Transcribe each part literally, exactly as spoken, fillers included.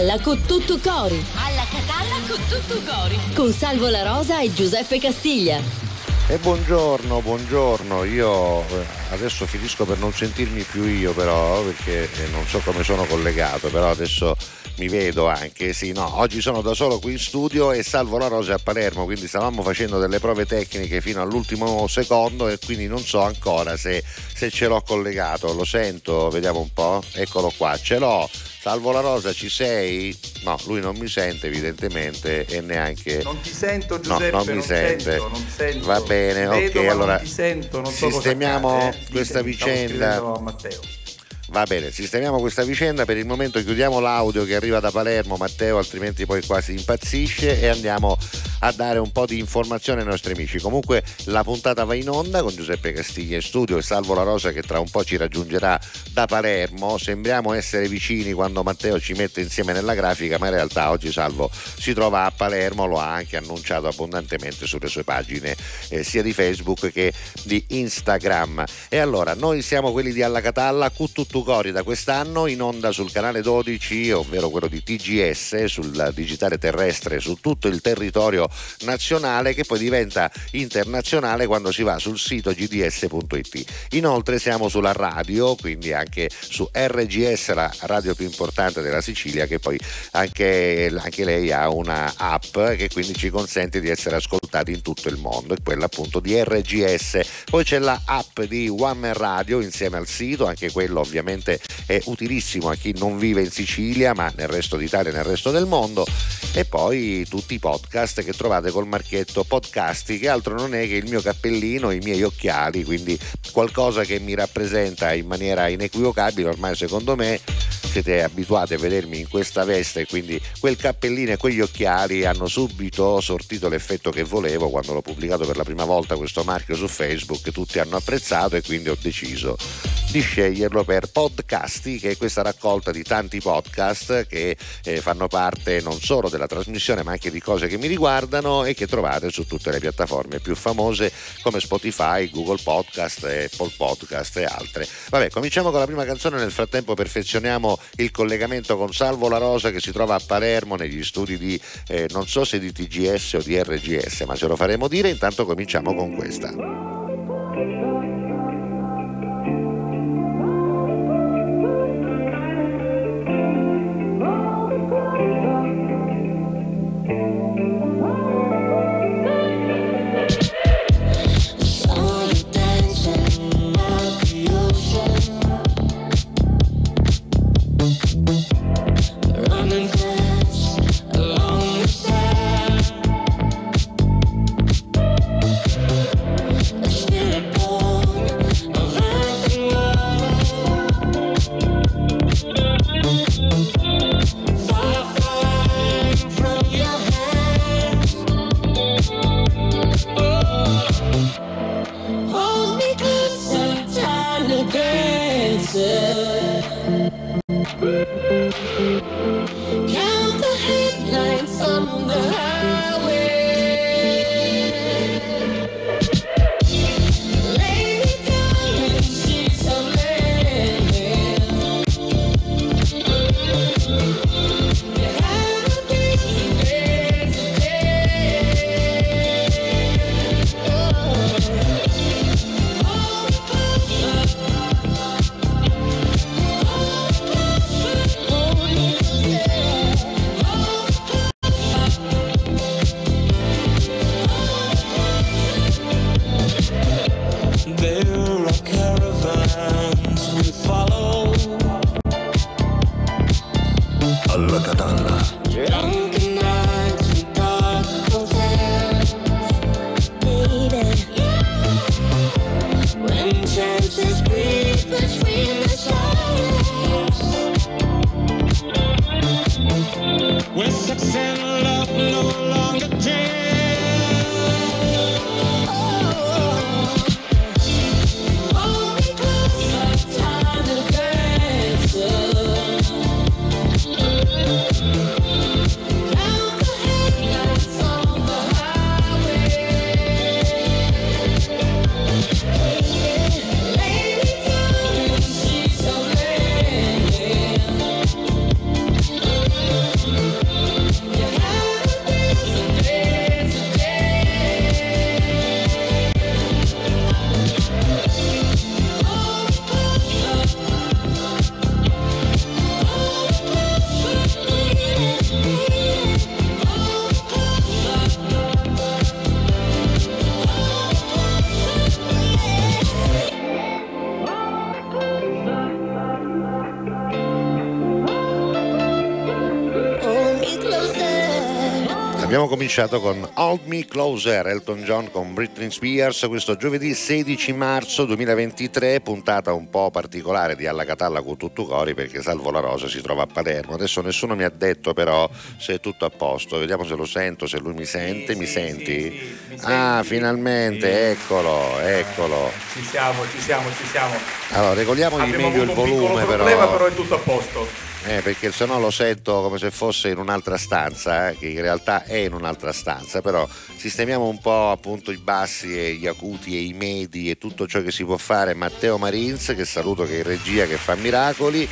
Catalla con tutto cori. Alla Catalla con tutto cori. Con Salvo La Rosa e Giuseppe Castiglia. E buongiorno, buongiorno. Io adesso finisco per non sentirmi più io, però, perché non so come sono collegato, però adesso mi vedo anche. Sì, no, oggi sono da solo qui in studio e Salvo La Rosa è a Palermo, quindi stavamo facendo delle prove tecniche fino all'ultimo secondo e quindi non so ancora se, se ce l'ho collegato. Lo sento, vediamo un po'. Eccolo qua, ce l'ho. Salvo La Rosa, ci sei? No, lui non mi sente evidentemente e neanche... Non ti sento, Giuseppe, no, non mi non sente. Sento, non sento. Va bene, Vedo, ok, ma allora non ti sento, non so sistemiamo cosa accade, eh. questa Ditemi, stavo vicenda. scrivendo a Matteo. Va bene, sistemiamo questa vicenda, per il momento chiudiamo l'audio che arriva da Palermo, Matteo, altrimenti poi quasi impazzisce, e andiamo a dare un po' di informazione ai nostri amici. Comunque la puntata va in onda con Giuseppe Castiglia in studio e Salvo La Rosa che tra un po' ci raggiungerà da Palermo. Sembriamo essere vicini quando Matteo ci mette insieme nella grafica, ma in realtà oggi Salvo si trova a Palermo, lo ha anche annunciato abbondantemente sulle sue pagine eh, sia di Facebook che di Instagram. E allora, noi siamo quelli di Alla Catalla, Cuttutu Cori da quest'anno, in onda sul canale dodici, ovvero quello di T G S, sul digitale terrestre, su tutto il territorio nazionale, che poi diventa internazionale quando si va sul sito g d s punto i t. Inoltre siamo sulla radio, quindi anche su R G S, la radio più importante della Sicilia, che poi anche, anche lei ha una app che quindi ci consente di essere ascoltati in tutto il mondo, è quella appunto di R G S. Poi c'è la app di One Man Radio insieme al sito, anche quello ovviamente è utilissimo a chi non vive in Sicilia ma nel resto d'Italia e nel resto del mondo. E poi tutti i podcast che trovate col marchetto Podcasti, che altro non è che il mio cappellino e i miei occhiali, quindi qualcosa che mi rappresenta in maniera inequivocabile. Ormai secondo me siete abituati a vedermi in questa veste, quindi quel cappellino e quegli occhiali hanno subito sortito l'effetto che volevo. Quando l'ho pubblicato per la prima volta questo marchio su Facebook, tutti hanno apprezzato e quindi ho deciso di sceglierlo per Podcasti, che è questa raccolta di tanti podcast che eh, fanno parte non solo della trasmissione ma anche di cose che mi riguardano e che trovate su tutte le piattaforme più famose come Spotify, Google Podcast, Apple Podcast e altre. Vabbè, cominciamo con la prima canzone, nel frattempo perfezioniamo il collegamento con Salvo La Rosa che si trova a Palermo negli studi di eh, non so se di T G S o di R G S, ma ce lo faremo dire. Intanto cominciamo con questa. Abbiamo cominciato con Hold Me Closer, Elton John con Britney Spears, questo giovedì sedici marzo duemilaventitré, puntata un po' particolare di Alla Catalla con tutto cori perché Salvo La Rosa si trova a Palermo. Adesso nessuno mi ha detto però se è tutto a posto, vediamo se lo sento, se lui mi sente, sì, mi sì, senti? Sì, sì, mi ah, senti? finalmente, Sì. eccolo, eccolo. Eh, ci siamo, ci siamo, ci siamo. Allora, regoliamogli Abbiamo meglio il avuto un piccolo volume problema, però. però è tutto a posto. Eh, perché se no lo sento come se fosse in un'altra stanza, eh, che in realtà è in un'altra stanza, però sistemiamo un po' appunto i bassi e gli acuti e i medi e tutto ciò che si può fare. Matteo Marins, che saluto, che è in regia, che fa miracoli,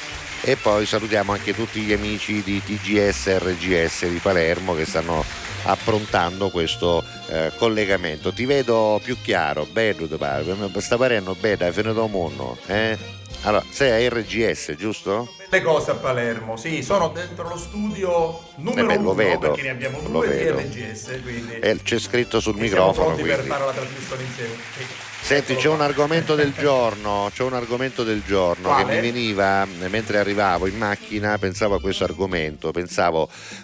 e poi salutiamo anche tutti gli amici di T G S R G S di Palermo che stanno approntando questo eh, collegamento. Ti vedo più chiaro, bello, sta parendo bene, è finito un mondo, eh? Allora, sei a R G S, giusto? Le cose a Palermo, sì, sono dentro lo studio numero eh beh, uno, vedo, perché ne abbiamo due di R G S, quindi eh, c'è scritto sul siamo microfono. pronti Quindi. per fare la trasmissione insieme. Sì. Senti, c'è un argomento del giorno, c'è un argomento del giorno Quale? che mi veniva mentre arrivavo in macchina, pensavo a questo argomento, pensavo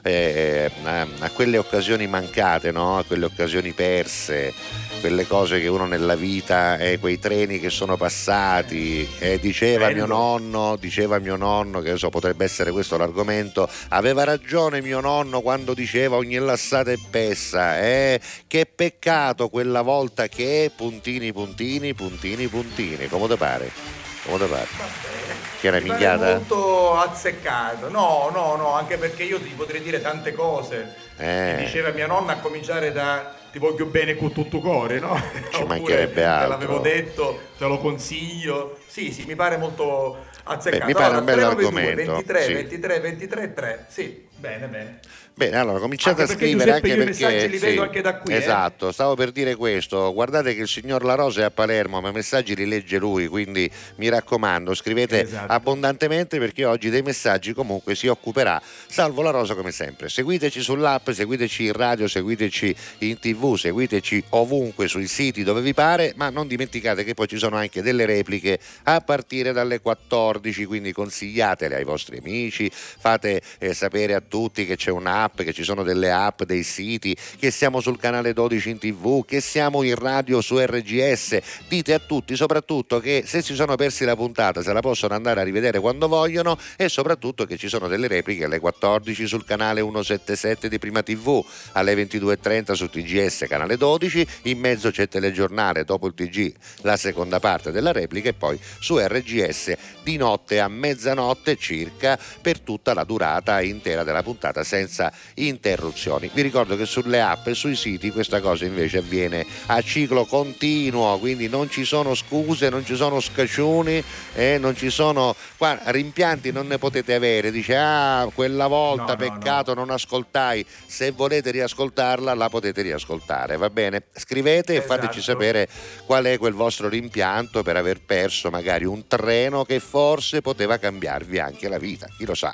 eh, a, a quelle occasioni mancate, no? A quelle occasioni perse, quelle cose che uno nella vita, eh, quei treni che sono passati, eh, diceva Bello. mio nonno, diceva mio nonno, che so, potrebbe essere questo l'argomento, aveva ragione mio nonno quando diceva ogni lassata è pessa, eh? Che peccato quella volta che puntini puntini puntini puntini, come te pare? Come te pare? Che era Mi pare minchiata? molto azzeccato, no, no, no, anche perché io ti potrei dire tante cose. Eh. Mi diceva mia nonna, a cominciare da ti voglio bene con tutto cuore, no? Ci Oppure, mancherebbe altro. te l'avevo detto, te lo consiglio. Sì, sì, mi pare molto azzeccato. Beh, mi pare allora, un bello tre nove due, argomento, ventitré, sì. ventitré, ventitré, tre. Sì, bene, bene. Bene, allora cominciate Anche a perché, scrivere, Giuseppe, anche io i perché messaggi li vedo anche da qui, eh. esatto, stavo per dire questo, guardate che il signor La Rosa è a Palermo, ma i messaggi li legge lui, quindi mi raccomando, scrivete Esatto. abbondantemente perché oggi dei messaggi comunque si occuperà Salvo La Rosa come sempre. Seguiteci sull'app, seguiteci in radio, seguiteci in tv, seguiteci ovunque sui siti dove vi pare, ma non dimenticate che poi ci sono anche delle repliche a partire dalle quattordici, quindi consigliatele ai vostri amici, fate eh, sapere a tutti che c'è un'app, che ci sono delle app, dei siti, che siamo sul canale dodici in tv, che siamo in radio su R G S. Dite a tutti soprattutto che se si sono persi la puntata se la possono andare a rivedere quando vogliono, e soprattutto che ci sono delle repliche alle quattordici sul canale centosettantasette di Prima tivù, alle ventidue e trenta su T G S canale dodici, in mezzo c'è telegiornale, dopo il T G la seconda parte della replica, e poi su R G S di notte a mezzanotte circa per tutta la durata intera della puntata senza interruzioni. Vi ricordo che sulle app e sui siti questa cosa invece avviene a ciclo continuo, quindi non ci sono scuse, non ci sono scaccioni, eh, non ci sono qua, rimpianti, non ne potete avere. Dice ah quella volta No, no, peccato no. non ascoltai, se volete riascoltarla la potete riascoltare, va bene? Scrivete e fateci Esatto. sapere qual è quel vostro rimpianto per aver perso magari un treno che forse poteva cambiarvi anche la vita, chi lo sa.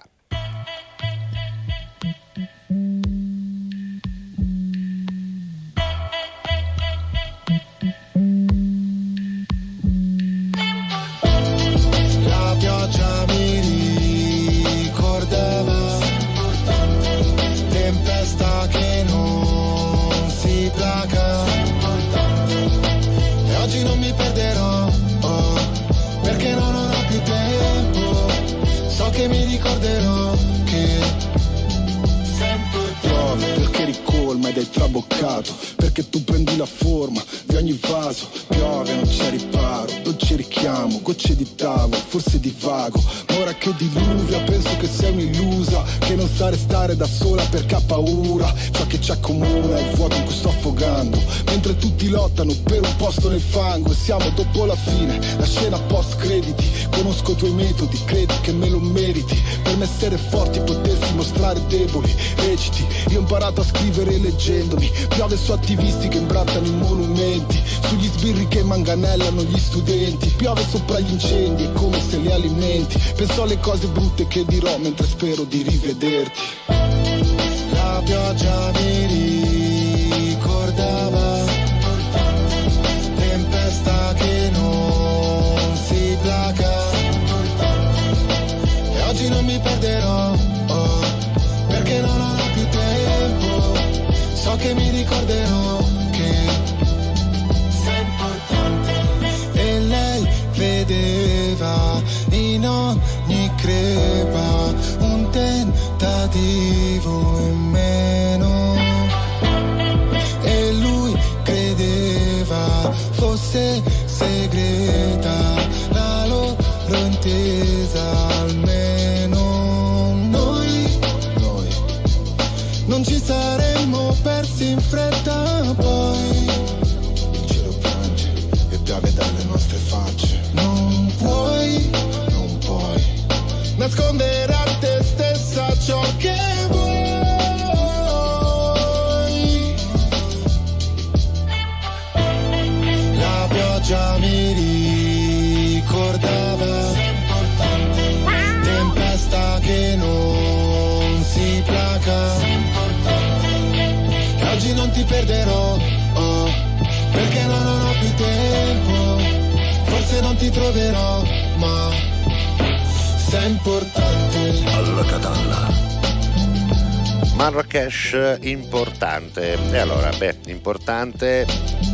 La pioggia mi ricordava, tempesta che non si placa, e oggi non mi perderò, oh, perché non ho più tempo, so che mi ricorderò che sempre piove perché ricolma ed è traboccato, perché tu prendi la forma di ogni vaso, piove non c'è riparo, dolce richiamo, gocce di tavolo, forse divago, ma ora che diluvia penso che sei un'illusa, che non sa restare da sola perché ha paura, ciò che ci accomuna è il vuoto in cui sto affogando, mentre tutti lottano per un posto nel fango, e siamo dopo la fine, la scena post crediti, conosco i tuoi metodi, credi che me lo meriti, per me essere forti potersi mostrare deboli, reciti, io ho imparato a scrivere leggendomi, piove su attivisti che imbrattano i monumenti, sugli sbirri che manganellano gli studenti, piove sopra gli incendi, è come se li alimenti, penso alle cose brutte che dirò mentre spero di rivederti. La pioggia mi ricordava, tempesta che non si placa, e oggi non mi perderò, oh, perché non ho più tempo, che mi ricorderò che sei importante. E lei vedeva in ogni crepa un tentativo in meno, e lui credeva fosse segreta la loro intesa. Almeno noi, noi non ci saremmo persi in fretta, poi il cielo piange e piove dalle nostre facce. Non puoi, non puoi nascondere a te stessa ciò che vuoi. La pioggia mi ricordava tempesta che non si placa. E oggi non ti perderò, oh, perché non, non ho più tempo. Forse non ti troverò, ma sei importante. Alla Catalla. Marrakesh, importante. E allora, beh, importante,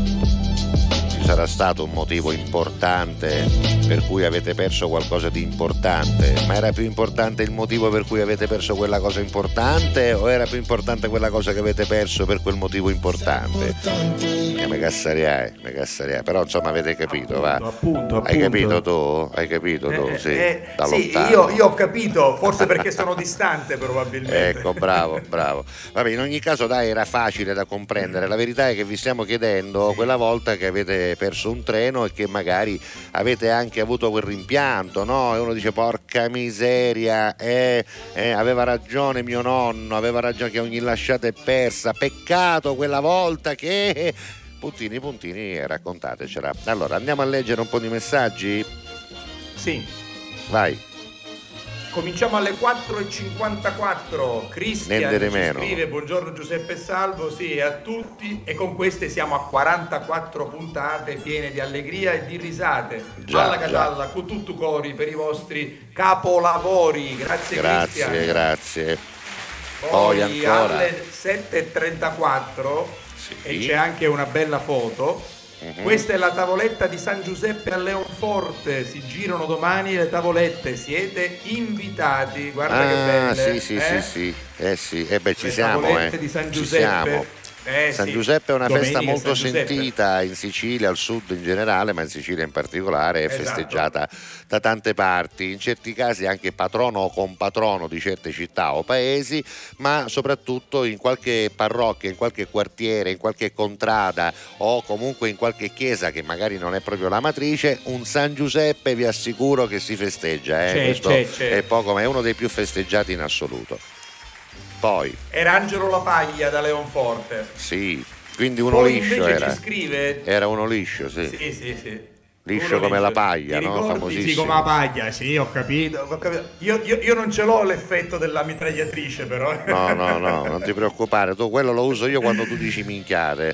ci sarà stato un motivo importante per cui avete perso qualcosa di importante, ma era più importante il motivo per cui avete perso quella cosa importante, o era più importante quella cosa che avete perso per quel motivo importante? Eh, me cassariai, me cassariai, però insomma avete capito, va. Appunto, appunto. Hai capito tu? Hai capito tu? Eh, sì, eh, da sì, lontano. io, io ho capito, forse perché sono distante probabilmente. Ecco, bravo, bravo. Vabbè, in ogni caso dai, era facile da comprendere. La verità è che vi stiamo chiedendo quella volta che avete perso un treno e che magari avete anche avuto quel rimpianto, no? E uno dice porca miseria, eh, eh, aveva ragione mio nonno, aveva ragione che ogni lasciata è persa, peccato quella volta che... Puntini, puntini, raccontatecela. Allora, andiamo a leggere un po' di messaggi? Sì. Vai. Cominciamo alle quattro e cinquantaquattro. Cristian Niente di ci meno. scrive: buongiorno Giuseppe e Salvo, sì, a tutti, e con queste siamo a quarantaquattro puntate piene di allegria e di risate. Già, alla Catalla, con tutto cori per i vostri capolavori. Grazie, Grazie, Cristian. grazie. Poi, Poi ancora. alle sette e trentaquattro, Sì. e c'è anche una bella foto. Mhm. Questa è la tavoletta di San Giuseppe a Leonforte, si girano domani le tavolette, siete invitati, guarda che Ah, belle. sì, sì, eh? sì, sì, eh sì, eh beh, ci Le siamo, tavolette eh. di San Ci Giuseppe. siamo. Eh, San sì. Giuseppe è una Domenica festa molto San Giuseppe. sentita in Sicilia, al sud in generale, ma in Sicilia in particolare, è Esatto. festeggiata da tante parti, in certi casi anche patrono o compatrono di certe città o paesi, ma soprattutto in qualche parrocchia, in qualche quartiere, in qualche contrada o comunque in qualche chiesa che magari non è proprio la matrice, un San Giuseppe vi assicuro che si festeggia, eh? C'è, Questo c'è, c'è. è poco, ma è uno dei più festeggiati in assoluto. Poi, Era Angelo La Paglia da Leonforte. sì, quindi uno Poi liscio invece era. ci scrive... Era uno liscio, sì. Sì, sì, sì. Liscio Uno come la paglia, Ti no? ricordi? Famosissimo. Sì, come la paglia, sì, ho capito. Ho capito. Io, io- io non ce l'ho l'effetto della mitragliatrice, però. No, no, no, non ti preoccupare, tu quello lo uso io quando tu dici minchiate.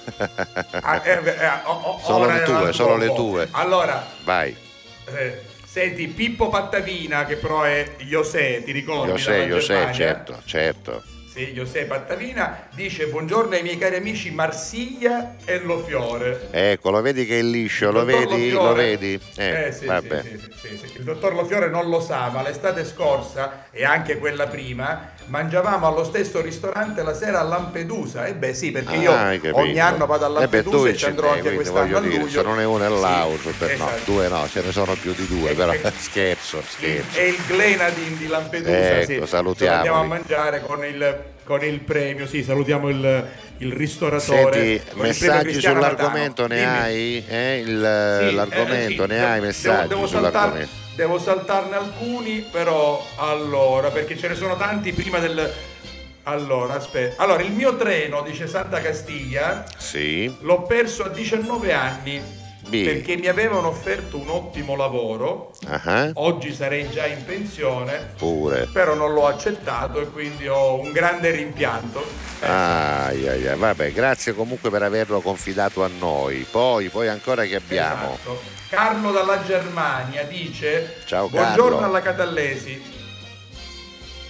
Ah, eh, eh, oh, oh, Solo ora le è un tue, altro solo le po'. tue. Allora, Vai, eh, senti, Pippo Pattavina, che però è José, ti ricordi? io sei, dalla io sei, Germania? certo, certo. Sì, José Pattavina dice: buongiorno ai miei cari amici Marsiglia e Lo Fiore. Ecco, lo vedi che è liscio, lo Dottor vedi? Fiore- Lo vedi? Eh, Eh, sì, vabbè. sì, sì, sì, sì. Il dottor Lo Fiore non lo sa, ma l'estate scorsa e anche quella prima mangiavamo allo stesso ristorante la sera a Lampedusa. E beh sì, perché io Ah, hai capito. ogni anno vado a Eh beh, Lampedusa due e ci ce andrò n'è, anche quindi quest'anno voglio a dire, luglio. se non è uno è Sì, l'auto, no, esatto. due no, ce ne sono più di due, E- però e- scherzo, scherzo. È il Glenadin di Lampedusa, Ecco, sì. salutiamoli. Dove andiamo a mangiare con il, con il premio, sì, salutiamo il, il ristoratore. Senti, con il premio messaggi Cristiano sull'argomento Natano. ne Dimmi. hai? Eh, il- Sì, l'argomento eh, sì, ne devo- hai messaggi devo, devo, saltar- sull'argomento? devo saltarne alcuni, però allora, perché ce ne sono tanti prima del... Allora, aspetta. Allora, il mio treno, dice Santa Castiglia, Sì, l'ho perso a diciannove anni Bì. perché mi avevano offerto un ottimo lavoro. ah, Oggi sarei già in pensione, pure. però non l'ho accettato e quindi ho un grande rimpianto. Eh, Ai, ai, ai. Vabbè, grazie comunque per averlo confidato a noi. Poi, poi ancora che abbiamo? esatto. Carlo dalla Germania dice: Ciao, buongiorno Carlo. alla Catallesi.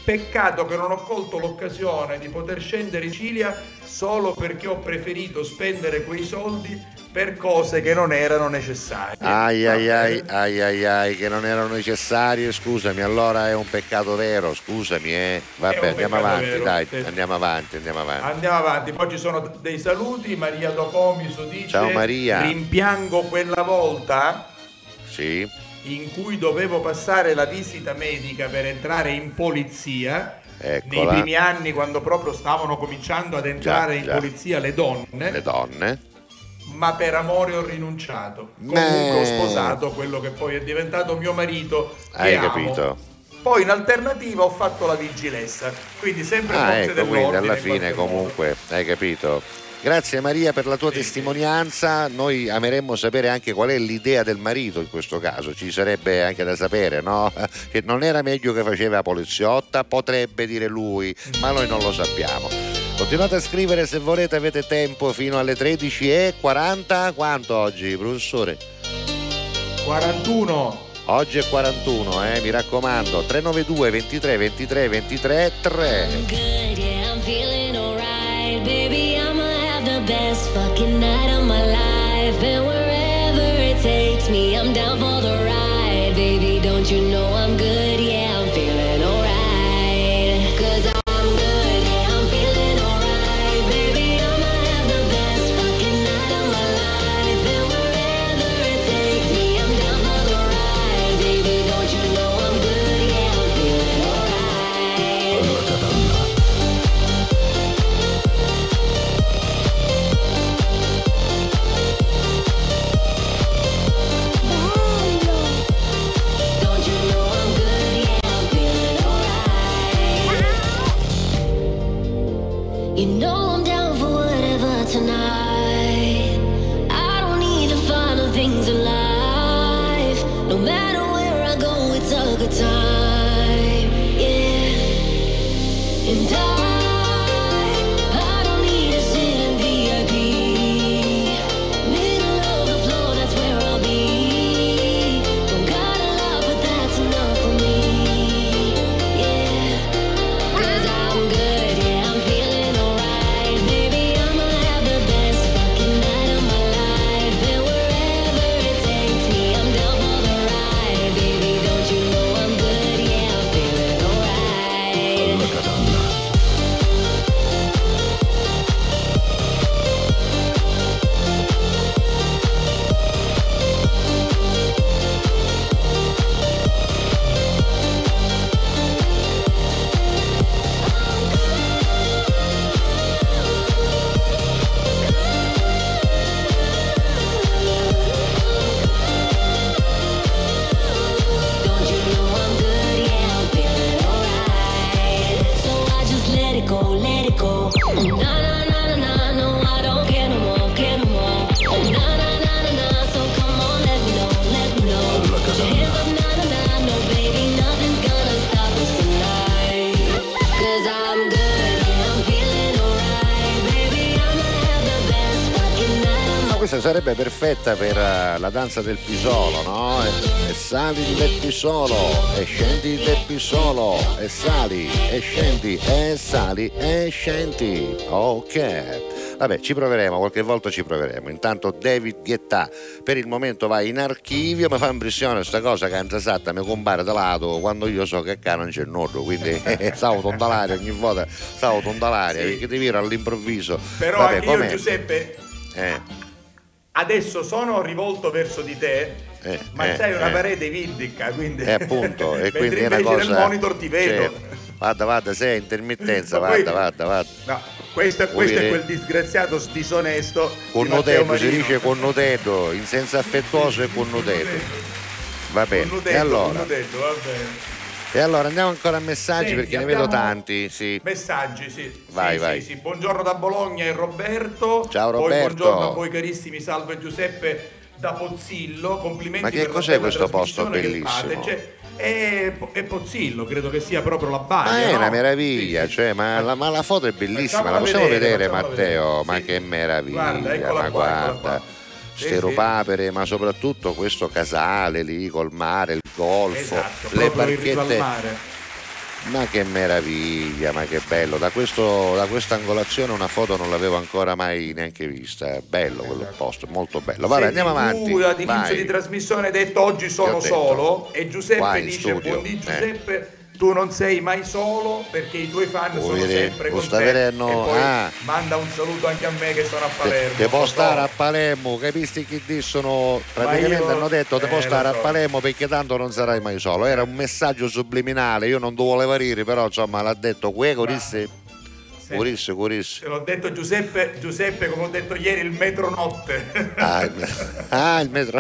Peccato che non ho colto l'occasione di poter scendere in Sicilia solo perché ho preferito spendere quei soldi per cose che non erano necessarie. Ai ai ai, ai ai ai, che non erano necessarie, scusami, allora è un peccato vero, scusami, eh. Vabbè, andiamo avanti, vero, dai, sì. andiamo avanti, andiamo avanti. Andiamo avanti, poi ci sono dei saluti. Maria Docomiso dice: ciao Maria. Rimpiango quella volta sì. in cui dovevo passare la visita medica per entrare in polizia. Eccola. Nei primi anni, quando proprio stavano cominciando ad entrare già, in già. polizia le donne. Le donne. Ma per amore ho rinunciato. Comunque ho sposato quello che poi è diventato mio marito. Hai amo. capito? Poi in alternativa ho fatto la vigilessa. Quindi sempre ah, forze ecco, dell'ordine. Quindi alla fine comunque, modo. Hai capito? Grazie Maria per la tua sì, testimonianza. Noi ameremmo sapere anche qual è l'idea del marito in questo caso. Ci sarebbe anche da sapere, no? Che non era meglio che faceva poliziotta, potrebbe dire lui, ma noi non lo sappiamo. Continuate a scrivere se volete, avete tempo fino alle tredici e quaranta. Quanto oggi, professore? quarantuno. Oggi è quarantuno, eh, mi raccomando. tre nove due ventitré ventitré ventitré tre. I'm good, yeah, I'm feeling alright, baby. I'ma have the best fucking night of my life, and wherever it takes me, I'm down for the ride, baby. Don't you know I'm good, yeah, I'm feeling alright, 'cause I you know I'm down for whatever tonight. I don't need the final things in life. No matter where I go, it's a good time. Yeah. And I, I don't need to sit in V I P. Middle of the floor, that's where I'll be. Don't got a lot, but that's enough for me. Yeah. 'Cause I'm good, yeah, I'm feeling sarebbe perfetta per uh, la danza del pisolo, no? E, e sali del pisolo, e scendi del pisolo, e sali, e scendi, e sali, e scendi. Ok. Vabbè, ci proveremo, qualche volta ci proveremo. Intanto David Guetta per il momento va in archivio. Mi fa impressione sta cosa che anzi esatta mi compare da lato quando io so che qua non c'è il nodo, quindi stavo tondalare ogni volta, stavo tondalare, sì. Perché ti viro all'improvviso. Però vabbè, anche com'è? Io Giuseppe Eh adesso sono rivolto verso di te, eh, ma eh, c'hai una eh. parete viddica, quindi eh, appunto, e quindi è una invece cosa, nel monitor ti vedo. Cioè, vada, vada, sei intermittenza, poi, vada, vada, vada. No, questo, questo è quel disgraziato disonesto. Connoteto, si dice connoteto, in senso affettuoso e connoteto. Va bene. Connoteto, e allora? connoteto, va bene. E allora andiamo ancora a messaggi. Senti, perché ne vedo tanti, sì. Messaggi, sì. Vai, sì, vai. Sì, sì. Buongiorno da Bologna e Roberto. Ciao Roberto. Poi buongiorno a voi carissimi, salve Giuseppe da Pozzillo. Complimenti. Ma che per cos'è questo posto bellissimo? Cioè, è, è Pozzillo, credo che sia proprio la Baia. Ma è no? una meraviglia, sì, sì. cioè, ma, la, ma la foto è bellissima, Facciamola la possiamo vedere, vedere Matteo? vedere. Ma sì. che meraviglia, Guarda, eccola ma qua, guarda. eccola qua. Ste sì, ropapere, ma soprattutto questo casale lì col mare, il golfo, esatto, le barchette, Ma che meraviglia, ma che bello, da, questo, da questa angolazione una foto non l'avevo ancora mai neanche vista, bello quel posto, molto bello. Vabbè, Senti, andiamo avanti. Tu all'inizio vai. di trasmissione hai detto oggi sono Ti ho detto. solo e Giuseppe Qua in dice studio, buondì eh. Giuseppe, tu non sei mai solo perché i tuoi fan Vuoi sono vedere? sempre Lo con sta te. vedendo? E poi Ah. manda un saluto anche a me che sono a Palermo. Te può Lo stare so. a Palermo, capisti chi dissono? Praticamente io- hanno detto te eh, può lo stare so. a Palermo perché tanto non sarai mai solo. Era un messaggio subliminale, io non dovevo dire, però insomma l'ha detto Guego, disse Sì. curisse, curisse. Te l'ho detto Giuseppe, Giuseppe, come ho detto ieri, il metronotte. Ah, il, ah, il metro.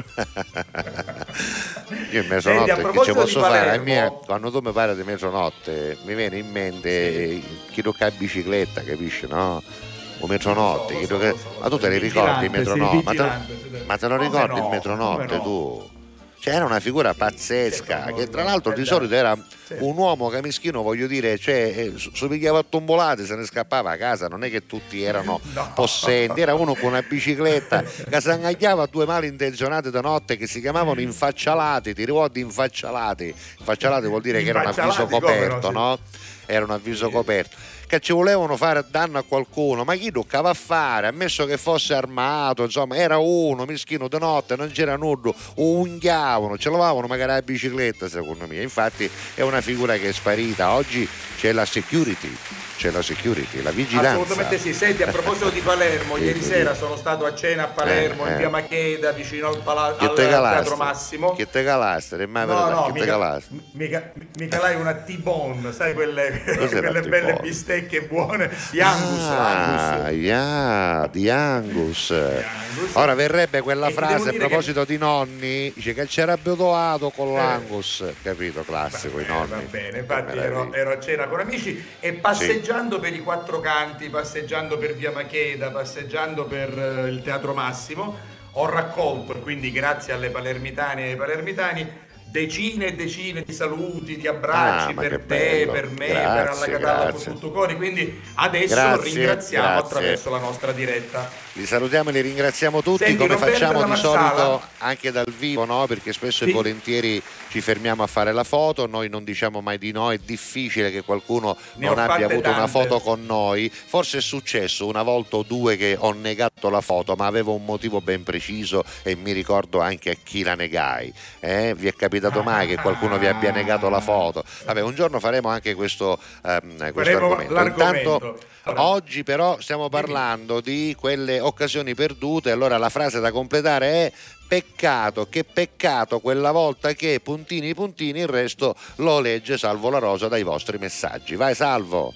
Io il Senti, a metronotte che ci proposito di posso fare? A Palermo- mia, quando tu mi parli di metronotte mi viene in mente chi tocca a bicicletta, capisci, no? O metronotte, Lo chi so, lo tocca- so, lo so. ma tu te li Il ricordi il vigilante, metronotte? sì, Ma, il te- vigilante, sì. ma te lo Come ricordi no? il metronotte Come no? tu? Cioè era una figura pazzesca, Sì, che tra l'altro di eh, solito era sì. un uomo che mischino, voglio dire, cioè eh, su su pigliava a tombolate, se ne scappava a casa, non è che tutti erano No. possenti, era uno con una bicicletta che si angagliava a due malintenzionati da notte che si chiamavano infaccialati, ti ricordi infaccialati? Infaccialati vuol dire che era un avviso Infaccialati, come no, coperto, sì. no? Era un avviso Sì. coperto. Che ci volevano fare danno a qualcuno, ma chi toccava a fare? Ammesso che fosse armato, insomma, era uno mischino di notte, non c'era nulla, unghiavano, ce l'avevano magari la bicicletta, secondo me. Infatti è una figura che è sparita. Oggi c'è la security, c'è la security, la vigilanza. Assolutamente sì. Senti, a proposito di Palermo, Sì, ieri sì. sera sono stato a cena a Palermo, Eh, in eh. via Macheda, vicino al, pala- Che al te Teatro calaste? Massimo. Che te calaste? È mai No, venuta? no, Che te mica, calaste? mica, mica lei una T-bone, sai quelle, Cos'è la quelle T-bone? belle bistecche buone di Angus. Ah, Angus. yeah, di Angus. Angus. Ora verrebbe quella E ti devo frase a dire proposito di nonni, dice che c'era abituato con l'Angus, capito? Classico, i Eh, nonni. va bene, Che infatti ero, meraviglia. ero a cena con amici e passeggiando per i quattro canti, passeggiando per via Macheda, passeggiando per eh, il Teatro Massimo, ho raccolto, e quindi grazie alle palermitane e ai palermitani, decine e decine di saluti, di abbracci Ah, ma per che te, bello. per me, Grazie, per alla Catalla con grazie. tutto cuore, quindi adesso Grazie, ringraziamo grazie. attraverso la nostra diretta. Li salutiamo e li ringraziamo tutti, Senti, come Roberta facciamo da di Marsala. solito anche dal vivo, no? Perché spesso e Sì. volentieri ci fermiamo a fare la foto, noi non diciamo mai di no, è difficile che qualcuno Ne non ho abbia fatte avuto una tante. foto con noi. Forse è successo una volta o due che ho negato la foto, ma avevo un motivo ben preciso e mi ricordo anche a chi la negai. Eh? Vi è capitato mai che qualcuno vi abbia negato la foto? Vabbè, un giorno faremo anche questo, ehm, questo Faremo argomento. l'argomento. Intanto, Allora, oggi però stiamo parlando di quelle occasioni perdute, allora la frase da completare è: peccato, che peccato quella volta che puntini puntini, il resto lo legge Salvo La Rosa dai vostri messaggi. Vai Salvo.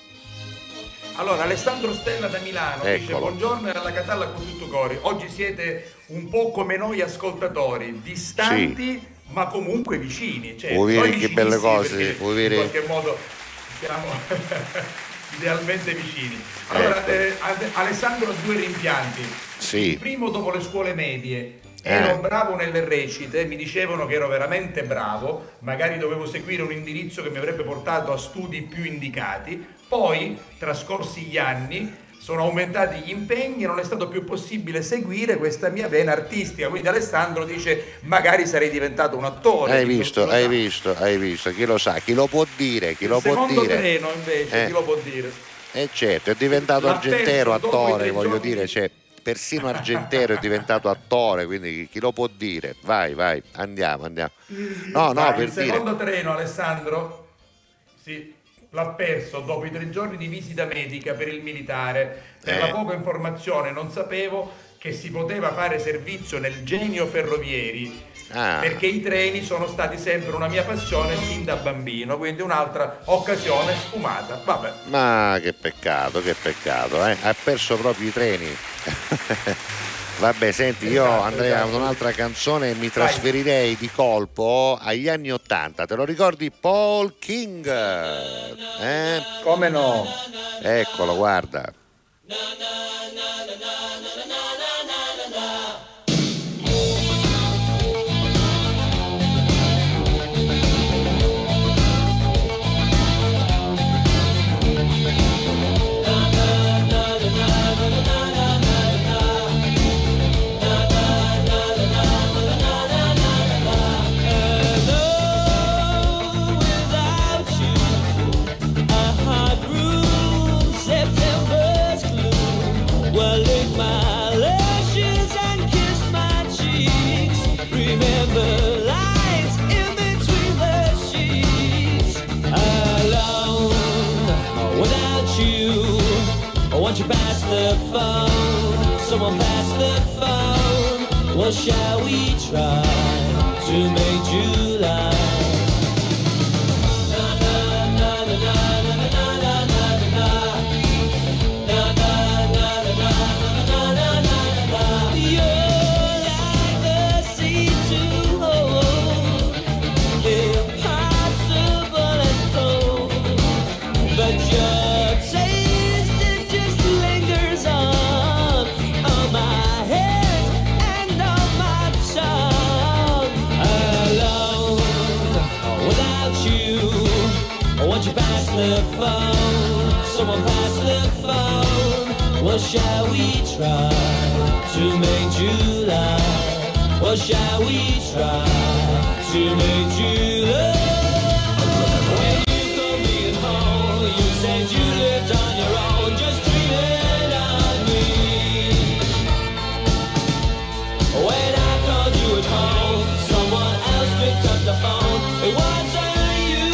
Allora, Alessandro Stella da Milano dice Eccolo. buongiorno e alla Catalla con tutto cori. Oggi siete un po' come noi ascoltatori, distanti ma comunque vicini. Cioè, Vuoi noi vedere che belle vicinissimi, cose, perché vuoi in vedere? qualche modo siamo idealmente vicini. Allora, Ecco. eh, Ad- Alessandro ha due rimpianti. Sì. Il primo dopo le scuole medie. Eh. Ero bravo nelle recite, mi dicevano che ero veramente bravo, magari dovevo seguire un indirizzo che mi avrebbe portato a studi più indicati, poi, trascorsi gli anni, sono aumentati gli impegni e non è stato più possibile seguire questa mia vena artistica, quindi Alessandro dice magari sarei diventato un attore. Hai chi lo- visto, chi lo hai sa. visto, hai visto, chi lo sa, chi lo può dire, chi Il lo può secondo dire. treno invece, Eh. chi lo può dire? Eh certo, è diventato L'ha Argentero perso dopo i attore, tre voglio giorni dire, di- cioè, persino Argentero è diventato attore, quindi chi, chi lo può dire? Vai, vai, andiamo, andiamo. No, no, Vai, per il dire. secondo treno, Alessandro, sì, l'ha perso dopo i tre giorni di visita medica per il militare. Per Eh. la poca informazione non sapevo che si poteva fare servizio nel Genio Ferrovieri, Ah. perché i treni sono stati sempre una mia passione sin da bambino, quindi un'altra occasione sfumata. Vabbè. Ma che peccato, che peccato, eh? Ha perso proprio i treni. Vabbè, senti, io Esatto, andrei ad esatto. un'altra canzone e mi trasferirei di colpo agli anni Ottanta. Te lo ricordi? Paul King? Eh? Come no? Eccolo, guarda. Without you, without you. Won't you pass the phone? Someone pass the phone. Well, shall we try to make July? Na na na na na na na na na na. Na na na na na na na na na. You're like the sea to hold, impossible and cold, but your taste it just lingers on on my head and on my tongue. Alone without you, won't you pass the phone? Someone pass the phone. Well, shall we try to make July? Well, shall we try to make July? When you called me at home, you said you lived on your own, just dreaming on me. When I called you at home, someone else picked up the phone. It wasn't you.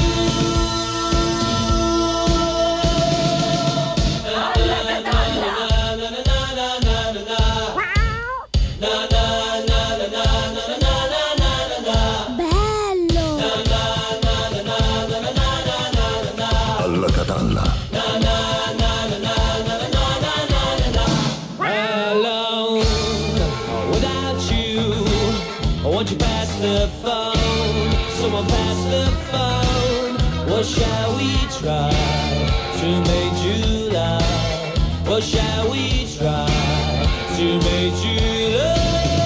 Na na na na na na na na na na. Na na na na na na na na na na. Bello! Na na na na na na na na na na. Alla Catalla. Na na na na na na na na na na. Alone without you, won't you pass the phone? Someone pass the phone. Well, shall we try to make July? Well, shall we try to make July?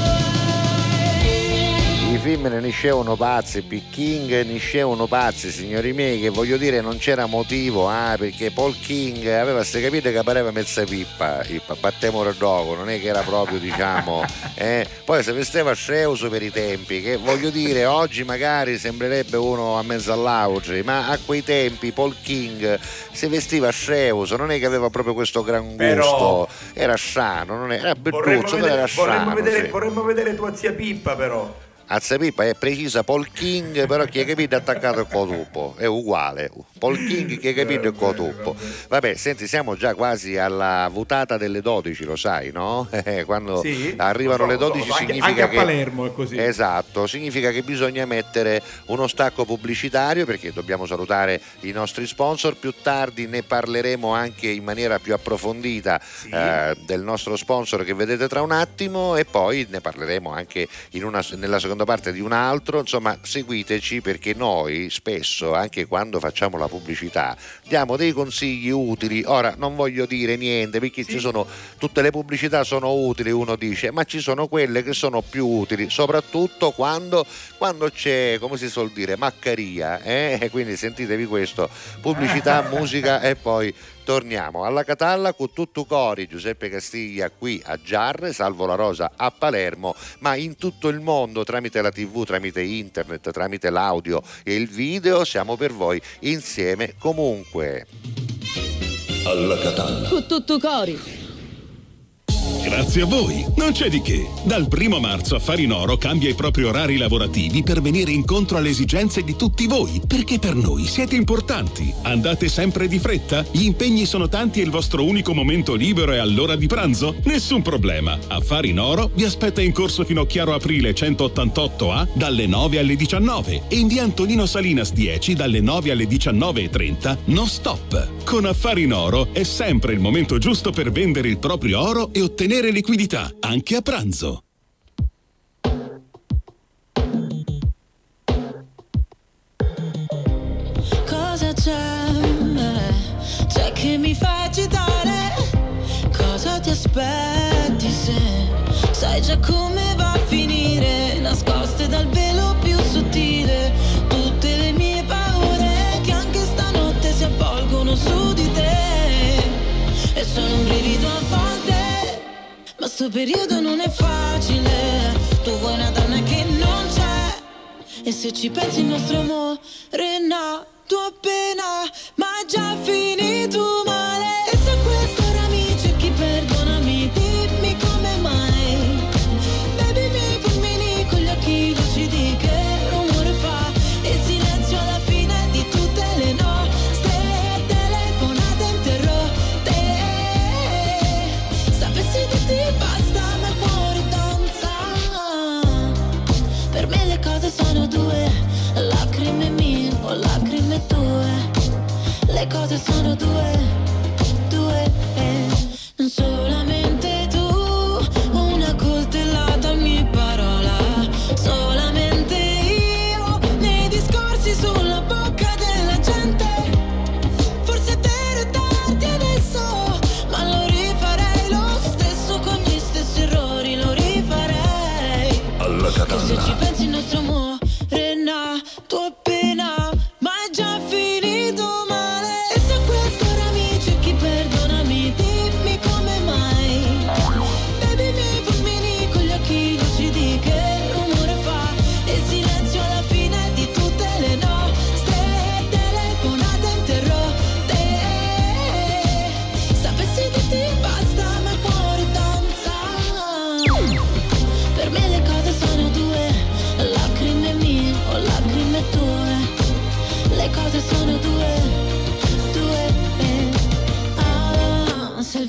I film ne niscevano pazzi, King niscevano pazzi, signori miei, che voglio dire non c'era motivo, ah, perché Paul King aveva ste capite che pareva mezza pippa, battiamo il dogo, non è che era proprio diciamo, eh. Poi si vestiva screuso per i tempi, che voglio dire oggi magari sembrerebbe uno a mezzo all'auge, ma a quei tempi Paul King si vestiva screuso, non è che aveva proprio questo gran gusto, Però era sano, non era vorremmo bertuzzo, però vedere, era vorremmo, sano. vedere, Sì. vorremmo vedere tua zia Pippa però. Azzapippa è precisa Paul King, però chi ha capito è attaccato il cotuppo, è uguale. Paul King chi ha capito il cotuppo. Vabbè, senti, siamo già quasi alla vutata delle dodici, lo sai, no? Quando Sì, arrivano lo so, le dodici lo so, anche- significa anche a che Palermo è così. Esatto, significa che bisogna mettere uno stacco pubblicitario perché dobbiamo salutare i nostri sponsor. Più tardi ne parleremo anche in maniera più approfondita Sì. eh, del nostro sponsor che vedete tra un attimo, e poi ne parleremo anche in una, nella seconda parte di un altro. Insomma, seguiteci perché noi spesso, anche quando facciamo la pubblicità, diamo dei consigli utili. Ora non voglio dire niente perché Sì. ci sono tutte le pubblicità sono utili, uno dice, ma ci sono quelle che sono più utili, soprattutto quando, quando c'è, come si suol dire, maccaria, eh? Quindi sentitevi questo, pubblicità, musica e poi torniamo alla Catalla con tutto cori. Giuseppe Castiglia qui a Giarre, Salvo La Rosa a Palermo, ma in tutto il mondo tramite la tivù, tramite internet, tramite l'audio e il video siamo per voi insieme comunque. Alla Catalla. Con tutto cori. Grazie a voi, non c'è di che. Dal primo marzo Affari in Oro cambia i propri orari lavorativi per venire incontro alle esigenze di tutti voi, perché per noi siete importanti. Andate sempre di fretta? Gli impegni sono tanti e il vostro unico momento libero è all'ora di pranzo? Nessun problema. Affari in Oro vi aspetta in corso Finocchiaro Aprile centottantotto A dalle nove alle diciannove e in via Antonino Salinas dieci dalle nove alle diciannove e trenta non stop. Con Affari in Oro è sempre il momento giusto per vendere il proprio oro e ottenere liquidità, anche a pranzo. Cosa c'è? C'è che mi fa agitare? Cosa ti aspetti se sai già come va a finire? Nascoste dal velo più sottile tutte le mie paure che anche stanotte si avvolgono su di te. E sono un brivido a volte, ma sto periodo non è facile. Tu vuoi una donna che non c'è, e se ci pensi il nostro amore è nato appena, ma già finito male. E se a quest'ora mi cerchi, perdonami, dimmi come mai. Baby, i miei fulmini con gli occhi lucidi, che rumore fa il silenzio alla fine di tutte le nostre telefonate interrotte.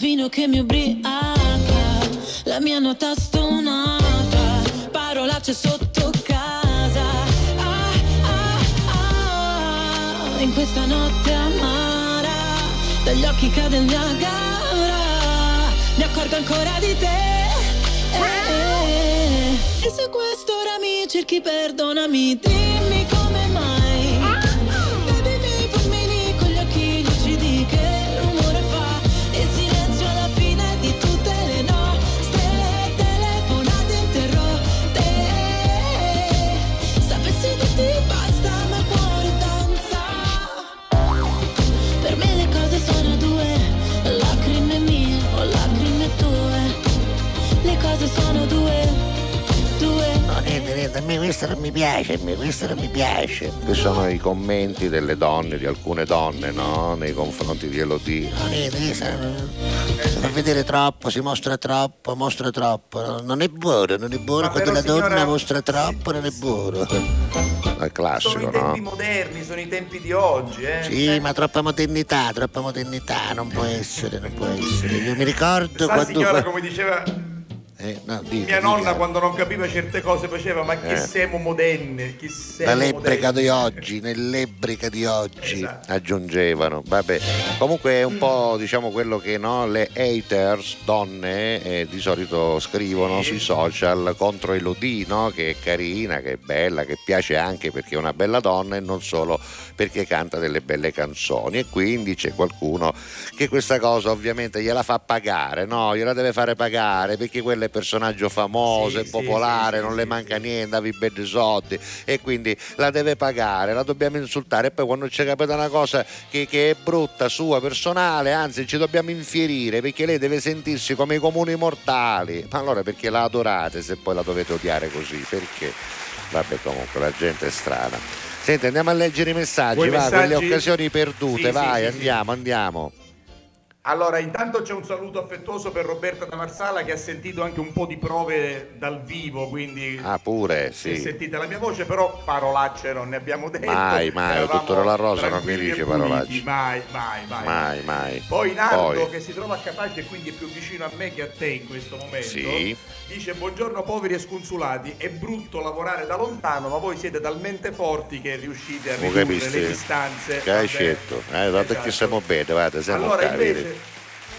vino che mi ubriaca, la mia nota stonata, parolacce sotto casa. Ah, ah, ah, in questa notte amara, dagli occhi cade il Niagara, mi accorgo ancora di te. Eh, eh. E se quest'ora mi cerchi, perdonami, dimmi come mai. Baby, mi fulmini con gli occhi lucidi, che rumore fa il silenzio alla fine di tutte le nostre telefonate interrotte. Sapessi dirti basta, ma il cuore danza. Per me le cose sono due, lacrime mie o lacrime tue. Le cose sono due, due. No, niente, niente, a me questo non mi piace, a me questo non mi piace. Questi sono i commenti delle donne, di alcune donne, no? Nei confronti di Elodie. No, niente, questo, si fa vedere troppo, si mostra troppo, mostra troppo. Non è buono, non è buono. Ma Quando però, la donna signora, mostra troppo non è buono. È Sono classico, i tempi no? moderni, sono i tempi di oggi, eh. Sì, ma troppa modernità, troppa modernità, non può essere, non può essere. Io mi ricordo Sa, quando... signora, come diceva Eh, no, dica, mia dica. nonna quando non capiva certe cose faceva, ma chi Eh. siamo moderni, chi siamo La lebrica moderni. di oggi, nell'ebrica di oggi, Esatto. aggiungevano. Vabbè, comunque è un po', diciamo, quello che, no, le haters, donne, eh, di solito scrivono Sì. sui social contro Elodie, no? Che è carina, che è bella, che piace anche perché è una bella donna e non solo perché canta delle belle canzoni. E quindi c'è qualcuno che questa cosa ovviamente gliela fa pagare, no? Gliela deve fare pagare perché quella è personaggio famoso, Sì, è sì, popolare, sì, non sì, le sì, manca sì. niente, avevi bei soldi e quindi la deve pagare, la dobbiamo insultare e poi quando ci capita una cosa che, che è brutta, sua, personale, anzi ci dobbiamo infierire perché lei deve sentirsi come i comuni mortali. Ma allora perché la adorate se poi la dovete odiare così? Perché? Vabbè, comunque la gente è strana. Senti, andiamo a leggere i messaggi, Vuoi va, messaggi? quelle occasioni perdute, Sì, vai, sì, sì, andiamo, andiamo. Allora, intanto c'è un saluto affettuoso per Roberta da Marsala che ha sentito anche un po' di prove dal vivo, quindi Ah, pure, si è sì. sentita la mia voce, però parolacce non ne abbiamo detto. Mai, mai, Eravamo Dottore La Rosa non mi tranquilli dice e puliti. parolacce. Mai, mai, mai. Mai, mai. Poi Nardo, Poi. che si trova a Capace e quindi è più vicino a me che a te in questo momento, Sì. dice: buongiorno poveri e sconsulati, è brutto lavorare da lontano, ma voi siete talmente forti che riuscite a Lo ridurre capisci? le distanze. Che hai Vabbè. scelto? Eh, dato Esatto. che siamo bene, guarda, siamo Allora cavi. invece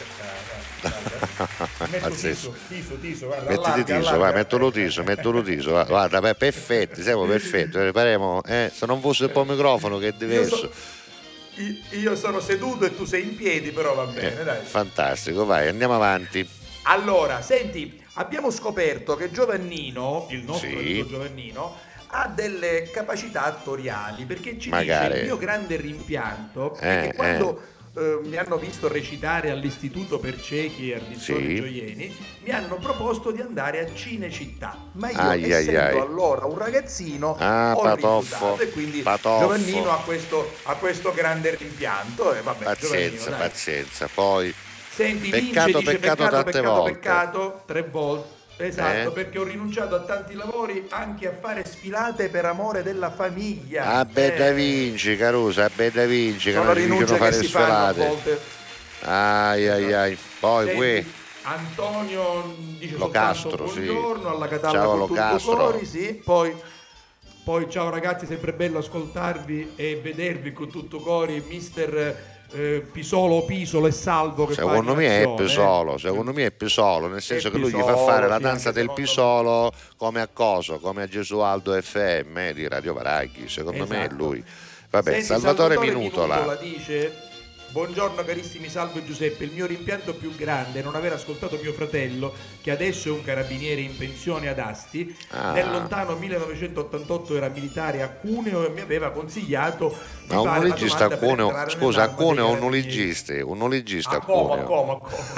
metto Pazzesco. tiso, tiso, tiso, guarda, Mettiti allarga, tiso, allarga. vai, metto lo tiso, metto lo tiso, va- guarda, beh, perfetti, siamo perfetti, riparemo, eh, se non fosse un po' il microfono che è Io, diverso. so- io- io sono seduto e tu sei in piedi, però va bene, Eh, dai. fantastico, vai, andiamo avanti. Allora, senti, abbiamo scoperto che Giovannino, il nostro Sì. amico Giovannino, ha delle capacità attoriali, perché ci Magari. dice: il mio grande rimpianto è Eh, che quando eh, mi hanno visto recitare all'Istituto per Ciechi e Arditore Sì. Gioieni, mi hanno proposto di andare a Cinecittà, ma io Ai, ai, essendo ai. allora un ragazzino Ah, ho patoffo, rifiutato, e quindi patoffo. Giovannino ha questo, ha questo grande rimpianto e vabbè, Pazienza, Giovannino, dai. pazienza, poi Senti, Peccato, Vince dice peccato peccato, tante peccato, volte. peccato, tre volte. Esatto, Eh? perché ho rinunciato a tanti lavori anche a fare sfilate per amore della famiglia. a be da Eh, Vinci, Caruso, a be da Vinci, che sono non ci rinunce dicono che fare si fanno a sfilate. volte. Ai ai ai, poi Senti, qui, Antonio dice Locastro, soltanto sì. buongiorno alla Catalla Ciao, con tutto Locastro. cuori, sì. Poi, poi ciao ragazzi, sempre bello ascoltarvi e vedervi con tutto cori, mister eh, Pisolo, Pisolo e Salvo che fa secondo me è animazione, eh. Pisolo, secondo me è Pisolo, nel senso È che lui gli Pisolo, fa fare la sì, danza anche del secondo me. Pisolo come a Coso, come a Gesualdo F M eh, di Radio Varaghi, secondo me è Esatto. lui. Vabbè, Senti, Salvatore, Salvatore Minutola. Minutola dice: buongiorno carissimi Salvo e Giuseppe, il mio rimpianto più grande è non aver ascoltato mio fratello, che adesso è un carabiniere in pensione ad Asti. Ah. Nel lontano millenovecentottantotto era militare a Cuneo e mi aveva consigliato di Ma un fare la nuligista a domanda per Cuneo, entrare scusa, a nell'arma dei Cuneo un carabinieri. nuligista, un nuligista a A come, a Cuneo. come,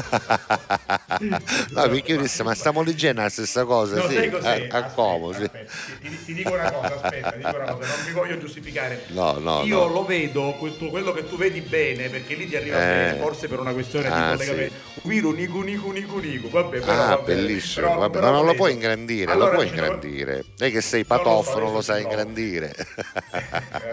a come. No, perché io disse, ma stiamo leggendo la stessa cosa, No, sì, sai cos'è? a, a Aspetta, Como, sì. aspetta, Ti, ti dico una cosa, aspetta, ti dico una cosa, non mi voglio giustificare. No, no, Io no. lo vedo, questo- quello che tu vedi bene, perché lì ti arriva Eh. bene, forse per una questione Ah, di collegamento. Viru, nicu, nicu, nicu, nicu. Vabbè, però, Ah, va bene. bellissimo, Però- vabbè, però ma non lo vedo. puoi ingrandire, Allora, lo puoi ci devo- ingrandire. Lei che sei Non lo so, patoffo, non lo adesso sai ti provo. ingrandire. Eh,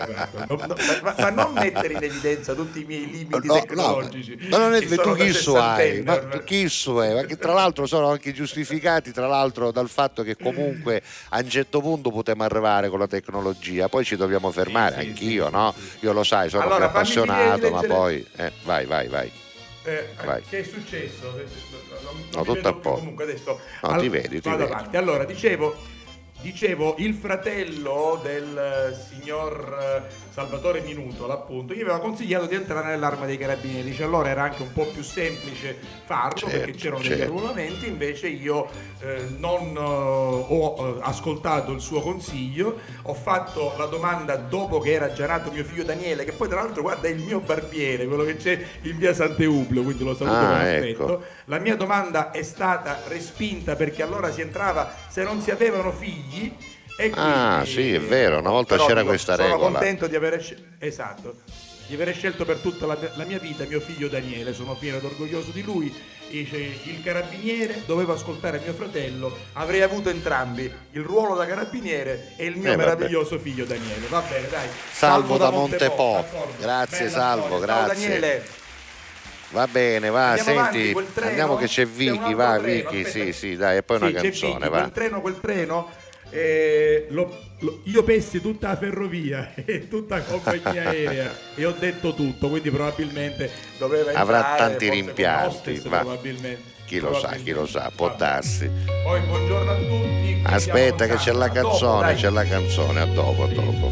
No, no, ma, ma non mettere in evidenza tutti i miei limiti no, tecnologici. No, ma non è che tu sono da chi su hai, sessantenne ma ormai. tu chi su hai, ma che tra l'altro sono anche giustificati tra l'altro dal fatto che comunque a un certo punto potremo arrivare con la tecnologia, poi ci dobbiamo fermare, Sì, sì, anch'io, sì, no? sì, sì. Io lo sai, sono Allora, più fammi finire di appassionato, ma leggere- poi eh, vai, vai, vai. Eh, Vai. che è successo? Non, non No, mi tutto vedo a più, posto. comunque adesso No, ti vedi, ti vado vedi. avanti. Allora, dicevo, dicevo il fratello del eh, signor eh, Salvatore Minuto, appunto, gli aveva consigliato di entrare nell'Arma dei Carabinieri. Dice allora era anche un po' più semplice farlo, Certo, perché c'erano degli certo. arruolamenti. Invece io eh, non eh, ho eh, ascoltato il suo consiglio, ho fatto la domanda dopo che era già nato mio figlio Daniele, che poi tra l'altro guarda è il mio barbiere, quello che c'è in via Sant'Eublo, quindi lo saluto Ah, con affetto. ecco. La mia domanda è stata respinta perché allora si entrava se non si avevano figli. E Ah, quindi- sì, è vero, una volta Però c'era dico, questa sono regola. contento di aver scelto, esatto, di aver scelto per tutta la, la mia vita mio figlio Daniele, sono pieno ed orgoglioso di lui. Dice il carabiniere, dovevo ascoltare mio fratello, avrei avuto entrambi il ruolo da carabiniere e il mio Eh, vabbè. meraviglioso figlio Daniele. Va bene, dai. Salvo da Montepo. d'accordo. Grazie, Bella Salvo, storia. grazie. Ciao Daniele. Va bene, va, Andiamo avanti, senti, quel treno? andiamo che c'è C'è un Vicky, altro va, treno, Vicky, aspetta. sì, sì, dai, e poi Sì, una c'è canzone, Vicky, va. quel treno, quel treno, eh, lo- lo- io pesti tutta la ferrovia e tutta la compagnia aerea e ho detto tutto, quindi probabilmente doveva Avrà entrare, tanti forse con rimpianti, hostess, va. probabilmente. Chi lo sa, chi lo sa, può Vabbè. darsi. Poi buongiorno a tutti. Aspetta che c'è la A dopo, canzone, dai. c'è la canzone, a dopo, a dopo.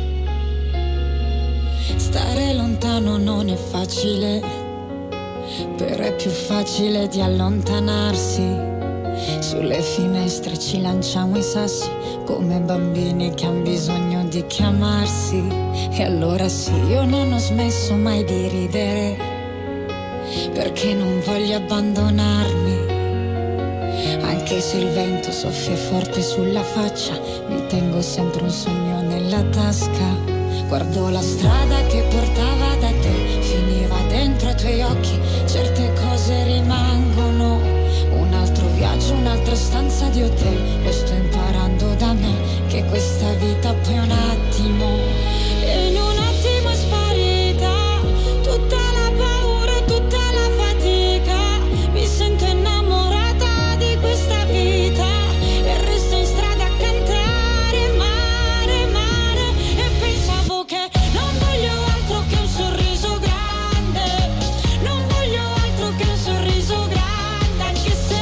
Stare lontano non è facile, però è più facile di allontanarsi. Sulle finestre ci lanciamo i sassi come bambini che han bisogno di chiamarsi. E allora sì, io non ho smesso mai di ridere, perché non voglio abbandonarmi. Anche se il vento soffia forte sulla faccia, mi tengo sempre un sogno nella tasca. Guardo la strada che portava da te, finiva dentro ai tuoi occhi, certe cose rimangono. Un altro viaggio, un'altra stanza di hotel, lo sto imparando da me, che questa vita poi è un attimo. E in un attimo è sparita tutta la paura, tutta la fatica. Mi sento innamorata di questa vita e resto in strada a cantare mare, mare. E pensavo che non voglio altro che un sorriso grande, non voglio altro che un sorriso grande, anche se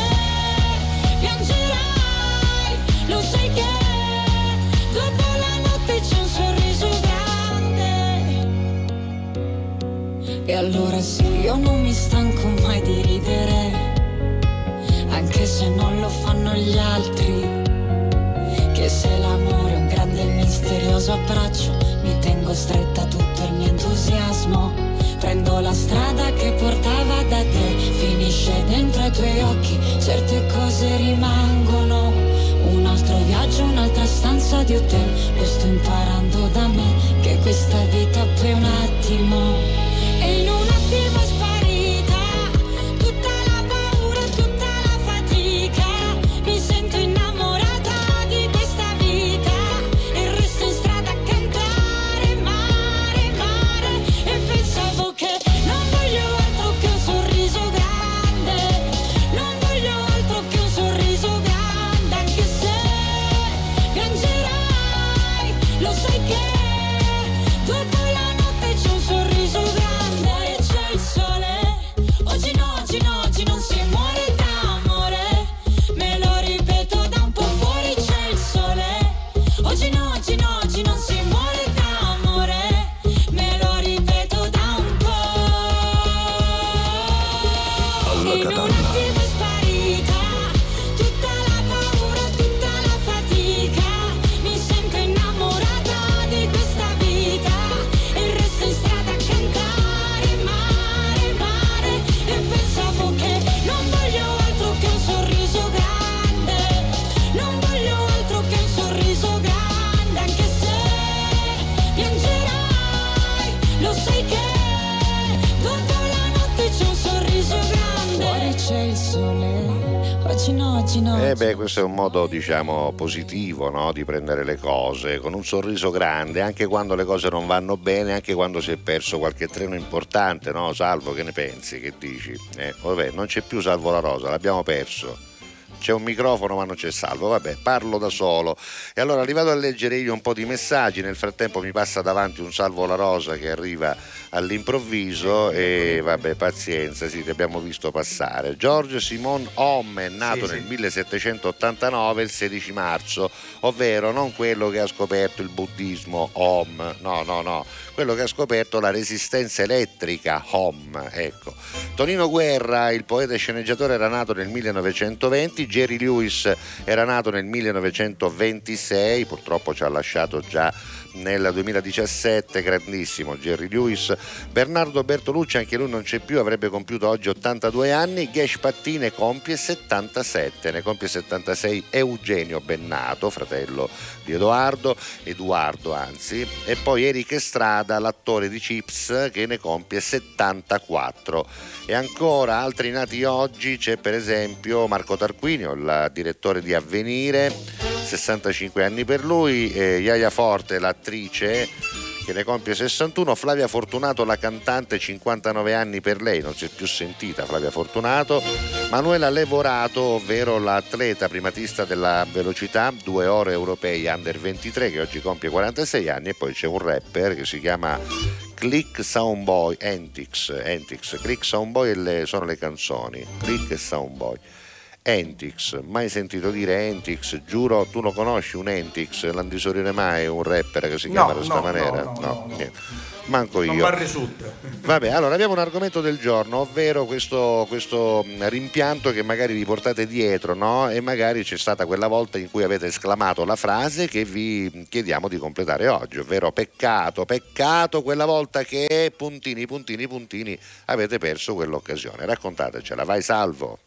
piangerai, lo sai che dopo la notte c'è un sorriso grande. E allora sì, io non mi stanco mai di ridere, anche se non lo fanno gli altri. Che se l'amore è un grande e misterioso abbraccio, mi tengo stretta tutto il mio entusiasmo. Prendo la strada che portava da te, finisce dentro ai tuoi occhi, certe cose rimangono. Un altro viaggio, un'altra stanza di hotel, lo sto imparando da me, che questa vita poi è un attimo. E in un attimo è sparita tutta la paura, tutta la fatica. Mi sento innamorata di questa vita e resto in strada a cantare mare, mare. E pensavo che non voglio altro che un sorriso grande, non voglio altro che un sorriso grande, anche se piangerai, lo sai che dopo la notte c'è un sorriso grande. Fuori c'è il sole, oggi no, oggi no, oggi non si muore d'amore. Me lo ripeto da un po', fuori c'è il sole, oggi no, oggi no, oggi non si muore d'amore. Me lo ripeto da un po'. In un attimo è sparita tutta la paura, tutta la fatica. Mi sento innamorata di questa vita e resto in strada a cantare mare, mare. E pensavo che non voglio altro che un sorriso grande, non voglio altro che un sorriso grande, anche se piangerai, lo sai che dopo la notte c'è un sorriso grande. Fuori c'è il sole, oggi oggi no, oggi no. Eh oggi beh, no. questo è un modo, diciamo, positivo, no? Di prendere le cose con un sorriso grande, anche quando le cose non vanno bene, anche quando si è perso qualche treno importante, no? Salvo, che ne pensi? Che dici? Eh, vabbè, non c'è più Salvo La Rosa, l'abbiamo perso. C'è un microfono ma non c'è Salvo, vabbè, parlo da solo. E allora, arrivato a leggere io un po' di messaggi, nel frattempo mi passa davanti un Salvo La Rosa che arriva all'improvviso e vabbè, pazienza, sì, ti abbiamo visto passare. George Simon Homme è nato Sì, nel sì. millesettecentottantanove, il sedici marzo, ovvero non quello che ha scoperto il buddismo, Om, no, no, no, quello che ha scoperto la resistenza elettrica, Om, ecco. Tonino Guerra, il poeta e sceneggiatore, era nato nel millenovecentoventi, Jerry Lewis era nato nel millenovecentoventisei, purtroppo ci ha lasciato già nel duemiladiciassette, grandissimo Jerry Lewis. Bernardo Bertolucci, anche lui non c'è più, avrebbe compiuto oggi ottantadue anni. Gash Patti ne compie settantasette, ne compie settantasei Eugenio Bennato, fratello di Edoardo, Edoardo anzi, e poi Eric Estrada, l'attore di Chips, che ne compie settantaquattro. E ancora altri nati oggi, c'è per esempio Marco Tarquinio, il direttore di Avvenire, sessantacinque anni per lui, eh, Yaya Forte, l'attrice, che ne compie sessantuno, Flavia Fortunato, la cantante, cinquantanove anni per lei, non si è più sentita Flavia Fortunato. Manuela Levorato, ovvero l'atleta primatista della velocità, due ore europei under ventitré, che oggi compie quarantasei anni. E poi c'è un rapper che si chiama Click Soundboy, Antix, Antix, Click Soundboy le, sono le canzoni, Click e Soundboy. Antix, mai sentito dire Antix? Giuro, tu lo conosci un Antix? Non ti sorride mai un rapper che si chiama No, in questa no, maniera? no, no, no. niente. Manco Non io. va risulta. Vabbè, allora abbiamo un argomento del giorno, ovvero questo, questo rimpianto che magari vi portate dietro, no? E magari c'è stata quella volta in cui avete esclamato la frase che vi chiediamo di completare oggi, ovvero peccato, peccato quella volta che puntini, puntini, puntini avete perso quell'occasione. Raccontatecela, vai Salvo.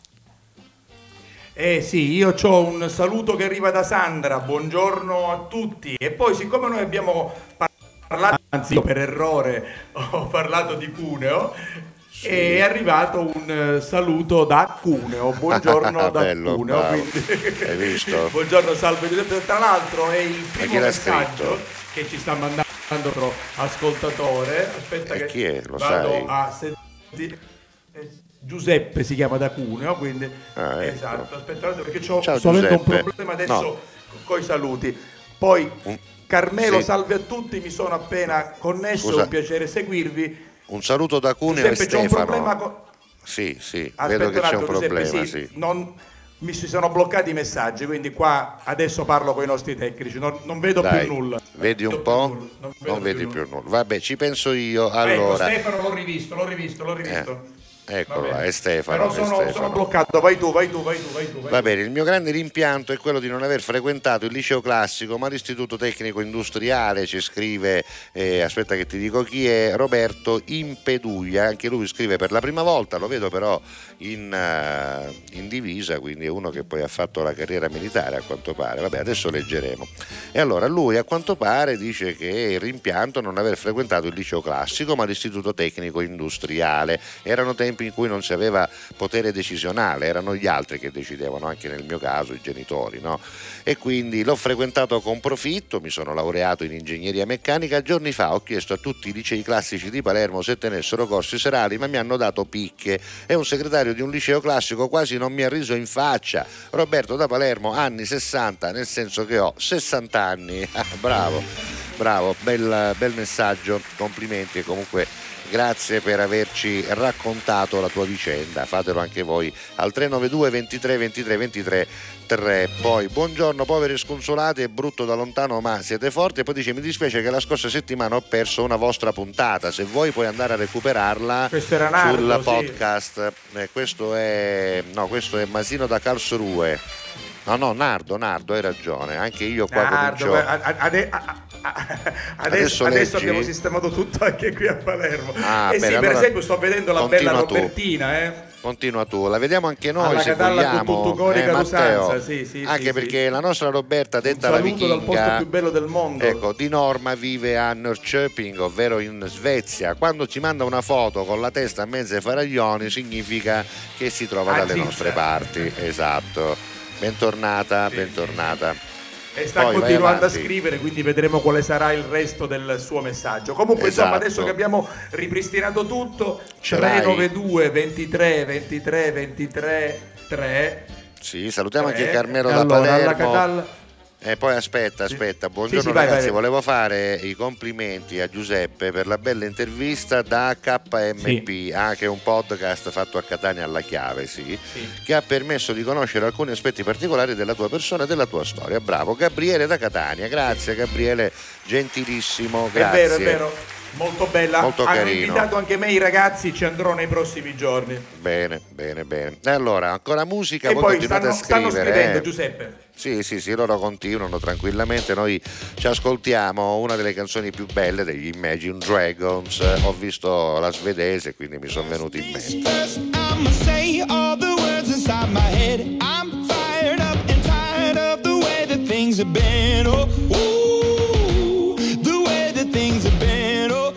Eh sì, io ho un saluto che arriva da Sandra, buongiorno a tutti. E poi, siccome noi abbiamo parlato, anzi io per errore ho parlato di Cuneo, Sì. è arrivato un eh, saluto da Cuneo, buongiorno da Bello, Cuneo. bravo. Quindi... Hai visto? buongiorno, salve. Tra l'altro è il chi primo l'ha messaggio scritto? che ci sta mandando altro ascoltatore. Aspetta E che chi è? Lo vado sai? a sentire. Eh, Giuseppe si chiama da Cuneo, quindi Ah, ecco. esatto, aspettate perché c'ho, Ciao, sto avendo un Giuseppe. problema adesso No. con i saluti. Poi Un- Carmelo, sì. salve a tutti, mi sono appena connesso, Scusa. è un piacere seguirvi. Un saluto da Cuneo e Giuseppe, c'è un problema Stefano. con... Sì, sì, Aspetta vedo che un c'è un attimo, Giuseppe, problema, sì, sì. non- mi si sono bloccati i messaggi, quindi qua adesso parlo con i nostri tecnici, non, non vedo Dai, più nulla. vedi Non un vedo po'? più nulla, non vedo Non vedi nulla. più nulla. Vabbè, ci penso io. Ecco, Allora, Stefano l'ho rivisto, l'ho rivisto, l'ho rivisto. eccolo Va là, bene. è Stefano. Però è sono, Stefano. sono bloccato, vai tu, vai tu, vai tu, vai tu. Vai Va tu. bene, il mio grande rimpianto è quello di non aver frequentato il liceo classico, ma l'istituto tecnico industriale. Ci scrive, eh, aspetta che ti dico chi è, Roberto Impeduglia, anche lui scrive per la prima volta, lo vedo però in, uh, in divisa, quindi è uno che poi ha fatto la carriera militare a quanto pare. Vabbè, adesso leggeremo. E allora lui a quanto pare dice che il rimpianto è non aver frequentato il liceo classico, ma l'istituto tecnico industriale. Erano tempi in cui non si aveva potere decisionale, erano gli altri che decidevano, anche nel mio caso i genitori, no? E quindi l'ho frequentato con profitto, mi sono laureato in ingegneria meccanica. Giorni fa ho chiesto a tutti i licei classici di Palermo se tenessero corsi serali, ma mi hanno dato picche, e un segretario di un liceo classico quasi non mi ha riso in faccia. Roberto da Palermo, anni sessanta, nel senso che ho sessanta anni. Bravo, bravo, bel, bel messaggio, complimenti. E comunque grazie per averci raccontato la tua vicenda, fatelo anche voi al tre nove due ventitré ventitré ventitré tre. Poi buongiorno poveri sconsolati, è brutto da lontano ma siete forti. E poi dice: mi dispiace che la scorsa settimana ho perso una vostra puntata, se vuoi puoi andare a recuperarla Questo era Nardo, sul sì. podcast. Eh, questo è no questo è Masino da Karlsruhe. No, no, Nardo, Nardo, hai ragione, anche io qua Nardo, comincio... a- a- ade- a- a- Adesso adesso, adesso leggi? abbiamo sistemato tutto anche qui a Palermo. Ah, eh bene, sì, per allora esempio sto vedendo la continua bella tu. Robertina, eh. Continua tu, la vediamo anche noi Alla se Catalla vogliamo, con tutto corica eh, d'usanza, Matteo, sì, sì, anche sì, perché sì. la nostra Roberta, detta la Saluto dal posto vichinga, più bello del mondo. ecco, di norma vive a Norrköping, ovvero in Svezia. Quando ci manda una foto con la testa a mezzo ai faraglioni significa che si trova Ah, dalle sì, nostre certo. parti. Esatto. Bentornata, Sì, bentornata. E sta Poi vai continuando a avanti. scrivere, quindi vedremo quale sarà il resto del suo messaggio. Comunque, Esatto. insomma, adesso che abbiamo ripristinato tutto, Ce l'hai? tre nove due ventitré ventitré ventitré tre. Sì, salutiamo tre. anche Carmelo E da allora, alla Palermo. Catalla. E poi aspetta, aspetta, buongiorno Sì, sì, vai, ragazzi, vai. volevo fare i complimenti a Giuseppe per la bella intervista da K M P, ah, che è un podcast fatto a Catania alla Chiave, sì, che ha permesso di conoscere alcuni aspetti particolari della tua persona e della tua storia. Bravo, Gabriele da Catania, grazie Gabriele, gentilissimo, grazie. È vero, è vero, molto bella. Molto Hanno carino. invitato anche me i ragazzi, ci andrò nei prossimi giorni. Bene, bene, bene. E allora, ancora musica, E voi poi continuate stanno, a stanno scrivere. scrivendo, eh. Giuseppe. Sì, sì, sì, loro continuano tranquillamente, noi ci ascoltiamo una delle canzoni più belle degli Imagine Dragons, ho visto la svedese quindi mi sono venuti in mente. First, I'ma say all the words inside my head. I'm fired up and tired of the way that things have been. Oh, ooh, the way that things have been. Oh,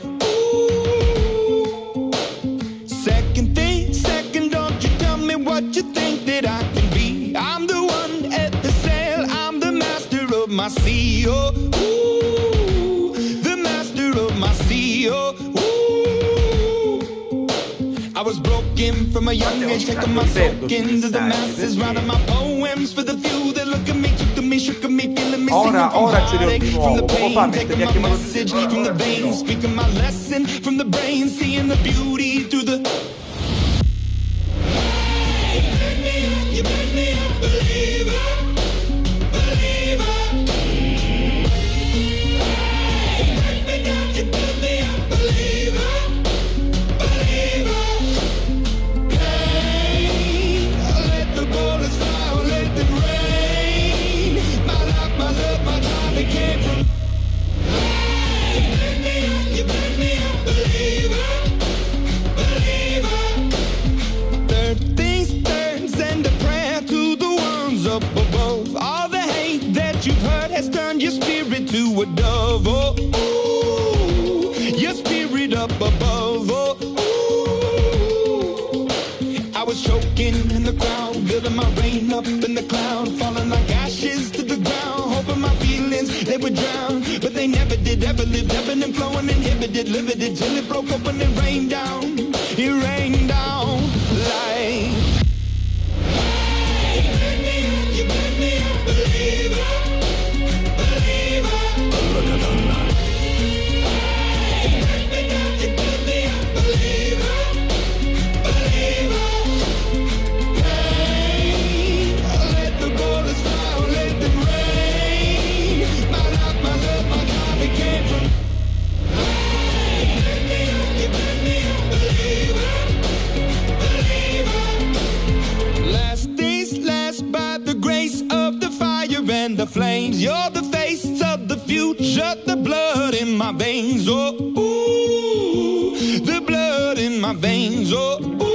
ooh. Second thing, second, don't you tell me what you think that I can be. I'm the one at the sail, I'm the master of my sea. Oh, ooh, the master of my sea. Oh, ooh. I was broken from a young age, taking my soak into the masses, writing my poems for the few that look at me, took to me, shook at me, feeling me, singing Ora, from ora ce l'ho heartache, di from the nuovo. Poco fa pain, mentre taking mi ha my chiamato message from the veins, speaking my lesson from the brain, seeing the beauty through the. You make me a believer, believer. You break me down, you build me a believer, believer. Hey, let the bullets fly, let them rain. My life, my love, my drive, it came from. Hey, you break me up, you break me a believer, believer. Third things third, send a prayer to the ones up above. All the hate that you've heard has turned your spirit to a dove. Oh, ooh, your spirit up above. Oh, ooh. I was choking in the crowd, building my rain up in the cloud, falling like ashes to the ground, hoping my feelings they would drown, but they never did. Ever lived, ebbing and flowing, inhibited, limited, till it broke up and it rained down. It rained down like. You make me, you make me a believer, believer. You break me down, you build me a believer, believer. Hey, let the bullets fly, let them rain. My life, my love, my drive, it came from. You make me, you make me a believer, believer. Last days last by the grace of the fire and the flames. You're the face of the future, the blood in my veins. Oh, ooh, the blood in my veins. Oh, ooh.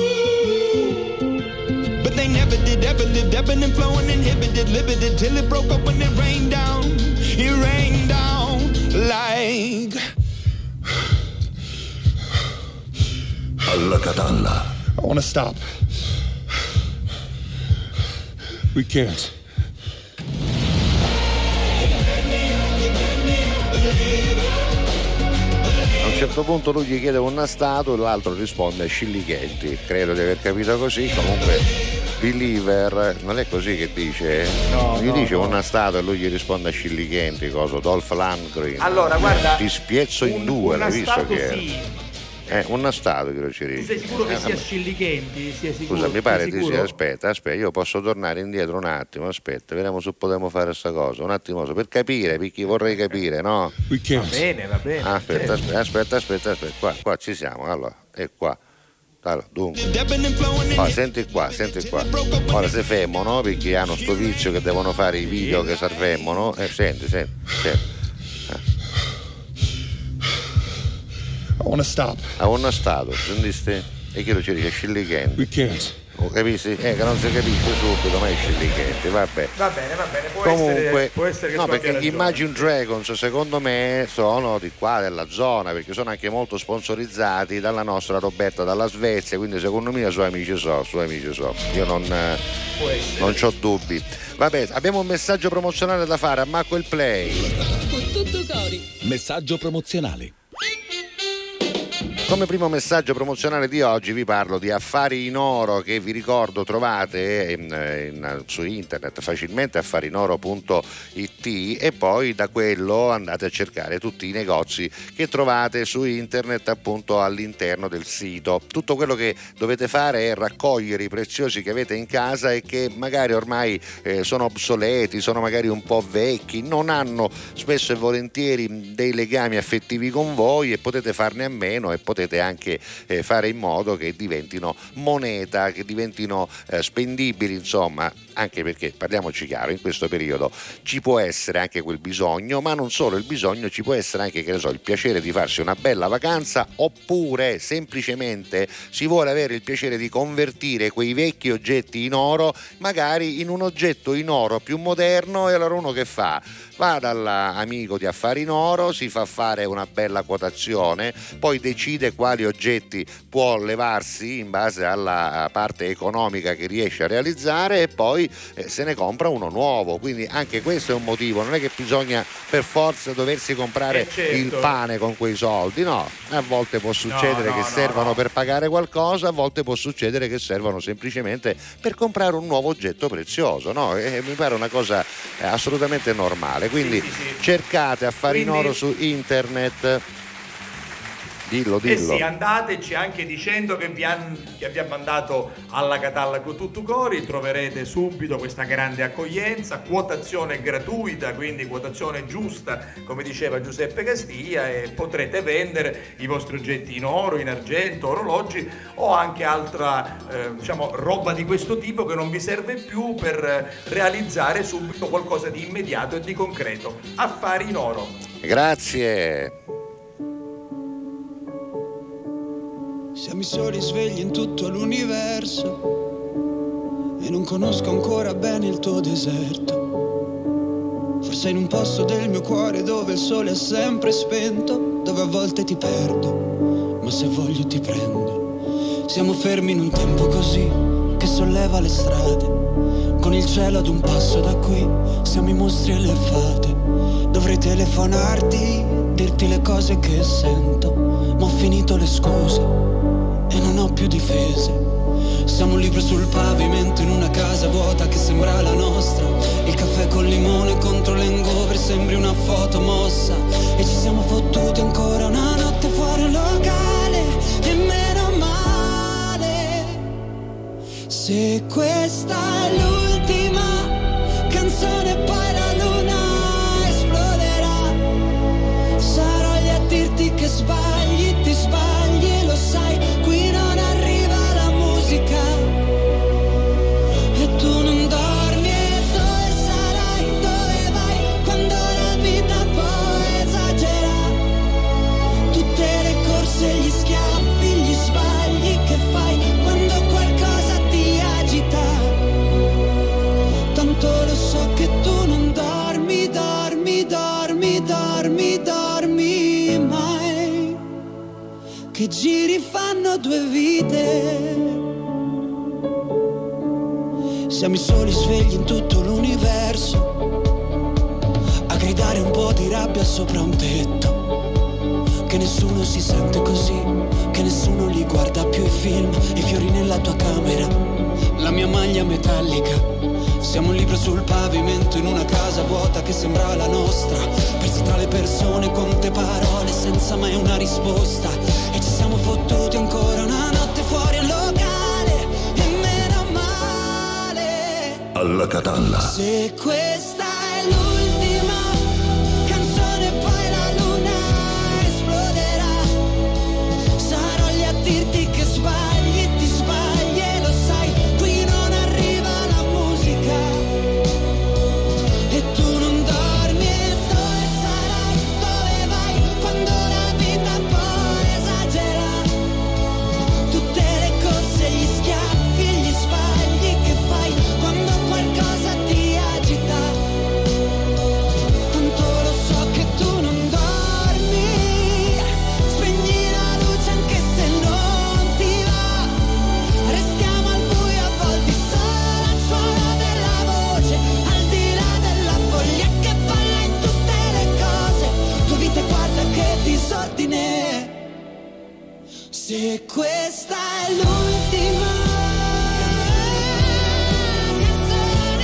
But they never did, ever lived, ebbing and flowing, inhibited, limited, till it broke up when it rained down. It rained down like. Alla Catalla. I want to stop. We can't. A un certo punto lui gli chiede un stato e l'altro risponde scillichenti, credo di aver capito così, comunque Believer non è così che dice, No, gli no, dice no. un stato e lui gli risponde a scillichenti, coso, Dolph Lundgren. Allora, guarda, ti spiezzo in un- due, un l'hai visto stato che è? sì. Eh, un stato che lo ci Tu dice. sei sicuro che Eh, sia vabbè. scillichenti? Sei sicuro? Scusa, mi pare Sei di sicuro? sì, aspetta, aspetta, io posso tornare indietro un attimo, aspetta, vediamo se potremmo fare sta cosa, un attimo, per capire, perché vorrei capire, no? We Va can't. bene, va bene. Aspetta, certo. aspetta, aspetta, aspetta, aspetta, qua, qua ci siamo, allora, è qua. Allora, dunque. Oh, senti qua, senti qua. Ora se fermo, no? Perché hanno sto vizio che devono fare i video che servemmo, eh, senti, senti, senti. I wanna stop. A uno stato, sentiste? E che lo ci dice scillichente. We can't. Oh, capisci? Eh, che non si capisce subito, ma è scillichente, vabbè. Va bene, va bene, può Comunque, essere, può essere che no, tu perché abbia gli ragione. Imagine Dragons secondo me sono di qua della zona, perché sono anche molto sponsorizzati dalla nostra Roberta dalla Svezia, quindi secondo me i suoi amici so, suoi amici so. Io non, non c'ho dubbi. Vabbè, abbiamo un messaggio promozionale da fare a Marco il Play. Con tutto cori. Messaggio promozionale. Come primo messaggio promozionale di oggi vi parlo di Affari in Oro, che vi ricordo trovate in, in, su internet facilmente, affarinoro punto it, e poi da quello andate a cercare tutti i negozi che trovate su internet appunto all'interno del sito. Tutto quello che dovete fare è raccogliere i preziosi che avete in casa e che magari ormai eh, sono obsoleti, sono magari un po' vecchi, non hanno spesso e volentieri dei legami affettivi con voi e potete farne a meno e potete anche eh, fare in modo che diventino moneta, che diventino eh, spendibili, insomma, anche perché, parliamoci chiaro, in questo periodo ci può essere anche quel bisogno, ma non solo il bisogno, ci può essere anche, che ne so, il piacere di farsi una bella vacanza, oppure semplicemente si vuole avere il piacere di convertire quei vecchi oggetti in oro magari in un oggetto in oro più moderno, e allora uno che fa? Va dall'amico di Affari in Oro, si fa fare una bella quotazione, poi decide quali oggetti può levarsi in base alla parte economica che riesce a realizzare, e poi eh, se ne compra uno nuovo. Quindi anche questo è un motivo, non è che bisogna per forza doversi comprare eh certo. il pane con quei soldi, no, a volte può succedere no, che no, servano no. per pagare qualcosa, a volte può succedere che servano semplicemente per comprare un nuovo oggetto prezioso, no? E mi pare una cosa eh, assolutamente normale. Quindi sì, sì, sì. cercate Affari in Quindi... Oro su internet. Dillo, dillo. Eh sì, andateci anche dicendo che vi, han, che vi ha mandato alla Catalla con tutto cori, troverete subito questa grande accoglienza, quotazione gratuita, quindi quotazione giusta, come diceva Giuseppe Castiglia, e potrete vendere i vostri oggetti in oro, in argento, orologi o anche altra eh, diciamo roba di questo tipo che non vi serve più per realizzare subito qualcosa di immediato e di concreto. Affari in Oro. Grazie. Siamo i soli svegli in tutto l'universo e non conosco ancora bene il tuo deserto. Forse in un posto del mio cuore dove il sole è sempre spento, dove a volte ti perdo, ma se voglio ti prendo. Siamo fermi in un tempo così che solleva le strade, con il cielo ad un passo da qui, siamo i mostri e le fate. Dovrei telefonarti, dirti le cose che sento, ma ho finito le scuse e non ho più difese. Siamo un libro sul pavimento in una casa vuota che sembra la nostra. Il caffè col limone contro l'hangover sembri una foto mossa. E ci siamo fottuti ancora una notte fuori un locale, e meno male. Se questa è l'ultima canzone poi la luna esploderà. Sarò lì a dirti che sbagli, ti sbagli e lo sai. Qui non arriva la musica e tu non dormi. E dove sarai, dove vai quando la vita poi esagera? Tutte le corse, gli schiaffi, gli sbagli che fai quando qualcosa ti agita. Tanto lo so che tu non dormi, dormi, dormi, dormi, dormi mai. Che giri fanno due vite. Siamo i soli svegli in tutto l'universo, a gridare un po' di rabbia sopra un tetto. Che nessuno si sente così, che nessuno li guarda più i film. I fiori nella tua camera, la mia maglia metallica. Siamo un libro sul pavimento in una casa vuota che sembra la nostra, persi tra le persone, conte parole senza mai una risposta. E ci siamo fottuti ancora una notte fuori al locale, e meno male. Alla Catalla. Se questa è l'ultima canzone poi la luna esploderà. Sarò lì a dirti che sbagli E questa è l'ultima canzone.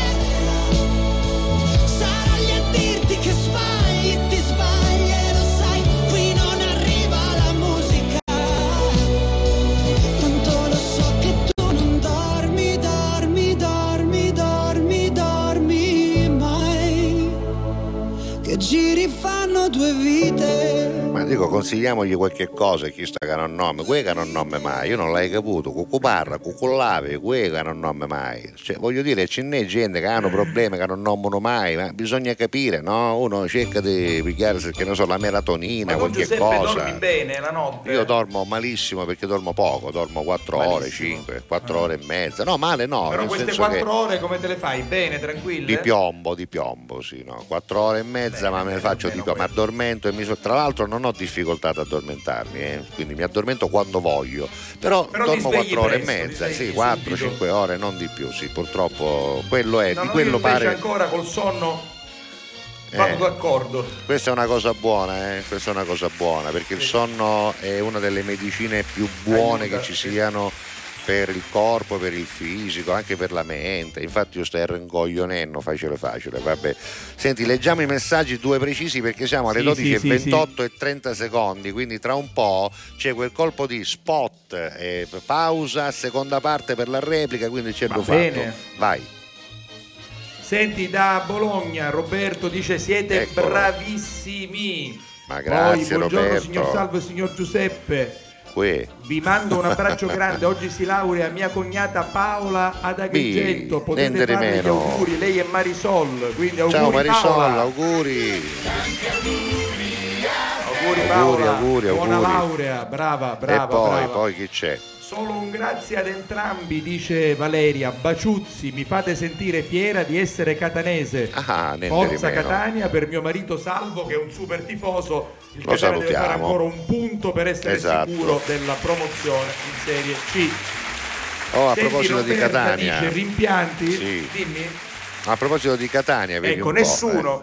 Sarà lì a dirti che sbagli, ti sbagli e lo sai, qui non arriva la musica. Tanto lo so che tu non dormi, dormi, dormi, dormi, dormi mai. Che giri fanno due vite. Ma dico, consigliamogli qualche cosa, chi sta che non nome, quei che non nome mai, io non l'hai caputo, cucù parla, cucù lave, quei che non nome mai, cioè voglio dire, ce n'è gente che hanno problemi che non nomano mai, ma bisogna capire, no? Uno cerca di pigliare, che ne so, la melatonina, ma qualche Giuseppe, cosa. dormi bene la notte? Io dormo malissimo perché dormo poco, dormo quattro ore, cinque, quattro ore e mezza, no male no. Però nel queste senso quattro che ore come te le fai? Bene, tranquille? di piombo, di piombo, sì, no, quattro ore e mezza, bene, ma me ne faccio di piombo, ma addormento e mi so... tra l'altro non ho difficoltà ad addormentarmi, eh? Quindi mi addormento quando voglio, però, però dormo quattro ore presto, e mezza, sì, quattro subito. cinque ore, non di più, sì, purtroppo quello è, no, di no, quello io invece pare ancora col sonno vado eh, d'accordo. Questa è una cosa buona, eh? Questa è una cosa buona, perché il sonno è una delle medicine più buone Aiuta, che ci sì. siano per il corpo, per il fisico, anche per la mente. Infatti io stai rincoglionendo facile facile, vabbè. Senti, leggiamo i messaggi due precisi perché siamo alle Sì, dodici e sì, ventotto sì. e trenta secondi, quindi tra un po' c'è quel colpo di spot, eh, pausa, seconda parte per la replica, quindi c'è lo fatto. bene. Vai. Senti, da Bologna Roberto dice siete Eccolo. bravissimi. Ma grazie, Poi, buongiorno Roberto. signor Salvo e signor Giuseppe. Qui. Vi mando un abbraccio grande. Oggi si laurea mia cognata Paola ad Agrigento. Potete niente di farle gli meno. auguri. Lei è Marisol, quindi auguri. Ciao Marisol, Paola. auguri. Auguri Paola. Auguri, auguri, Buona auguri. laurea, brava, brava, e poi, brava. poi chi c'è? Solo un grazie ad entrambi, dice Valeria. Baciuzzi, mi fate sentire fiera di essere catanese. Ah, niente Forza di meno. Catania per mio marito Salvo che è un super tifoso. Il Lo Catania deve fare salutiamo. ancora un punto per essere Esatto. sicuro della promozione in Serie C. Oh, a Senti, proposito di Roberta Catania. dice, rimpianti? Sì. Dimmi. A proposito di Catania, vedi Ecco, un po', nessuno.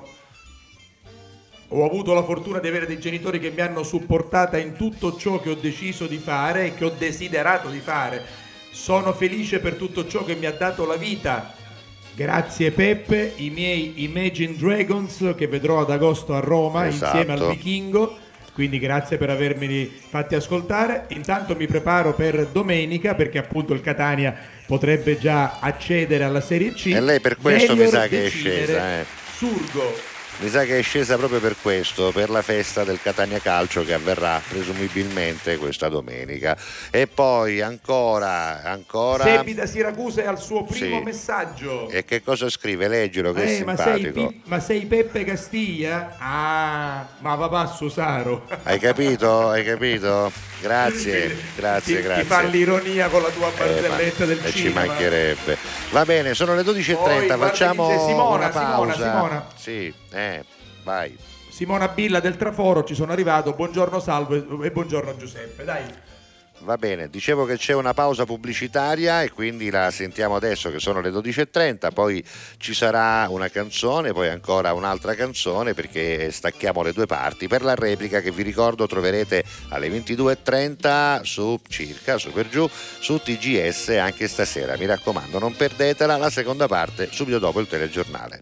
Ho avuto la fortuna di avere dei genitori che mi hanno supportata in tutto ciò che ho deciso di fare e che ho desiderato di fare. Sono felice per tutto ciò che mi ha dato la vita. Grazie Peppe, i miei Imagine Dragons che vedrò ad agosto a Roma Esatto. insieme al Vichingo. Quindi grazie per avermeli fatti ascoltare. Intanto mi preparo per domenica perché appunto il Catania potrebbe già accedere alla Serie C. E lei per questo Meglio mi sa che è decidere. scesa, eh. Surgo. Mi sa che è scesa proprio per questo, per la festa del Catania Calcio che avverrà presumibilmente questa domenica. E poi ancora, ancora... Seppi da Siracusa è al suo primo Sì. messaggio. E che cosa scrive? Leggilo che è Eh, ma, sei simpatico. Pi- ma sei Peppe Castiglia? Ah, ma papà Susaro. Hai capito? Hai capito? Grazie, grazie, ti, grazie. Ti fa l'ironia con la tua barzelletta Eh, del ma- e ci cinema. mancherebbe. Va bene, sono le dodici e trenta, Poi, guarda, facciamo dice Simona, una pausa. Simona, Simona. Sì, eh, vai. Simona Billa del Traforo, ci sono arrivato. Buongiorno Salvo e buongiorno Giuseppe. Dai. Va bene, dicevo che c'è una pausa pubblicitaria e quindi la sentiamo adesso che sono le dodici e trenta, poi ci sarà una canzone, poi ancora un'altra canzone perché stacchiamo le due parti per la replica che vi ricordo troverete alle ventidue e trenta su circa, su per giù, su T G S anche stasera. Mi raccomando, non perdetela, la seconda parte subito dopo il telegiornale.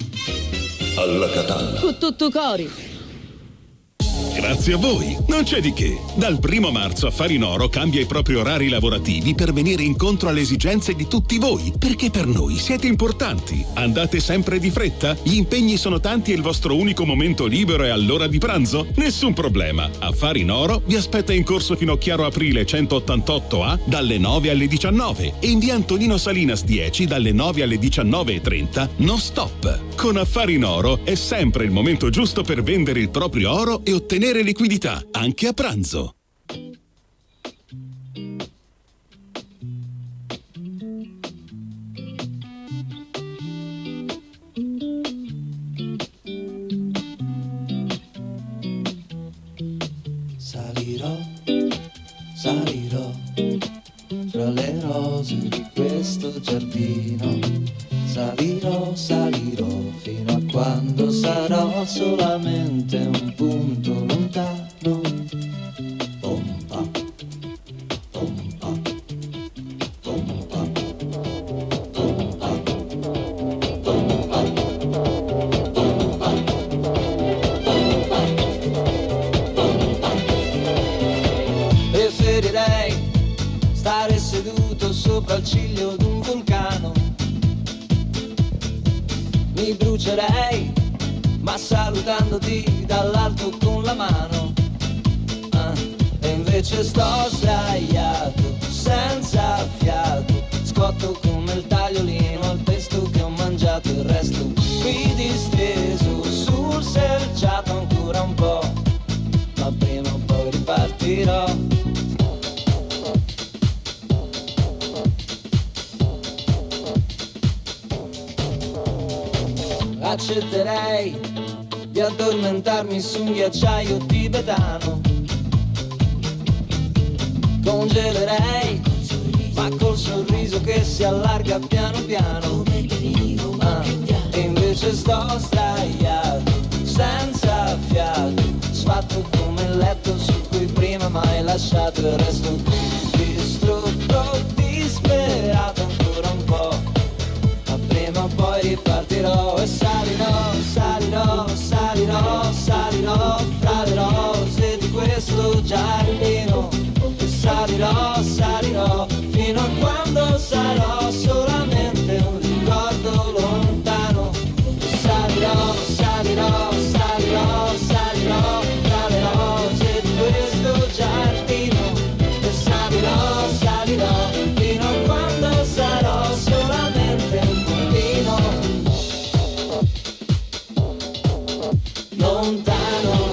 Alla Catalla. Con tutto cori. Grazie a voi, non c'è di che. Dal primo marzo Affari in Oro cambia i propri orari lavorativi per venire incontro alle esigenze di tutti voi, perché per noi siete importanti. Andate sempre di fretta? Gli impegni sono tanti e il vostro unico momento libero è all'ora di pranzo? Nessun problema. Affari in Oro vi aspetta in corso Finocchiaro Aprile centottantotto A dalle nove alle diciannove e in via Antonino Salinas dieci dalle nove alle diciannove e trenta non stop. Con Affari in Oro è sempre il momento giusto per vendere il proprio oro e ottenere liquidità, anche a pranzo. Salirò, salirò fra le rose di questo giardino. Salirò, salirò fino a quando sarò solamente un punto lontano. Pompa, al ciglio d'un vulcano. Mi brucerei, ma salutandoti dall'alto con la mano. Ah, e invece sto sdraiato, senza fiato, scotto come il tagliolino al pesto che ho mangiato. Il resto qui disteso sul selciato ancora un po', ma prima o poi ripartirò. Accetterei di addormentarmi su un ghiacciaio tibetano. Congelerei, ma col sorriso che si allarga piano piano. Ah, e invece sto sdraiato, senza fiato, sfatto come il letto su cui prima m'hai lasciato. Il resto qui distrutto, disperato ancora un po', ma prima o poi ripartirò. E salirò, salirò, salirò, salirò fra le rose di questo giardino. E salirò, salirò fino a quando sarò solamente un ricordo lontano. E salirò, salirò, salirò, salirò fra le rose di questo giardino. E salirò, salirò fino a quando sarò solamente un bambino lontano.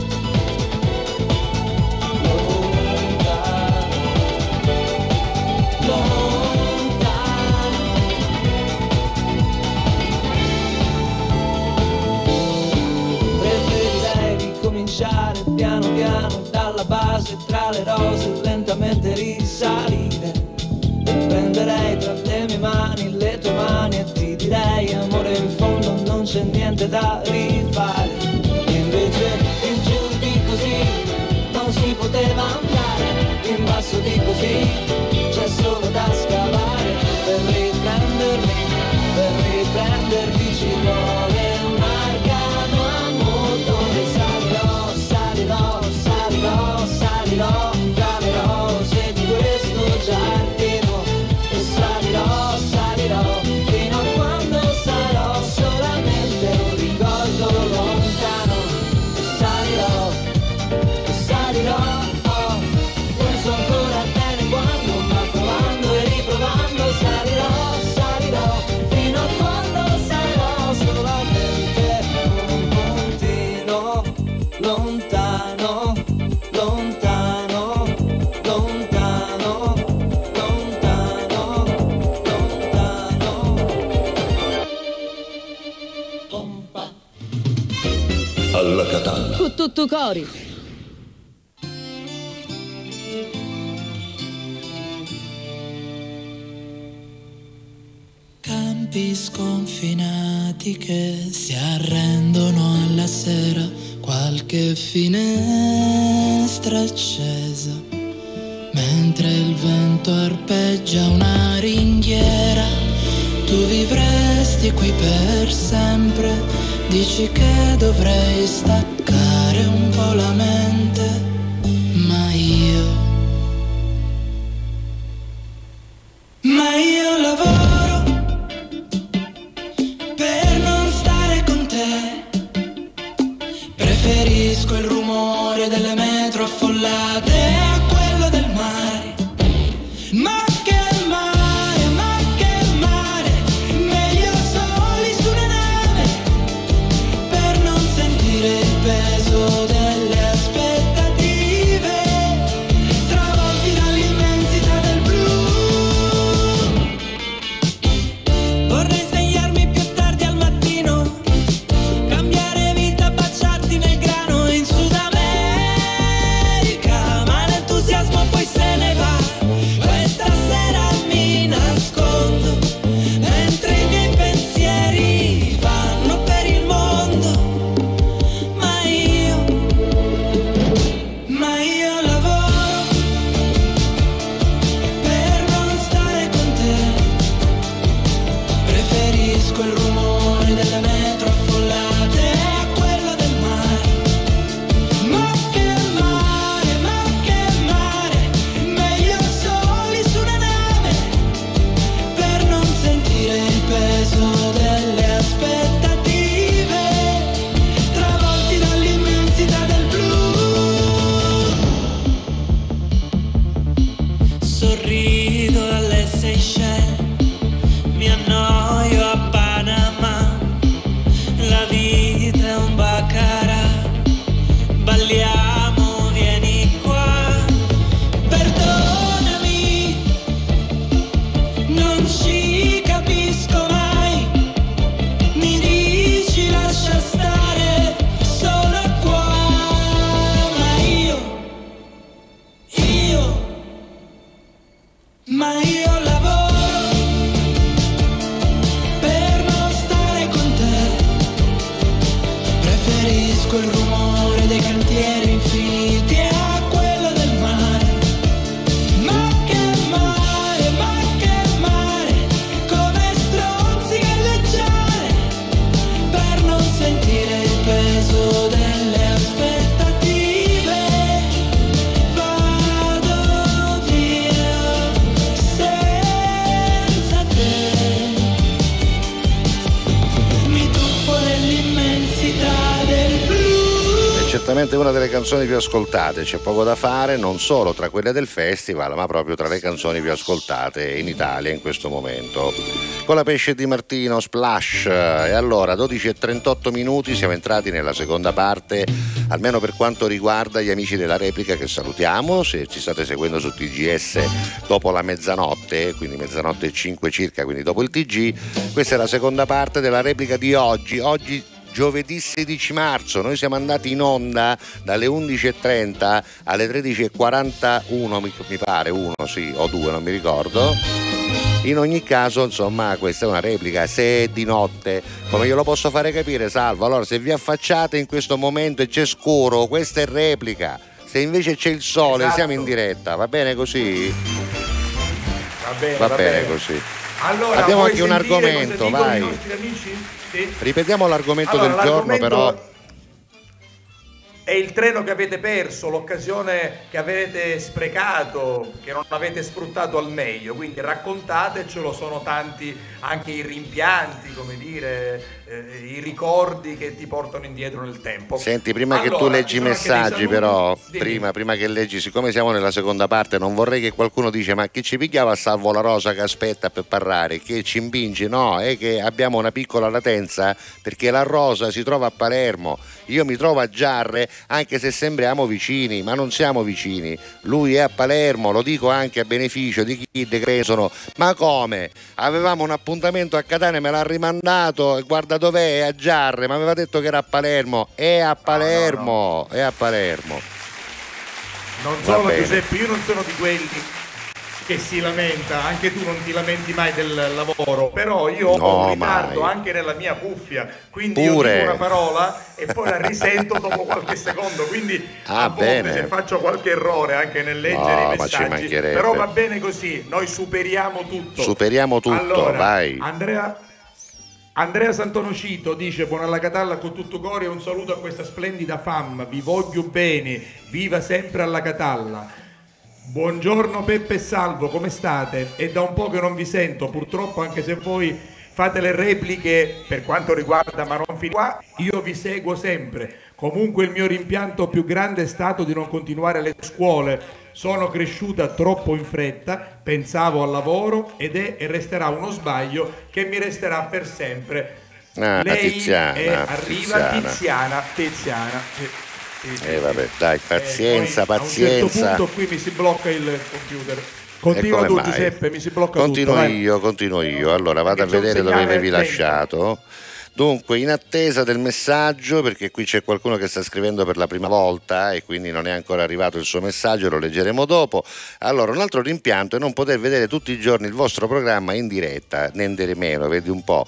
Piano piano dalla base tra le rose lentamente risalire, e prenderei tra le mie mani le tue mani e ti direi amore in fondo non c'è niente da rifare. E invece in giù di così non si poteva andare, in basso di così c'è solo da scavare. Per riprendermi, per riprenderti ci vuole un arcano a motore. Salirò, salirò, salirò, salirò tra le rose di questo giardino. E salirò, salirò fino a quando sarò solamente un ricordo lontano. E salirò, e salirò, oh, non so ancora bene quando, ma provando e riprovando salirò, salirò fino a quando sarò solamente un puntino lontano, lontano, lontano, lontano, lontano. Pompa. Alla Catalla. Con tutto cori. Campi sconfinati che si arrendono alla sera, qualche finestra accesa, mentre il vento arpeggia una ringhiera. Tu vivresti qui per sempre, dici che dovrei staccare un po' la mente, ma io, ma io lavoro per non stare con te. Preferisco il rumore delle metro affollate a quello del mare. Ma che mare, ma che mare, meglio soli su una nave, per non sentire il peso delle aspettative, travolti dall'immensità del blu. Vorrei svegliarmi più tardi al mattino, cambiare vita, baciarti nel grano in Sud America, ma l'entusiasmo poi se ne va. Questa sera mi nascondo, mentre i miei pensieri vanno per il mondo. Ma io, ma io lavoro per non stare con te. Preferisco il rumore delle metro affollate a quello del mare. Ma che mare, ma che mare, meglio soli su una nave, conosco il rumore dei cantieri infiniti e a quello del mare. Ma che mare, ma che mare, come stronzi galleggiare per non sentire il peso delle aspettative. Vado via senza te, mi tuffo nell'immensità del blu. È certamente una delle canzoni più ascoltate, c'è poco da fare, non solo tra quelle del festival, ma proprio tra le canzoni più ascoltate in Italia in questo momento. Con la Pesce Di Martino, Splash. E allora, dodici e trentotto minuti, siamo entrati nella seconda parte, almeno per quanto riguarda gli amici della replica che salutiamo. Se ci state seguendo su T G S dopo la mezzanotte, quindi mezzanotte e cinque circa, quindi dopo il T G, questa è la seconda parte della replica di oggi. Oggi giovedì sedici marzo, noi siamo andati in onda dalle undici e trenta alle tredici e quarantuno, mi, mi pare, uno sì, o due, non mi ricordo. In ogni caso, insomma, questa è una replica. Se è di notte, come io lo posso fare capire, Salvo? Allora, se vi affacciate in questo momento e c'è scuro, questa è replica. Se invece c'è il sole, esatto, siamo in diretta, va bene così? Va bene, va, va bene, bene così. Allora, abbiamo vuoi anche un sentire argomento, cosa dicono vai. i nostri amici? Sì. Ripetiamo l'argomento Allora, del giorno, l'argomento però. È il treno che avete perso, l'occasione che avete sprecato, che non avete sfruttato al meglio, quindi raccontatecelo. Sono tanti anche i rimpianti, come dire, eh, i ricordi che ti portano indietro nel tempo. Senti, prima allora, che tu leggi i messaggi, però, Dimmi. prima, prima che leggi, siccome siamo nella seconda parte, non vorrei che qualcuno dice: ma chi ci pigliava a Salvo La Rosa che aspetta per parlare, che ci impinge? No, è che abbiamo una piccola latenza, perché La Rosa si trova a Palermo, io mi trovo a Giarre, anche se sembriamo vicini, ma non siamo vicini. Lui è a Palermo, lo dico anche a beneficio di chi pensano: ma come? Avevamo un appuntamento a Catania, me l'ha rimandato, e guarda dov'è, è a Giarre, ma aveva detto che era a Palermo. È a Palermo, no, no, no. È a Palermo. Non sono, Giuseppe, io non sono di quelli che si lamenta, anche tu non ti lamenti mai del lavoro, però io no, ho un ritardo mai. anche nella mia cuffia, quindi Pure. io dico una parola e poi la risento dopo qualche secondo, quindi ah, a volte bene. se faccio qualche errore anche nel leggere no, i messaggi, però va bene così, noi superiamo tutto. Superiamo tutto, allora, vai. Andrea Andrea Santonocito dice: buona alla Catalla con tutto cuore e un saluto a questa splendida fam, vi voglio bene, viva sempre alla Catalla. Buongiorno Peppe e Salvo, come state? È da un po' che non vi sento, purtroppo, anche se voi fate le repliche per quanto riguarda Ma non fin qua, io vi seguo sempre. Comunque il mio rimpianto più grande è stato di non continuare le scuole. Sono cresciuta troppo in fretta, pensavo al lavoro ed è e resterà uno sbaglio che mi resterà per sempre. Ah, Lei Tiziana, è, arriva Tiziana. Tiziana, Tiziana. Sì, sì, sì. Eh vabbè, dai, pazienza, Eh, poi, pazienza. A un certo punto qui mi si blocca il computer. Continua tu, mai? Giuseppe, mi si blocca continuo tutto. io, continuo io. Allora vado Perché a c'è un vedere dove segnale avevi attento. lasciato. Dunque, in attesa del messaggio, perché qui c'è qualcuno che sta scrivendo per la prima volta e quindi non è ancora arrivato il suo messaggio, lo leggeremo dopo. Allora, un altro rimpianto è non poter vedere tutti i giorni il vostro programma in diretta, né meno, vedi un po'.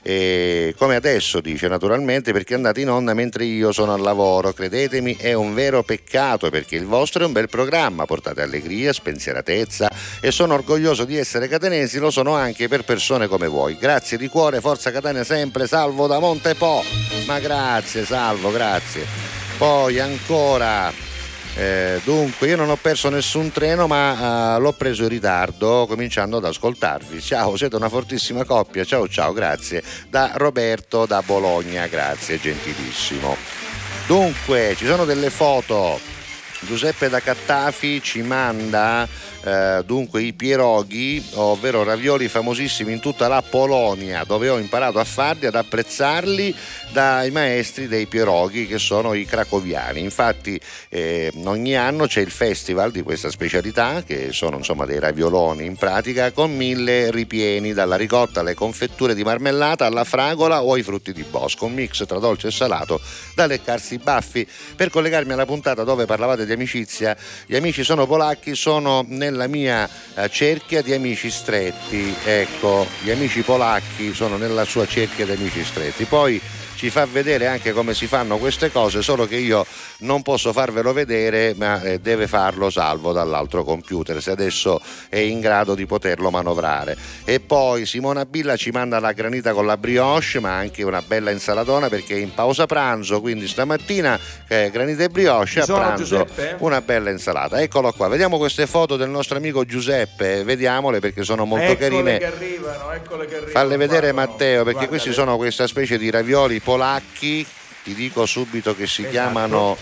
E come adesso, dice, naturalmente, perché andate in onda mentre io sono al lavoro. Credetemi, è un vero peccato, perché il vostro è un bel programma, portate allegria, spensieratezza, e sono orgoglioso di essere catanesi, lo sono anche per persone come voi. Grazie di cuore, forza Catania sempre, Salvo da Montepo. Ma grazie Salvo, grazie. Poi ancora eh, dunque io non ho perso nessun treno, ma uh, l'ho preso in ritardo cominciando ad ascoltarvi. Ciao, siete una fortissima coppia. Ciao ciao, grazie. Da Roberto da Bologna, grazie, gentilissimo. Dunque ci sono delle foto. Giuseppe da Cattafi ci manda eh, dunque i pieroghi, ovvero ravioli famosissimi in tutta la Polonia, dove ho imparato a farli, ad apprezzarli dai maestri dei pieroghi, che sono i cracoviani. Infatti eh, ogni anno c'è il festival di questa specialità, che sono insomma dei ravioloni in pratica con mille ripieni, dalla ricotta alle confetture di marmellata alla fragola o ai frutti di bosco, un mix tra dolce e salato da leccarsi i baffi. Per collegarmi alla puntata dove parlavate di amicizia, gli amici sono polacchi, sono nel nella mia eh, cerchia di amici stretti, ecco, gli amici polacchi sono nella sua cerchia di amici stretti. Poi ci fa vedere anche come si fanno queste cose, solo che io non posso farvelo vedere, ma eh, deve farlo Salvo dall'altro computer, se adesso è in grado di poterlo manovrare. E poi Simona Billa ci manda la granita con la brioche, ma anche una bella insalatona, perché è in pausa pranzo, quindi stamattina eh, granita e brioche, a pranzo Giuseppe? Una bella insalata. Eccolo qua, vediamo queste foto del nostro amico Giuseppe, vediamole perché sono molto eccole carine. Che arrivano, eccole che arrivano. Falle vedere guardano, Matteo, perché guardale. questi sono questa specie di ravioli polacchi, ti dico subito che si esatto. chiamano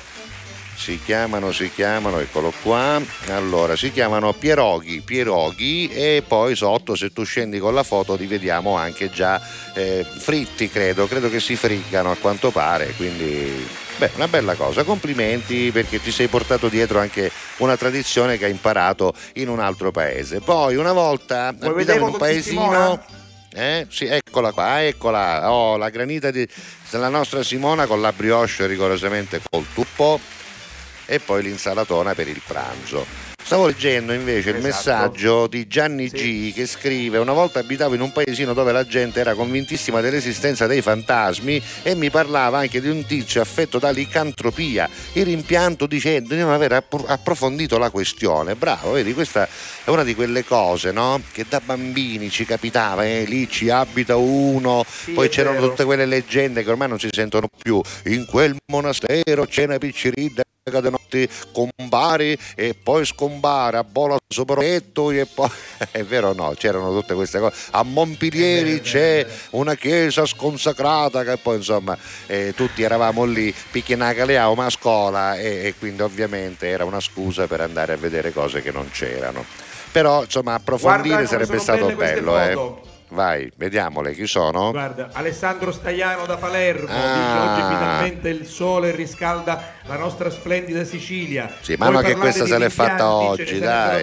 si chiamano si chiamano eccolo qua, allora si chiamano pieroghi pieroghi e poi sotto, se tu scendi con la foto, li vediamo anche già eh, fritti, credo credo che si friggano a quanto pare, quindi beh, una bella cosa, complimenti, perché ti sei portato dietro anche una tradizione che hai imparato in un altro paese. Poi una volta abitavo in un paesino. Eh? Sì, eccola qua, eccola, oh, la granita di, della nostra Simona con la brioche rigorosamente col tuppo e poi l'insalatona per il pranzo. Stavo leggendo invece il esatto. messaggio di Gianni sì. G che scrive: una volta abitavo in un paesino dove la gente era convintissima dell'esistenza dei fantasmi e mi parlava anche di un tizio affetto da licantropia, il rimpianto dicendo di non aver appro- approfondito la questione. Bravo, vedi, questa è una di quelle cose, no? Che da bambini ci capitava, eh? Lì ci abita uno, sì, poi c'erano vero. Tutte quelle leggende che ormai non si sentono più. In quel monastero c'è una picciridda de notti compari e poi scompare a bola sopra letto e poi è vero o no? C'erano tutte queste cose. A Montpilieri c'è una chiesa sconsacrata che poi insomma eh, tutti eravamo lì picchianacaleao ma a scuola e, e quindi ovviamente era una scusa per andare a vedere cose che non c'erano. Però insomma approfondire Guarda, sarebbe stato bello, eh. Vai, vediamole, chi sono? Guarda, Alessandro Staiano da Palermo, ah. dice oggi finalmente il sole riscalda la nostra splendida Sicilia. Sì, ma non che questa se l'è fatta oggi, dai.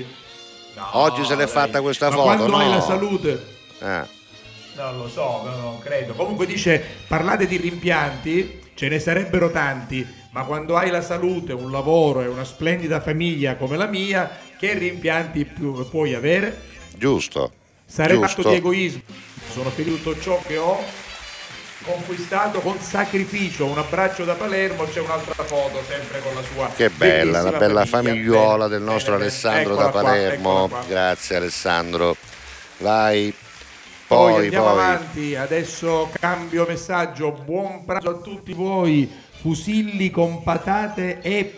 No, oggi se l'è dai. fatta questa ma foto, quando no? hai la salute? Ah. Non lo so, no, non credo. Comunque dice, parlate di rimpianti, ce ne sarebbero tanti, ma quando hai la salute, un lavoro e una splendida famiglia come la mia, che rimpianti più puoi avere? Giusto. Sarei Giusto. fatto di egoismo, sono felice tutto ciò che ho conquistato con sacrificio. Un abbraccio da Palermo, c'è un'altra foto sempre con la sua che bella, una bella famiglia. famigliuola bene, del nostro bene, Alessandro bene. da Palermo, Qua, grazie Alessandro, vai. Poi, poi andiamo poi. avanti, adesso cambio messaggio, buon pranzo a tutti voi, fusilli con patate e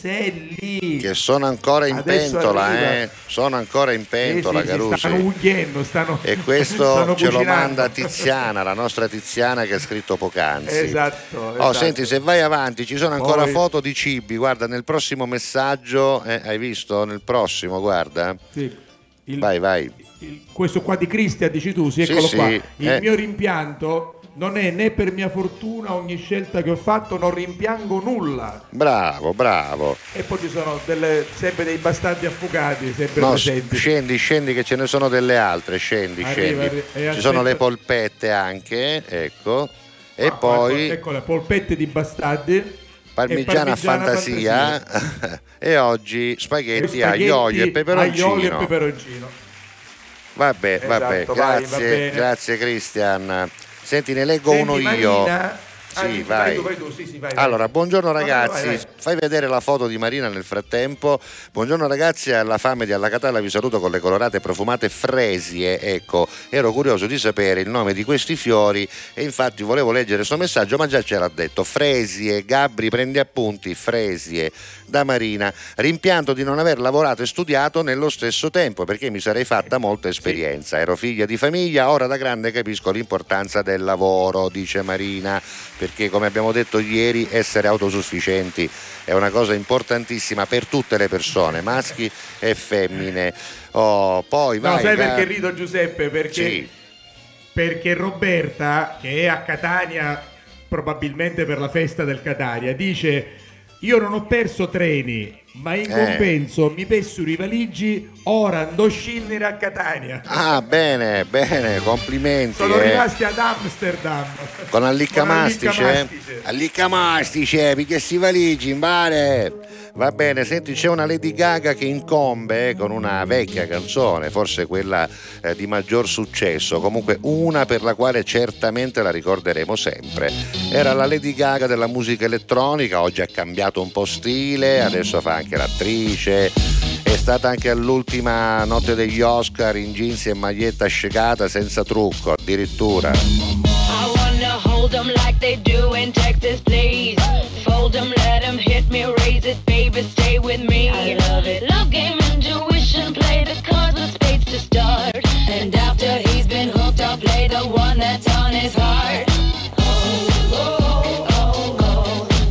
piselli. Che sono ancora in Adesso pentola, arriva. eh? Sono ancora in pentola, eh sì, Carusi. Sì, stanno ugliendo, stanno E questo stanno ce lo cucinando. manda Tiziana, la nostra Tiziana che ha scritto poc'anzi. Esatto, Oh, esatto. senti, se vai avanti ci sono ancora Poi... foto di cibi, guarda nel prossimo messaggio, eh, hai visto? Nel prossimo, guarda. Sì. Il, vai, vai. Il, questo qua di Cristian, dici tu, sì, eccolo sì, qua. sì, Il eh. mio rimpianto non è né per mia fortuna, ogni scelta che ho fatto non rimpiango nulla. Bravo, bravo. E poi ci sono delle, sempre dei bastardi affogati, sempre No, presenti. scendi, scendi che ce ne sono delle altre, scendi, Arriva, scendi. arri- e Ci aspetta. sono le polpette anche, ecco. E Ah, poi ecco, ecco le polpette di bastardi. parmigiana, e parmigiana fantasia, fantasia. E oggi spaghetti, spaghetti aglio olio e peperoncino. aglio e peperoncino. Vabbè, Esatto, vabbè, vai, grazie, va bene. grazie Cristian. Senti, ne leggo Senti, uno io. Marina, Sì, ah, vai. vai tu, vai tu, sì, sì, vai, vai. Allora, buongiorno Vai, ragazzi, vai, vai. fai vedere la foto di Marina nel frattempo. Buongiorno ragazzi, alla fame di Alla Catalla vi saluto con le colorate e profumate fresie. Ecco, ero curioso di sapere il nome di questi fiori e infatti volevo leggere questo messaggio, ma già c'era detto. Fresie, Gabri prendi appunti, fresie da Marina. Rimpianto di non aver lavorato e studiato nello stesso tempo, perché mi sarei fatta molta esperienza. Ero figlia di famiglia, ora da grande capisco l'importanza del lavoro, dice Marina, perché come abbiamo detto ieri essere autosufficienti è una cosa importantissima per tutte le persone, maschi e femmine. Oh, poi vai, No, sai Gab- perché rido, Giuseppe? Perché, Sì. perché Roberta, che è a Catania probabilmente per la festa del Catania, dice: io non ho perso treni, ma in Eh. compenso mi pessero i valigi, ora ando scendere a Catania. Ah, bene, bene, complimenti. Sono eh. rimasti ad Amsterdam. Con Allicca Con Allicca Mastice? Mastice. Allicca Mastice, perché si valigi in mare. Va bene, senti, c'è una Lady Gaga che incombe eh, con una vecchia canzone, forse quella eh, di maggior successo, comunque una per la quale certamente la ricorderemo sempre. Era la Lady Gaga della musica elettronica, oggi ha cambiato un po' stile, adesso fa anche l'attrice, è stata anche all'ultima notte degli Oscar in jeans e maglietta asciugata senza trucco, addirittura. I wanna hold them like they do in Texas, please. Fold them, let them hit me, raise it, baby, stay with me. I love it. Love game, intuition, play the cards with spades to start. And after he's been hooked, I'll play the one that's on his heart. Oh, oh, oh, oh, oh,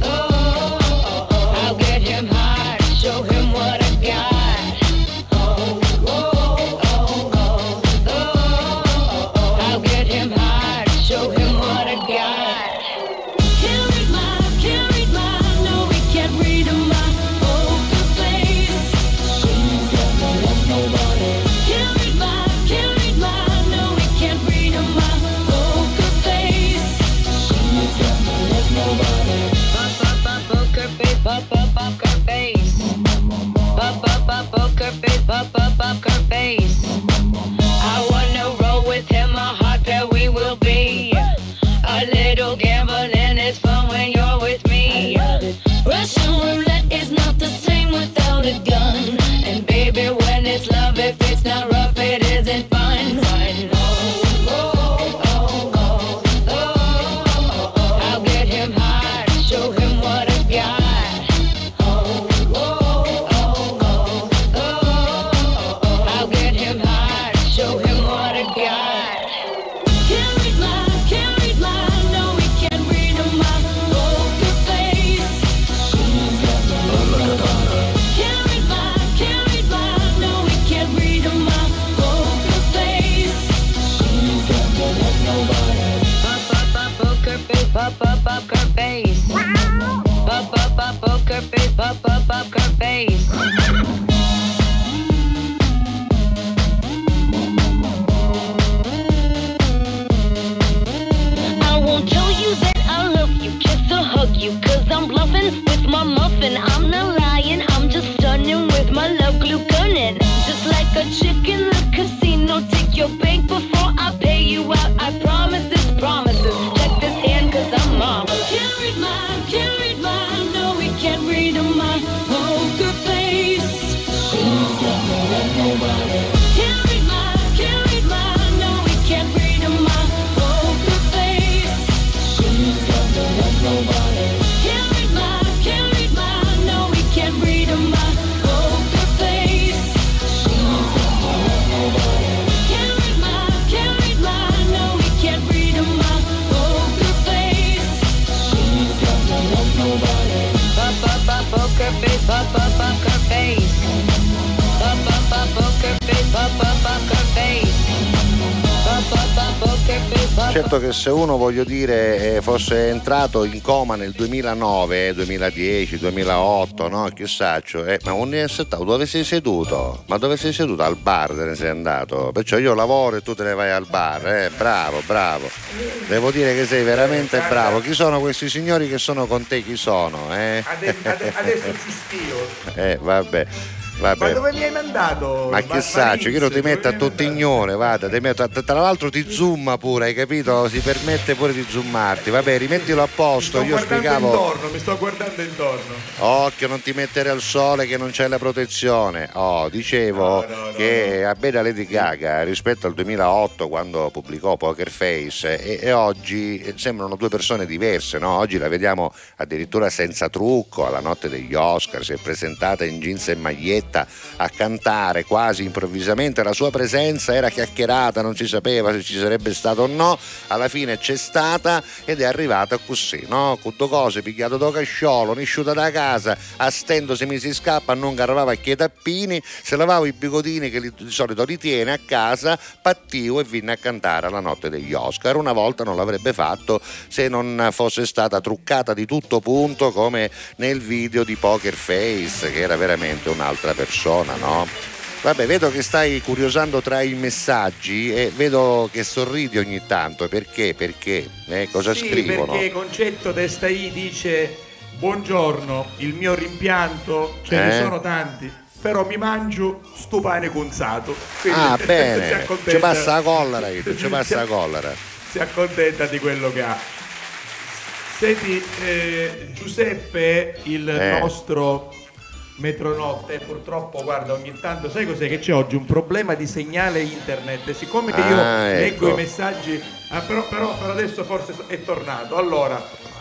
oh, oh. I'll get him hard, show him what I got. Oh, oh, oh, oh, oh, oh, oh. I'll get him hard, show him what I got. Can't read my, can't read my, no, we can't read my poker face. She's got no love, nobody. Can't read my, can't read my, no, we can't read my poker face. She's got no love, nobody. Pop, pop, pop, poker face, pop, pop, poker face. Pop, pop, pop, poker face, pop, pop, poker face. I wanna roll with him, a hot pair we will be. A little gambling is fun when you're with me. Russian roulette is not the same without a gun. And baby, when it's love, if it's not rough, it isn't fun. Fun. Oh, oh, oh, oh, oh, oh, oh. I'll get him hard, show him what I got. Oh, oh, oh, oh, oh, oh, oh. I'll get him hard, show him what I got. Can't read my, can't read my, no, we can't read my poker face. She's got no love, nobody. Can't read my, can't read my, no, we can't read my poker face. She's got no love, nobody. Pop, pop, pop, poker face, pop, pop, poker face. Pop, pop, pop, poker face, pop, pop, poker face. I won't tell you that I love you, kiss or hug you, cause I'm bluffing with my muffin. I'm not lying, I'm just stunning with my love glue gunning. Just like a chick in the casino, take your bank before I pay you out. I promise this, promises. Check this hand cause I'm mom. Can't read my, can't read my, no we can't read my poker face. She's got no love, nobody. Can't read my, can't read my, no we can't read my poker face. She's got no love, nobody. Can't read my, can't read my, no we can't read my poker face. She's got no love, nobody. Can't read my, can't read my, no we can't read my poker face. She's got no love, nobody. Pop, pop, pop, poker face, pop, pop, poker face. Pop, pop, pop, poker face, pop, pop, poker face. Pop, pop, pop, poker face, pop, Certo che se uno, voglio dire, eh, fosse entrato in coma nel duemilanove, duemiladieci, duemilaotto, no? Chissà, cioè, ma un settato, dove sei seduto? Ma dove sei seduto? Al bar te ne sei andato? Perciò io lavoro e tu te ne vai al bar, eh? Bravo, bravo. Devo dire che sei veramente bravo. Chi sono questi signori che sono con te? Chi sono? Eh? Ade- ade- adesso ci stio. Eh, vabbè. Vabbè. Ma dove mi hai mandato? Ma che sa, che io ti metto a tutti ignore, guarda, ti metto a, tra l'altro ti zooma pure, hai capito? Si permette pure di zoomarti, vabbè, rimettilo a posto, mi sto io guardando spiegavo. intorno, mi sto guardando intorno. Occhio, non ti mettere al sole che non c'è la protezione. Oh, dicevo No, no, no, che a bene Lady Gaga rispetto al duemilaotto quando pubblicò Poker Face e, e oggi sembrano due persone diverse, no? Oggi la vediamo addirittura senza trucco alla notte degli Oscar, si è presentata in jeans e maglietta metta a cantare quasi improvvisamente, la sua presenza era chiacchierata, non si sapeva se ci sarebbe stato o no, alla fine c'è stata ed è arrivata così, no? Con due cose, pigliato do casciolo, nisciuta da casa, a stento se mi si scappa, non carvava a tappini, se lavavo i bigodini che di solito ritiene a casa, pattiu e vinne a cantare alla notte degli Oscar. Una volta non l'avrebbe fatto se non fosse stata truccata di tutto punto come nel video di Poker Face, che era veramente un'altra persona, no? Vabbè, vedo che stai curiosando tra i messaggi e vedo che sorridi ogni tanto, perché? Perché? Eh, cosa sì, scrivono? Perché Concetto Testa I dice: buongiorno, il mio rimpianto, ce ne Eh? sono tanti, però mi mangio sto pane cunzato. Quindi Ah, si bene, accontenta- ci passa la collera, io, ci passa la collera. si accontenta di quello che ha. Senti, eh, Giuseppe, il Eh. nostro metronotte, purtroppo, guarda, ogni tanto, sai cos'è che c'è oggi? Un problema di segnale internet. E siccome che io Ah, leggo ecco. i messaggi, ah, però, però per adesso forse è tornato. Allora,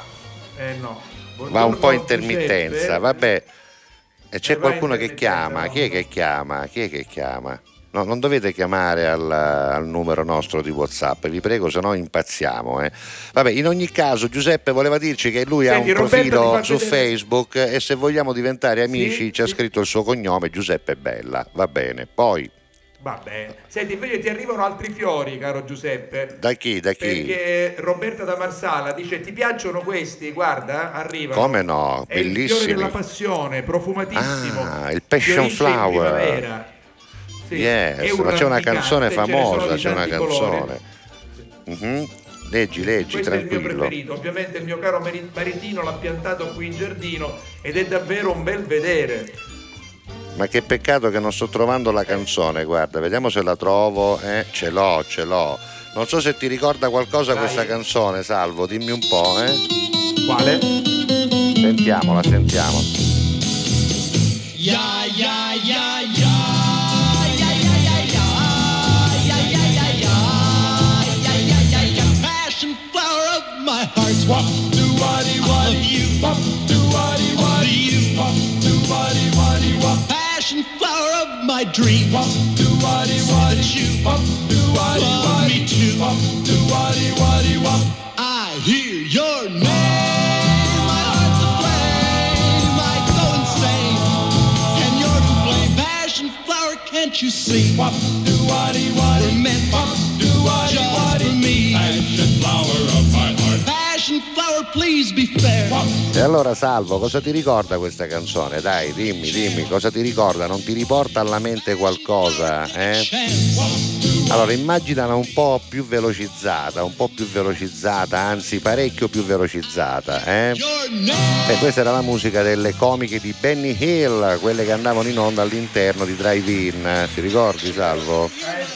eh no. Va un po' Buongiorno, intermittenza, Giuseppe. vabbè. E c'è Eh, va qualcuno che chiama, chi è che chiama? Chi è che chiama? No, non dovete chiamare al, al numero nostro di WhatsApp, vi prego, se no impazziamo. Eh. Vabbè, in ogni caso Giuseppe voleva dirci che lui Senti, ha un Roberto, profilo ti fa su vedere- Facebook e se vogliamo diventare amici Sì, c'è sì. scritto il suo cognome, Giuseppe Bella, va bene. Poi, Va bene. Senti, invece ti arrivano altri fiori, caro Giuseppe. da chi, da chi? Perché Roberta da Marsala dice: ti piacciono questi? Guarda, arrivano. Come no, È il fiore bellissimi. della passione, profumatissimo. Ah, il passion Fiorisce in flower. primavera. Sì, Yes, è un ma c'è una canzone rampicante, ce ne sono famosa, di c'è una tanti colori. canzone. Mhm. Leggi, leggi, Questo è il mio tranquillo. preferito. Ovviamente il mio caro mari- maritino l'ha piantato qui in giardino ed è davvero un bel vedere. Ma che peccato che non sto trovando la canzone, guarda, vediamo se la trovo. Eh, ce l'ho, ce l'ho. Non so se ti ricorda qualcosa Dai. questa canzone, Salvo, dimmi un po', eh. Quale? Sentiamola, sentiamo. Ya ya ya ya ya ya ya ya ya ya ya ya ya ya ya passion flower of my heart. Swap do waddy waddy you. Swap do waddy waddy you. Swap do waddy waddy wap. Passion flower of my dream. Swap do waddy waddy you. Swap do waddy waddy me too. Swap do waddy waddy wap. I hear your name. My heart's aflame. I go insane. And you're to blame. Passion flower, can't you see? Wop, do waddy waddy. We're meant wop, do waddy waddy. For me. Passion flower of my heart. Passion flower, please be fair. Wop. E allora, Salvo, cosa ti ricorda questa canzone? Dai, dimmi, dimmi, cosa ti ricorda? Non ti riporta alla mente qualcosa, eh? Allora, immaginala un po' più velocizzata, un po' più velocizzata, anzi parecchio più velocizzata, eh? E questa era la musica delle comiche di Benny Hill, quelle che andavano in onda all'interno di Drive-In, ti ricordi, Salvo?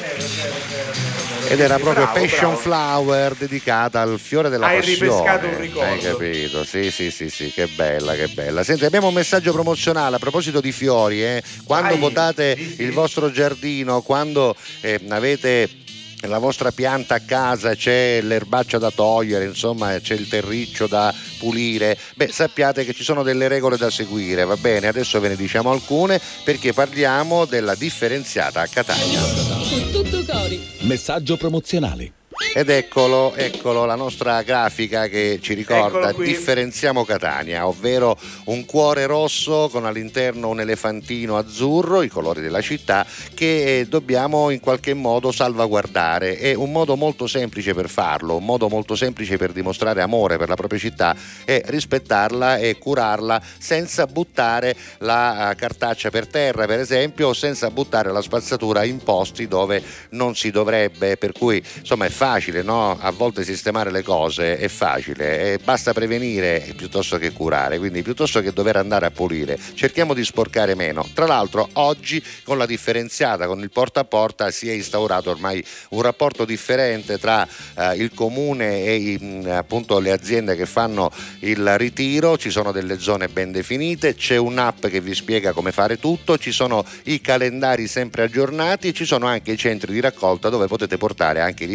Ed era proprio Bravo, Passion bravo. Flower, dedicata al fiore della Hai passione. ripescato un ricordo. Hai capito? Sì, sì, sì, sì, che bella, che bella. Senti, abbiamo un messaggio promozionale a proposito di fiori, eh? Quando Vai. votate Sì, sì. il vostro giardino, quando eh, avete la vostra pianta a casa, c'è l'erbaccia da togliere, insomma c'è il terriccio da pulire, beh, sappiate che ci sono delle regole da seguire, va bene? Adesso ve ne diciamo alcune perché parliamo della differenziata a Catania. Con tutto cori. Messaggio promozionale. Ed eccolo, eccolo la nostra grafica che ci ricorda Eccolo qui. Differenziamo Catania, ovvero un cuore rosso con all'interno un elefantino azzurro, i colori della città, che eh, dobbiamo in qualche modo salvaguardare. È un modo molto semplice per farlo, un modo molto semplice per dimostrare amore per la propria città è rispettarla e curarla senza buttare la eh, cartaccia per terra, per esempio, o senza buttare la spazzatura in posti dove non si dovrebbe, per cui insomma è facile, no? A volte sistemare le cose è facile, e basta prevenire piuttosto che curare, quindi piuttosto che dover andare a pulire cerchiamo di sporcare meno. Tra l'altro oggi con la differenziata, con il porta a porta, si è instaurato ormai un rapporto differente tra eh, il comune e i, mh, appunto le aziende che fanno il ritiro, ci sono delle zone ben definite, c'è un'app che vi spiega come fare tutto, ci sono i calendari sempre aggiornati e ci sono anche i centri di raccolta dove potete portare anche i rifiuti spediti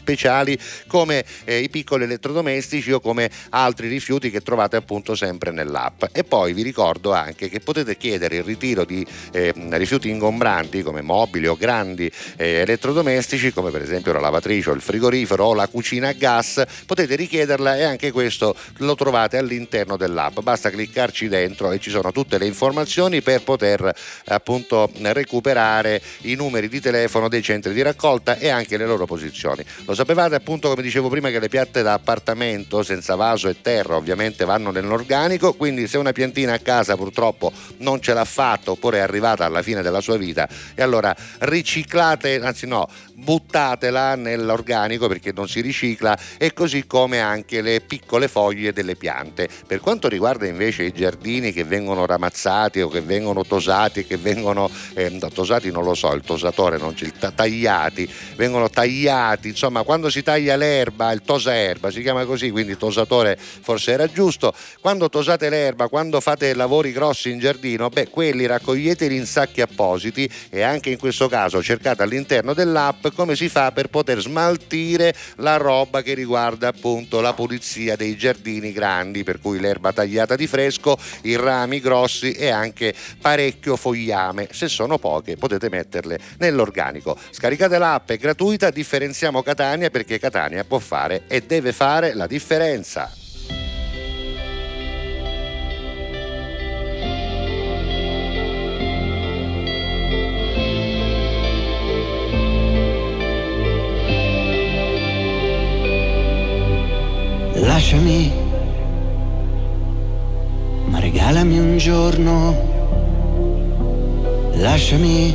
speciali come eh, i piccoli elettrodomestici o come altri rifiuti che trovate appunto sempre nell'app. E poi vi ricordo anche che potete chiedere il ritiro di eh, rifiuti ingombranti come mobili o grandi eh, elettrodomestici come per esempio la lavatrice o il frigorifero o la cucina a gas. Potete richiederla e anche questo lo trovate all'interno dell'app, basta cliccarci dentro e ci sono tutte le informazioni per poter appunto recuperare i numeri di telefono dei centri di raccolta e anche le loro posizioni. Lo sapevate appunto, come dicevo prima, che le piante da appartamento senza vaso e terra ovviamente vanno nell'organico, quindi se una piantina a casa purtroppo non ce l'ha fatta oppure è arrivata alla fine della sua vita, e allora riciclate, anzi no, buttatela nell'organico perché non si ricicla, e così come anche le piccole foglie delle piante. Per quanto riguarda invece i giardini che vengono ramazzati o che vengono tosati, che vengono eh, tosati non lo so, il tosatore non c'è, tagliati, vengono tagliati, insomma quando si taglia l'erba, il tosaerba si chiama così, quindi tosatore forse era giusto. Quando tosate l'erba, quando fate lavori grossi in giardino, beh, quelli raccoglieteli in sacchi appositi e anche in questo caso cercate all'interno dell'app come si fa per poter smaltire la roba che riguarda appunto la pulizia dei giardini grandi, per cui l'erba tagliata di fresco, i rami grossi e anche parecchio fogliame. Se sono poche potete metterle nell'organico. Scaricate l'app, è gratuita. Differenziamo Catania perché Catania può fare e deve fare la differenza. Lasciami, ma regalami un giorno. Lasciami,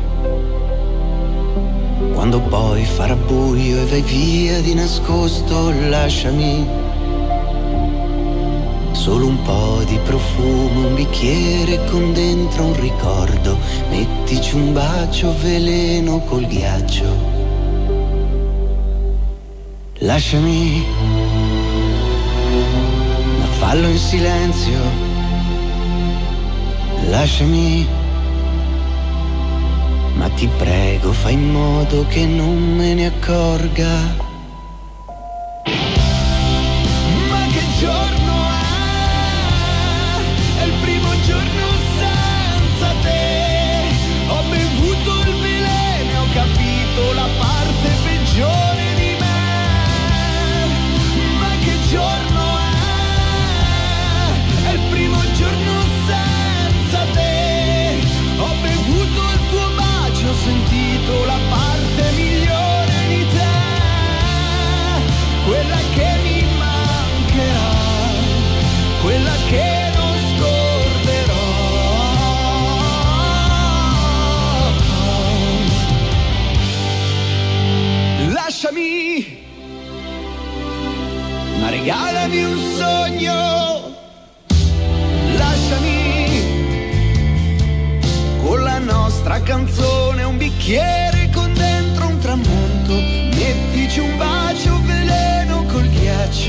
quando poi farà buio e vai via di nascosto. Lasciami, solo un po' di profumo, un bicchiere con dentro un ricordo. Mettici un bacio veleno col ghiaccio. Lasciami, fallo in silenzio. Lasciami, ma ti prego fai in modo che non me ne accorga. Ma che giorno è? È il primo giorno senza te. Ho bevuto il veleno, ho capito la parte peggiore di me. Ma che giorno è? Il primo giorno senza te. Ho bevuto il tuo bacio, ho sentito la parte migliore di te, quella che mi mancherà, quella che non scorderò. Lasciami, ma regalami un sogno. Lasciami, con la nostra canzone, un bicchiere con dentro un tramonto. Mettici un bacio veleno col ghiaccio.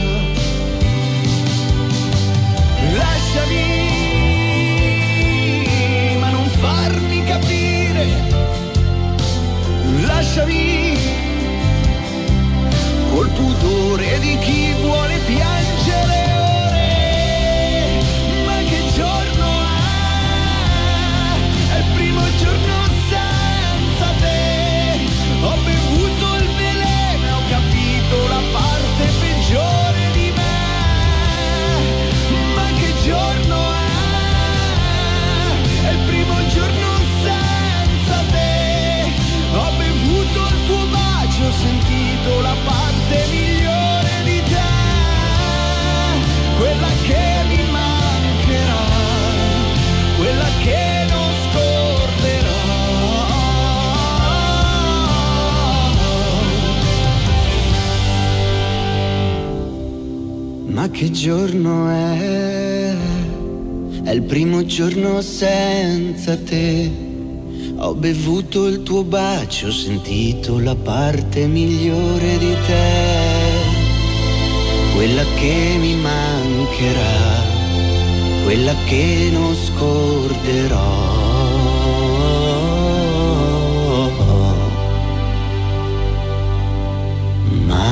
Lasciami, ma non farmi capire. Lasciami, col pudore di chi vuole piangere. Giorno senza te. Ho bevuto il veleno, ho capito la parte peggiore di me. Ma che giorno è? È il primo giorno senza te. Ho bevuto il tuo bacio, ho sentito la parte migliore di te, quella che mi mancherà, quella che non scorderò. Ma che giorno è? È il primo giorno senza te. Ho bevuto il tuo bacio, ho sentito la parte migliore di te, quella che mi mancherà, quella che non scorderò. Ma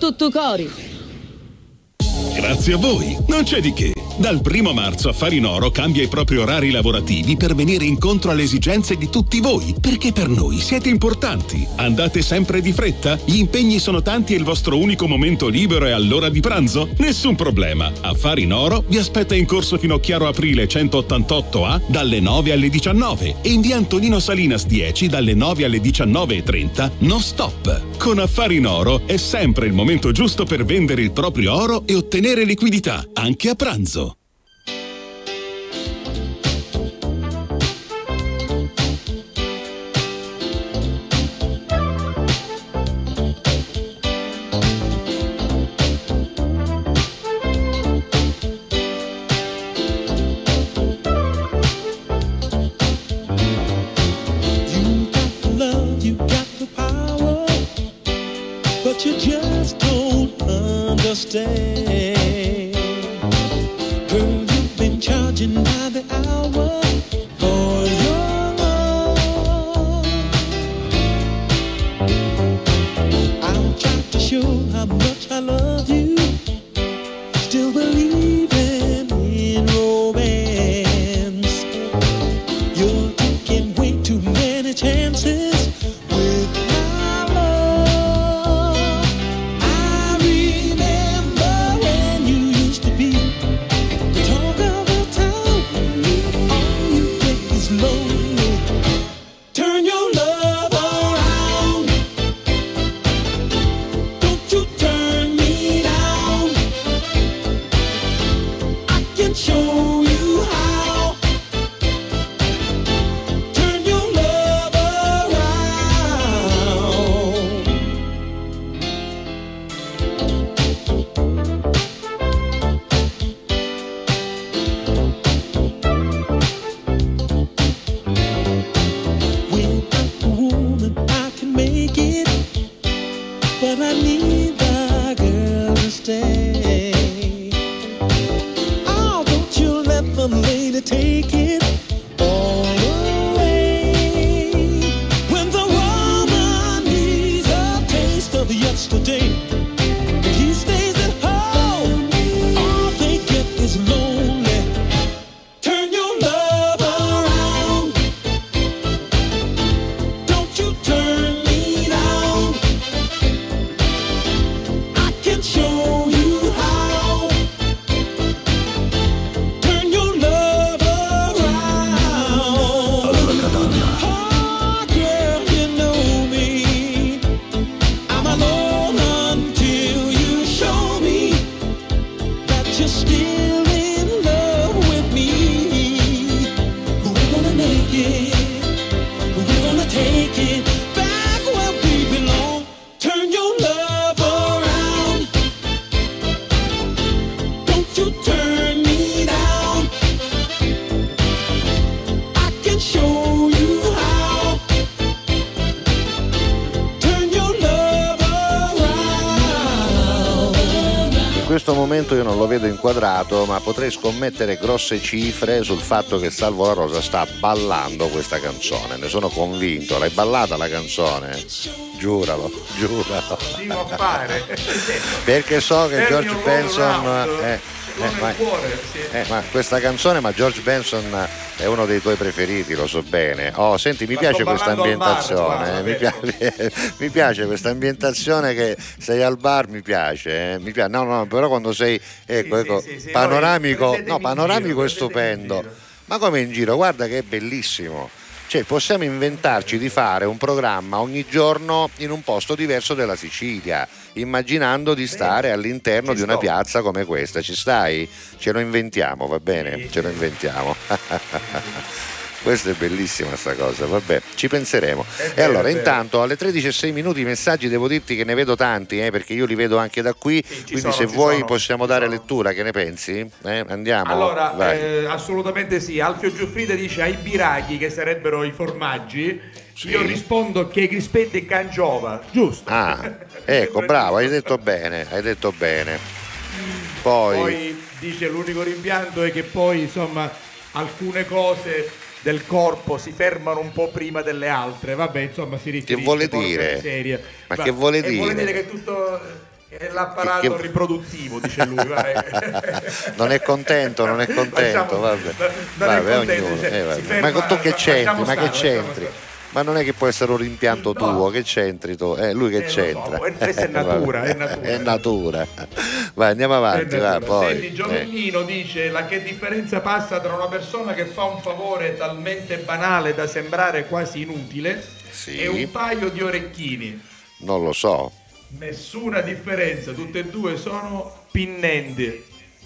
tutto cori. Grazie a voi, non c'è di che. Dal primo marzo Affari in Oro cambia i propri orari lavorativi per venire incontro alle esigenze di tutti voi, perché per noi siete importanti. Andate sempre di fretta? Gli impegni sono tanti e il vostro unico momento libero è all'ora di pranzo? Nessun problema. Affari in Oro vi aspetta in corso Finocchiaro Aprile centottantotto A dalle nove alle diciannove e in via Antonino Salinas dieci dalle nove alle diciannove e trenta non stop. Con Affari in Oro è sempre il momento giusto per vendere il proprio oro e ottenere liquidità, anche a pranzo. You just don't understand. Girl, you've been charging by the hour for your love. I'll try to show how much I love you. Still believing in romance. You're taking way too many chances with my love. Io non lo vedo inquadrato, ma potrei scommettere grosse cifre sul fatto che Salvo La Rosa sta ballando questa canzone, ne sono convinto. L'hai ballata la canzone? Giuralo, giuralo. Devo fare. Perché so che Per George Benson eh, eh, ma, cuore, sì. eh, ma questa canzone, ma George Benson è uno dei tuoi preferiti, lo so bene. Oh, senti, mi ma piace questa ambientazione, bar, mi, piace, mi piace questa ambientazione che sei al bar, mi piace, eh? mi piace. No, no, però quando sei ecco, sì, ecco, sì, sì, panoramico, no, in panoramico giro, è stupendo. Ma come in giro? Guarda che è bellissimo. Cioè, possiamo inventarci di fare un programma ogni giorno in un posto diverso della Sicilia, immaginando di stare all'interno Ci di una sto. piazza come questa. Ci stai? Ce lo inventiamo, va bene? Sì, Ce lo inventiamo. Questa è bellissima sta cosa, vabbè, ci penseremo. È E vero, allora, è vero. intanto alle tredici e sei minuti i messaggi devo dirti che ne vedo tanti, eh, perché io li vedo anche da qui, Sì, ci quindi sono, se ci vuoi sono, possiamo ci dare sono. lettura, che ne pensi? Eh, andiamo? Allora, Vai. eh, assolutamente sì. Alfio Giuffrida dice ai biraghi, che sarebbero i formaggi. Sì. Io rispondo che crispetti e cangiova, giusto? Ah, ecco, bravo, hai detto bene, hai detto bene. Poi, Poi dice l'unico rimpianto è che poi insomma alcune cose del corpo si fermano un po' prima delle altre. Vabbè, insomma, si riferisce Che vuole poi a dire? una serie. Ma che vuole e vuole dire? dire che tutto È l'apparato che, che... riproduttivo, dice lui. Non è contento, non è contento, vabbè. Vabbè, ognuno. Eh, vabbè. Ma tu che c'entri? Ma che c'entri? Ma non è che può essere un rimpianto tuo, no. Che c'entri tu? Eh, lui che eh, c'entra? So, questa è natura, è natura. È natura. Vai, andiamo avanti. Va, poi. Senti, Giovannino eh. dice: la che differenza passa tra una persona che fa un favore talmente banale da sembrare quasi inutile sì. e un paio di orecchini? Non lo so. Nessuna differenza, tutte e due sono pinnenti.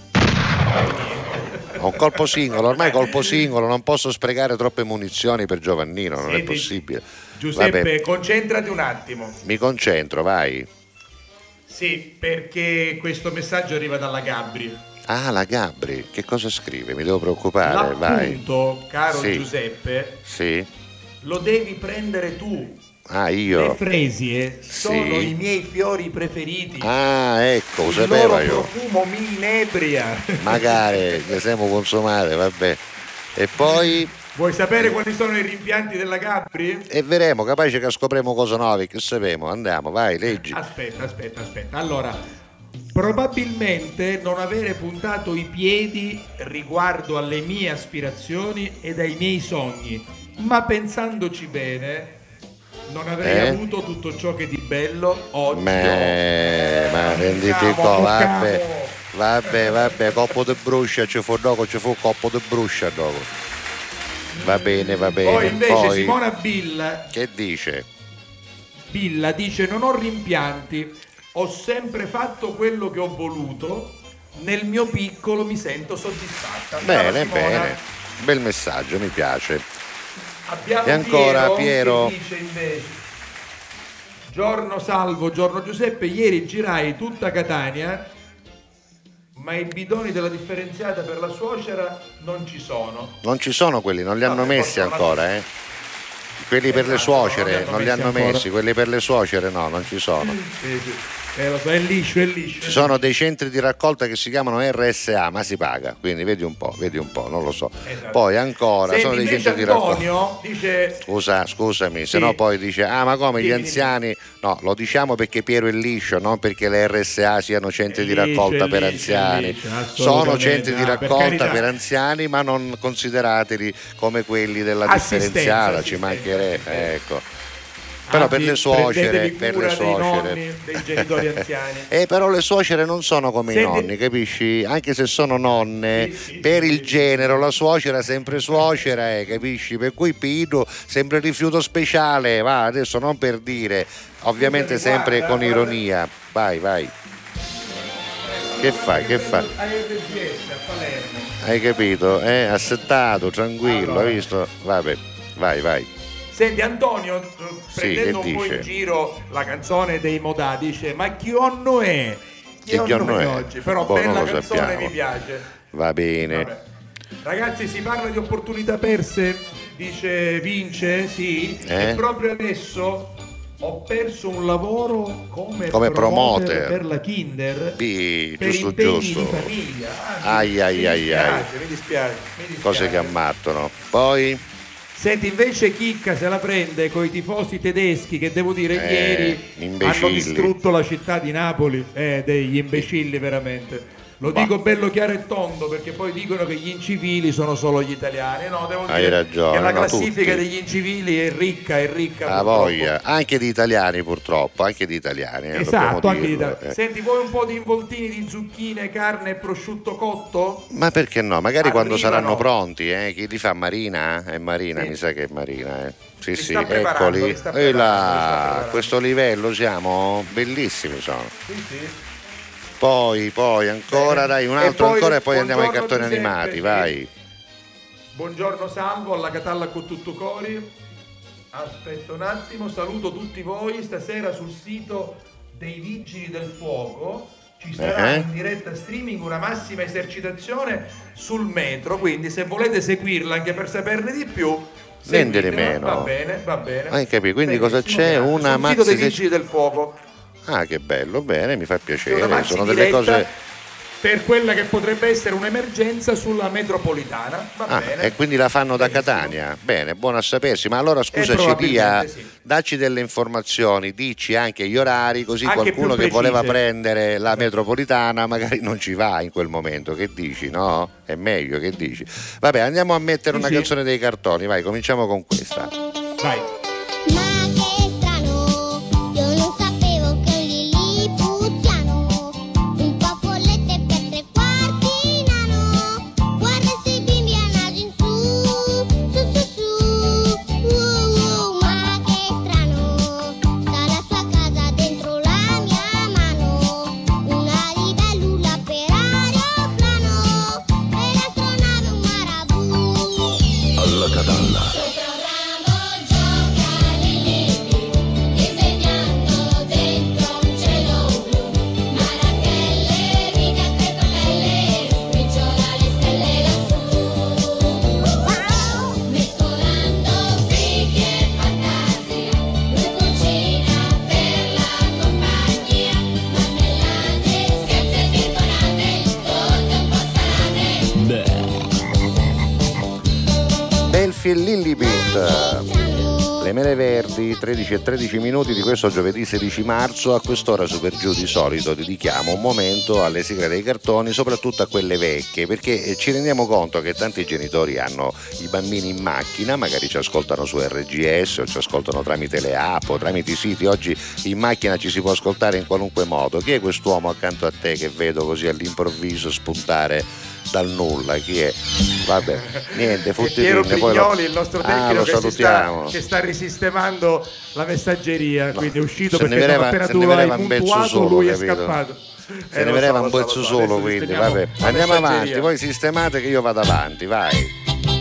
Un colpo singolo, ormai colpo singolo, non posso sprecare troppe munizioni per Giovannino, non Senti, è possibile. Giuseppe, Vabbè. concentrati un attimo. Mi concentro, vai. Sì, perché questo messaggio arriva dalla Gabri. Ah, la Gabri, che cosa scrive? Mi devo preoccupare, L'appunto, vai. caro sì. Giuseppe, sì. lo devi prendere tu. Ah, io? Le fresie sono sì. i miei fiori preferiti. Ah, ecco, lo il sapevo loro io. profumo mi inebria. Magari, le siamo consumate, vabbè. E poi... Vuoi sapere quali sono i rimpianti della Gabri? E vedremo, capace che scopriamo cose nuove, che sappiamo. Andiamo, vai, leggi. Aspetta, aspetta, aspetta. Allora, probabilmente non avere puntato i piedi riguardo alle mie aspirazioni ed ai miei sogni, ma pensandoci bene... non avrei eh? avuto tutto ciò che di bello oggi. Me, ma renditi qua, vabbè, vabbè, vabbè, coppo di bruscia, ci fu dopo, ci fu coppo di bruscia dopo. Va bene, va bene. Poi invece Poi, Simona Bill che dice? Billa dice: non ho rimpianti, ho sempre fatto quello che ho voluto, nel mio piccolo mi sento soddisfatta. Bene, bene, bel messaggio, mi piace. Abbiamo e ancora Piero, Piero che dice invece: giorno Salvo, giorno Giuseppe, ieri girai tutta Catania ma i bidoni della differenziata per la suocera non ci sono. Non ci sono quelli, non li hanno no, messi ancora, eh. Quelli per le suocere non li hanno messi, messi, quelli per le suocere no, non ci sono. Sì, sì. Eh, lo so, è liscio, è liscio. Ci sono dei centri di raccolta che si chiamano R S A, ma si paga, quindi vedi un po', vedi un po', non lo so. Esatto. Poi ancora Senti, sono dei centri Antonio di raccolta. Dice... Scusa, scusami, sì. se no poi dice "Ah, ma come sì, gli anziani?" Sì. No, lo diciamo perché Piero è liscio, non perché le R S A siano centri è di liscio, raccolta per liscio, anziani. Liscio, sono centri di ah, raccolta per, per anziani, ma non considerateli come quelli della differenziata, ci mancherebbe, ecco. Però Anzi, per le suocere, per le suocere. Dei, nonni, dei genitori anziani. Eh, però le suocere non sono come Senti... i nonni, capisci? Anche se sono nonne, sì, sì, per sì, il sì. genero la suocera è sempre suocera, eh, capisci? Per cui Pido sempre rifiuto speciale, va, adesso non per dire, ovviamente Scusami, sempre guarda, con ironia. Vai, vai. Che fai? Che fai? Hai capito? Eh, assettato, tranquillo, allora. Hai visto? Vabbè, vai, vai. Senti Antonio, sì, prendendo un dice? po' in giro la canzone dei Modà, dice: ma chi onno è? Chi, chi onno è oggi? Però boh, bella lo canzone, sappiamo. mi piace. Va bene. Vabbè. Ragazzi, si parla di opportunità perse, dice Vince, sì, eh? e proprio adesso ho perso un lavoro come, come promoter, promoter per la Kinder, Sì, per giusto, impegni giusto. di famiglia. Ah, ai, ai, ai, ai. Mi dispiace, mi dispiace. Cose che ammattono. Poi Senti, invece Chicca se la prende coi tifosi tedeschi che devo dire eh, ieri imbecilli. hanno distrutto la città di Napoli, eh, degli imbecilli veramente. Lo bah. dico bello chiaro e tondo perché poi dicono che gli incivili sono solo gli italiani. No, devo Hai dire ragione, che la no, classifica tutti. degli incivili è ricca, è ricca. a voglia, anche di italiani purtroppo, anche di italiani. Eh, Esatto, anche di dirlo, italiani. eh. Senti, vuoi un po' di involtini di zucchine, carne e prosciutto cotto? Ma perché no? Magari quando Arrivano. saranno pronti, eh? Chi li fa? Marina? È Marina, Sì. mi sa che è Marina, eh. Sì, Li sì, sta preparando, eccoli. li sta E preparando, li sta là, preparando. a questo livello siamo bellissimi sono. Sì, sì. Poi, poi ancora, Bene. dai, un E altro poi, ancora e poi andiamo ai buongiorno, cartoni Giuseppe, animati, sì. vai. Buongiorno Salvo, alla Catalla con tutto cori. Aspetta un attimo, saluto tutti voi. Stasera sul sito dei Vigili del Fuoco ci sarà Eh. in diretta streaming una massima esercitazione sul metro, quindi se volete seguirla anche per saperne di più, Niente di seguitela. meno. Va bene, va bene. Hai capito? Quindi cosa Benissimo, c'è? grazie. Una sul maxi sito dei eser- Vigili del Fuoco. Ah, che bello, bene, mi fa C'è una piacere. maxi Sono delle diretta cose per quella che potrebbe essere un'emergenza sulla metropolitana. Va ah, bene. E quindi la fanno da Catania. Bene, buono a sapersi. Ma allora scusaci, Dia, sì. Dacci delle informazioni, dici anche gli orari, così anche qualcuno che voleva prendere la metropolitana magari non ci va in quel momento. Che dici, no? È meglio, che dici? Vabbè, andiamo a mettere sì, una sì. canzone dei cartoni, vai, cominciamo con questa. Vai. Lillibit, le mele verdi, tredici e tredici minuti di questo giovedì sedici marzo. A quest'ora super giù di solito dedichiamo un momento alle sigle dei cartoni, soprattutto a quelle vecchie, perché ci rendiamo conto che tanti genitori hanno i bambini in macchina, magari ci ascoltano su R G S o ci ascoltano tramite le app o tramite i siti. Oggi in macchina ci si può ascoltare in qualunque modo. Chi è quest'uomo accanto a te che vedo così all'improvviso spuntare dal nulla? Chi è? Vabbè, niente, Piero Brignoli, lo... il nostro tecnico, ah, che, si sta, che sta risistemando la messaggeria, no, quindi è uscito perché vereva, appena tu l'hai puntuato solo, lui capito? È scappato. Se eh, ne vedeva so, un pezzo so, solo, quindi vabbè, andiamo avanti, voi sistemate che io vado avanti, vai.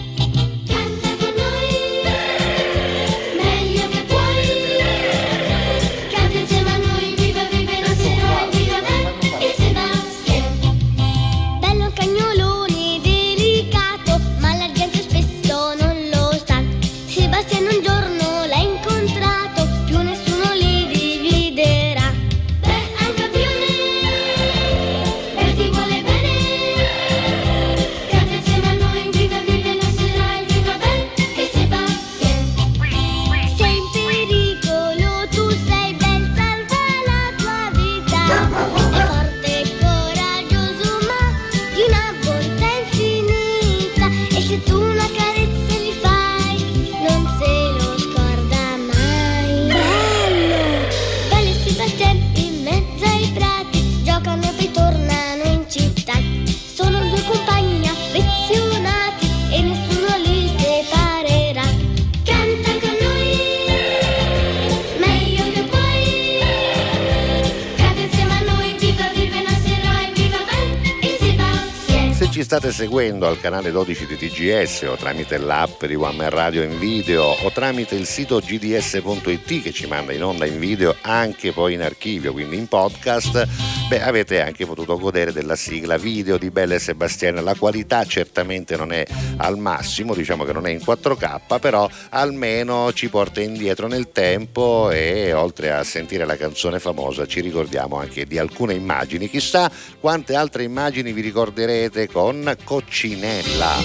Ci state seguendo al canale dodici di T G S o tramite l'app di One Man Radio in video o tramite il sito g d s punto i t che ci manda in onda in video anche poi in archivio, quindi in podcast, beh, avete anche potuto godere della sigla video di Bella e Sebastian. La qualità certamente non è al massimo, diciamo che non è in quattro K, però almeno ci porta indietro nel tempo e oltre a sentire la canzone famosa ci ricordiamo anche di alcune immagini. Chissà quante altre immagini vi ricorderete con Coccinella.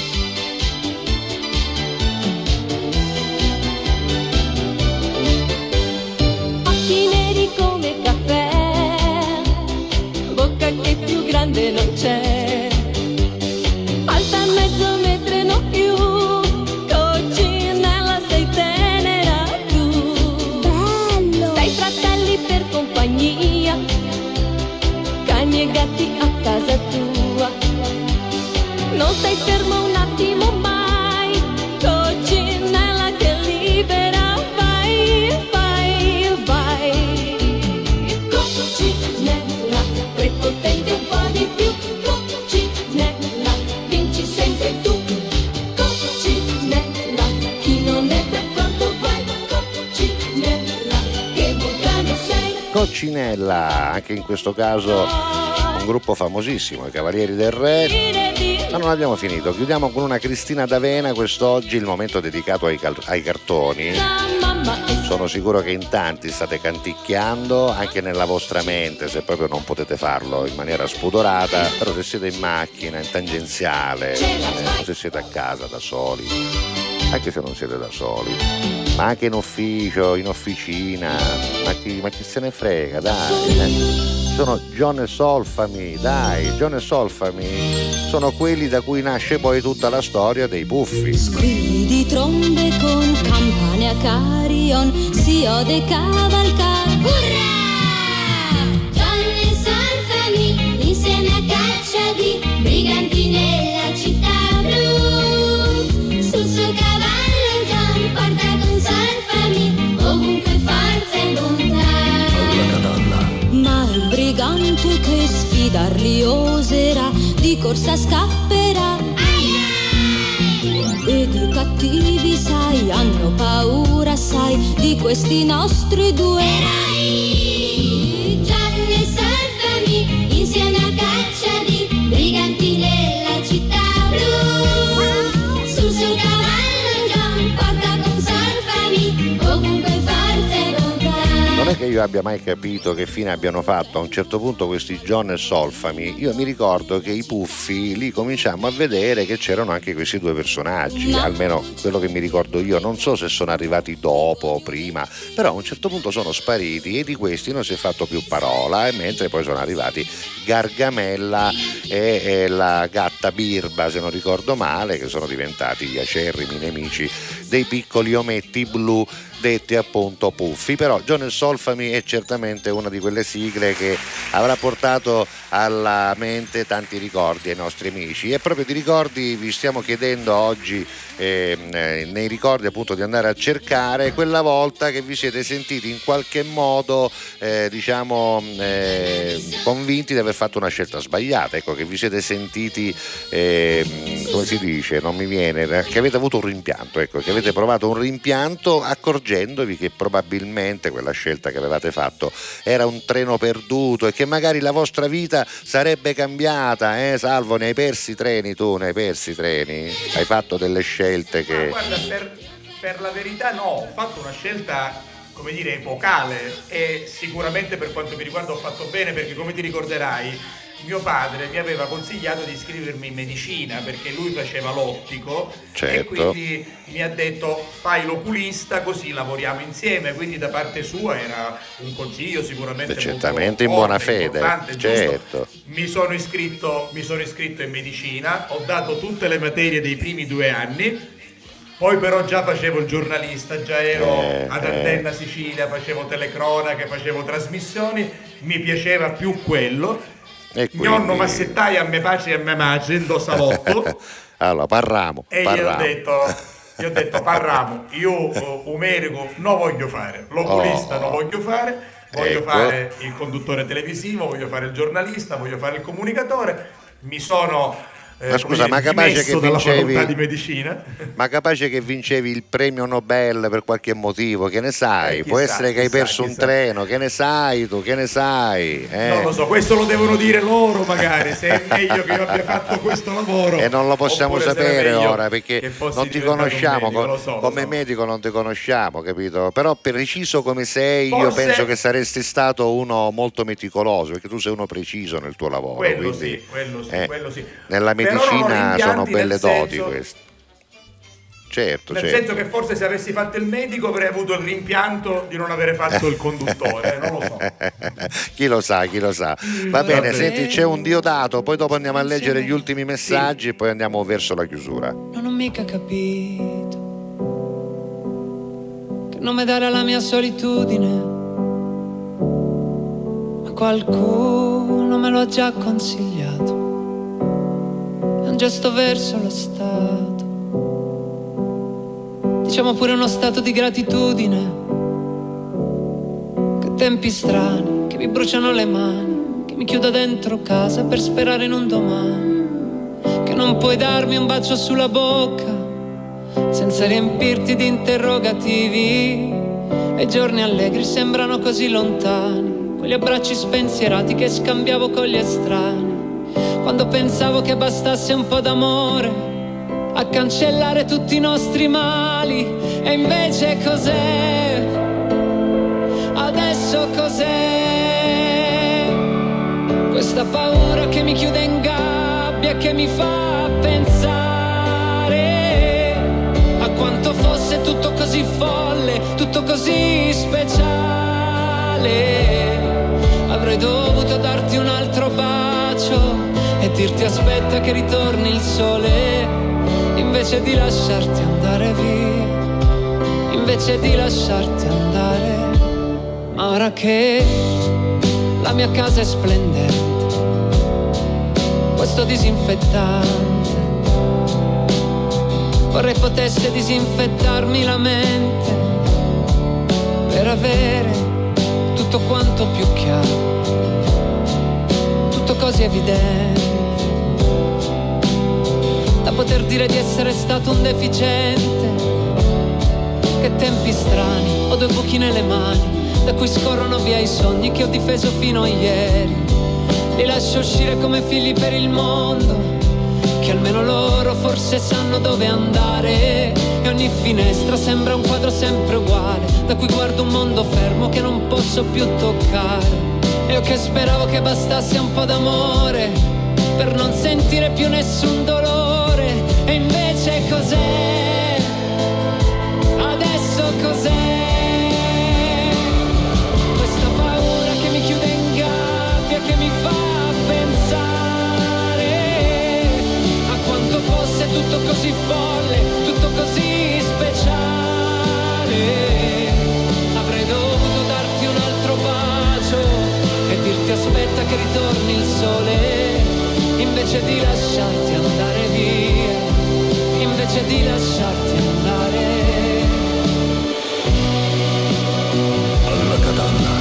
Occhi neri come caffè, bocca che più grande non c'è, alta mezzo metro e non più, Coccinella sei tenera tu. Bello. Sei fratelli per compagnia, cani e gatti a casa tua. Non stai fermo un attimo mai, Coccinella che libera, vai, vai, vai. Coccinella, prepotente un po' di più, Coccinella, vinci sempre tu. Coccinella, chi non è d'accordo vai, Coccinella, che vulcano sei. Coccinella, anche in questo caso un gruppo famosissimo, i Cavalieri del Re. Ma non abbiamo finito, chiudiamo con una Cristina D'Avena quest'oggi, il momento dedicato ai, cal- ai cartoni. mamma e Sono sicuro che in tanti state canticchiando anche nella vostra mente, se proprio non potete farlo in maniera spudorata, però se siete in macchina, in tangenziale, o se siete a casa da soli, anche se non siete da soli, ma anche in ufficio, in officina, ma chi, ma chi se ne frega, dai. Eh. Sono John e Solfami, dai, John e Solfami sono quelli da cui nasce poi tutta la storia dei Puffi. squilli di trombe con campane a carillon, si ode cavalcar. Urrà! John e Solfami insieme a caccia di briganti nella città blu. Sul suo cavallo John porta con Solfami ovunque forza e bontà. Ma il brigante che sfidarli oserà di corsa scapperà. Ed i cattivi, sai, hanno paura, sai, di questi nostri due eroi. John e Solfami insieme a caccia di briganti nella città blu. Sul suo cavallo John porta con Solfami ovunque forza e bontà. Non è che io abbia mai capito che fine abbiano fatto a un certo punto questi John e Solfami. Io mi ricordo che i Puffi lì cominciammo a vedere che c'erano anche questi due personaggi, no. Almeno quello che mi ricordo io. Non so se sono arrivati dopo o prima, però a un certo punto sono spariti e di questi non si è fatto più parola, e mentre poi sono arrivati Gargamella e, e la gatta Birba, se non ricordo male, che sono diventati gli acerrimi nemici dei piccoli ometti blu detti appunto Puffi. Però John e Solfami è certamente una di quelle sigle che avrà portato alla mente tanti ricordi ai nostri amici, e proprio di ricordi vi stiamo chiedendo oggi, eh, nei ricordi appunto, di andare a cercare quella volta che vi siete sentiti in qualche modo eh, diciamo eh, convinti di aver fatto una scelta sbagliata, ecco, che vi siete sentiti eh, come si dice, non mi viene, che avete avuto un rimpianto, ecco, che avete provato un rimpianto accorgendovi che probabilmente quella scelta che avevate fatto era un treno perduto e che magari la vostra vita sarebbe cambiata, eh Salvo, ne hai persi treni tu, ne hai persi treni? Hai fatto delle scelte che... Ah, guarda, per, per la verità no, ho fatto una scelta, come dire, epocale, e sicuramente per quanto mi riguarda ho fatto bene, perché come ti ricorderai mio padre mi aveva consigliato di iscrivermi in medicina perché lui faceva l'ottico, certo. E quindi mi ha detto fai l'oculista così lavoriamo insieme, quindi da parte sua era un consiglio sicuramente Beh, certamente in molto buona forte, fede, certo. Mi sono iscritto, mi sono iscritto in medicina, ho dato tutte le materie dei primi due anni. Poi però già facevo il giornalista, già ero eh, ad Antenna Sicilia, facevo telecronache, facevo trasmissioni, mi piaceva più quello. E quindi... Nonno massettai a me pace e a me mace, indossa salotto. Allora, parliamo. E parliamo. gli ho detto, gli ho detto parliamo, io uh, un medico non voglio fare, l'oculista oh. non voglio fare, voglio ecco. fare il conduttore televisivo, voglio fare il giornalista, voglio fare il comunicatore. Mi sono... Ma scusa, ma capace che vincevi di medicina? Ma capace che vincevi il premio Nobel per qualche motivo, che ne sai? Eh, Può chissà, essere che hai chissà, perso chissà. un treno, che ne sai tu, che ne sai? Eh? Non lo so, questo lo devono dire loro magari, se è meglio che io abbia fatto questo lavoro. E non lo possiamo sapere ora, perché che fossi non ti diventato un conosciamo, medico, co- lo so, lo come so. medico non ti conosciamo, capito? Però preciso come sei, io Forse- penso che saresti stato uno molto meticoloso, perché tu sei uno preciso nel tuo lavoro. Quello quindi, sì, quello sì, eh, quello sì. nella Però non ho medicina rimpianti sono belle nel doti senso- queste. Certo, Nel certo. senso che forse se avessi fatto il medico avrei avuto il rimpianto di non avere fatto il conduttore, non lo so. Chi lo sa, chi lo sa. Va bene, senti, c'è un Diodato, poi dopo andiamo a leggere gli ultimi messaggi e poi andiamo verso la chiusura. Non ho mica capito che nome dare alla mia solitudine, ma qualcuno me lo ha già consigliato. È un gesto verso lo Stato, diciamo pure uno stato di gratitudine. Che tempi strani, che mi bruciano le mani, che mi chiudo dentro casa per sperare in un domani, che non puoi darmi un bacio sulla bocca senza riempirti di interrogativi, e i giorni allegri sembrano così lontani, quegli abbracci spensierati che scambiavo con gli estranei, quando pensavo che bastasse un po' d'amore a cancellare tutti i nostri mali. E invece cos'è? Adesso cos'è? Questa paura che mi chiude in gabbia, che mi fa pensare a quanto fosse tutto così folle, tutto così speciale. Avrei dovuto darti un altro bacio e dirti aspetta che ritorni il sole, invece di lasciarti andare via, invece di lasciarti andare. Ma ora che la mia casa è splendente, questo disinfettante vorrei potesse disinfettarmi la mente per avere tutto quanto più chiaro, tutto così evidente, da poter dire di essere stato un deficiente. Che tempi strani, ho due buchi nelle mani da cui scorrono via i sogni che ho difeso fino a ieri. Li lascio uscire come figli per il mondo, che almeno loro forse sanno dove andare. E ogni finestra sembra un quadro sempre uguale, da cui guardo un mondo fermo che non posso più toccare. E io che speravo che bastasse un po' d'amore per non sentire più nessun dolore. E invece cos'è? Adesso cos'è? Questa paura che mi chiude in gabbia, che mi fa pensare a quanto fosse tutto così folle, tutto così speciale. Avrei dovuto darti un altro bacio e dirti aspetta che ritorni il sole, invece di lasciarti andare via, invece di lasciarti andare. Alla Catalla.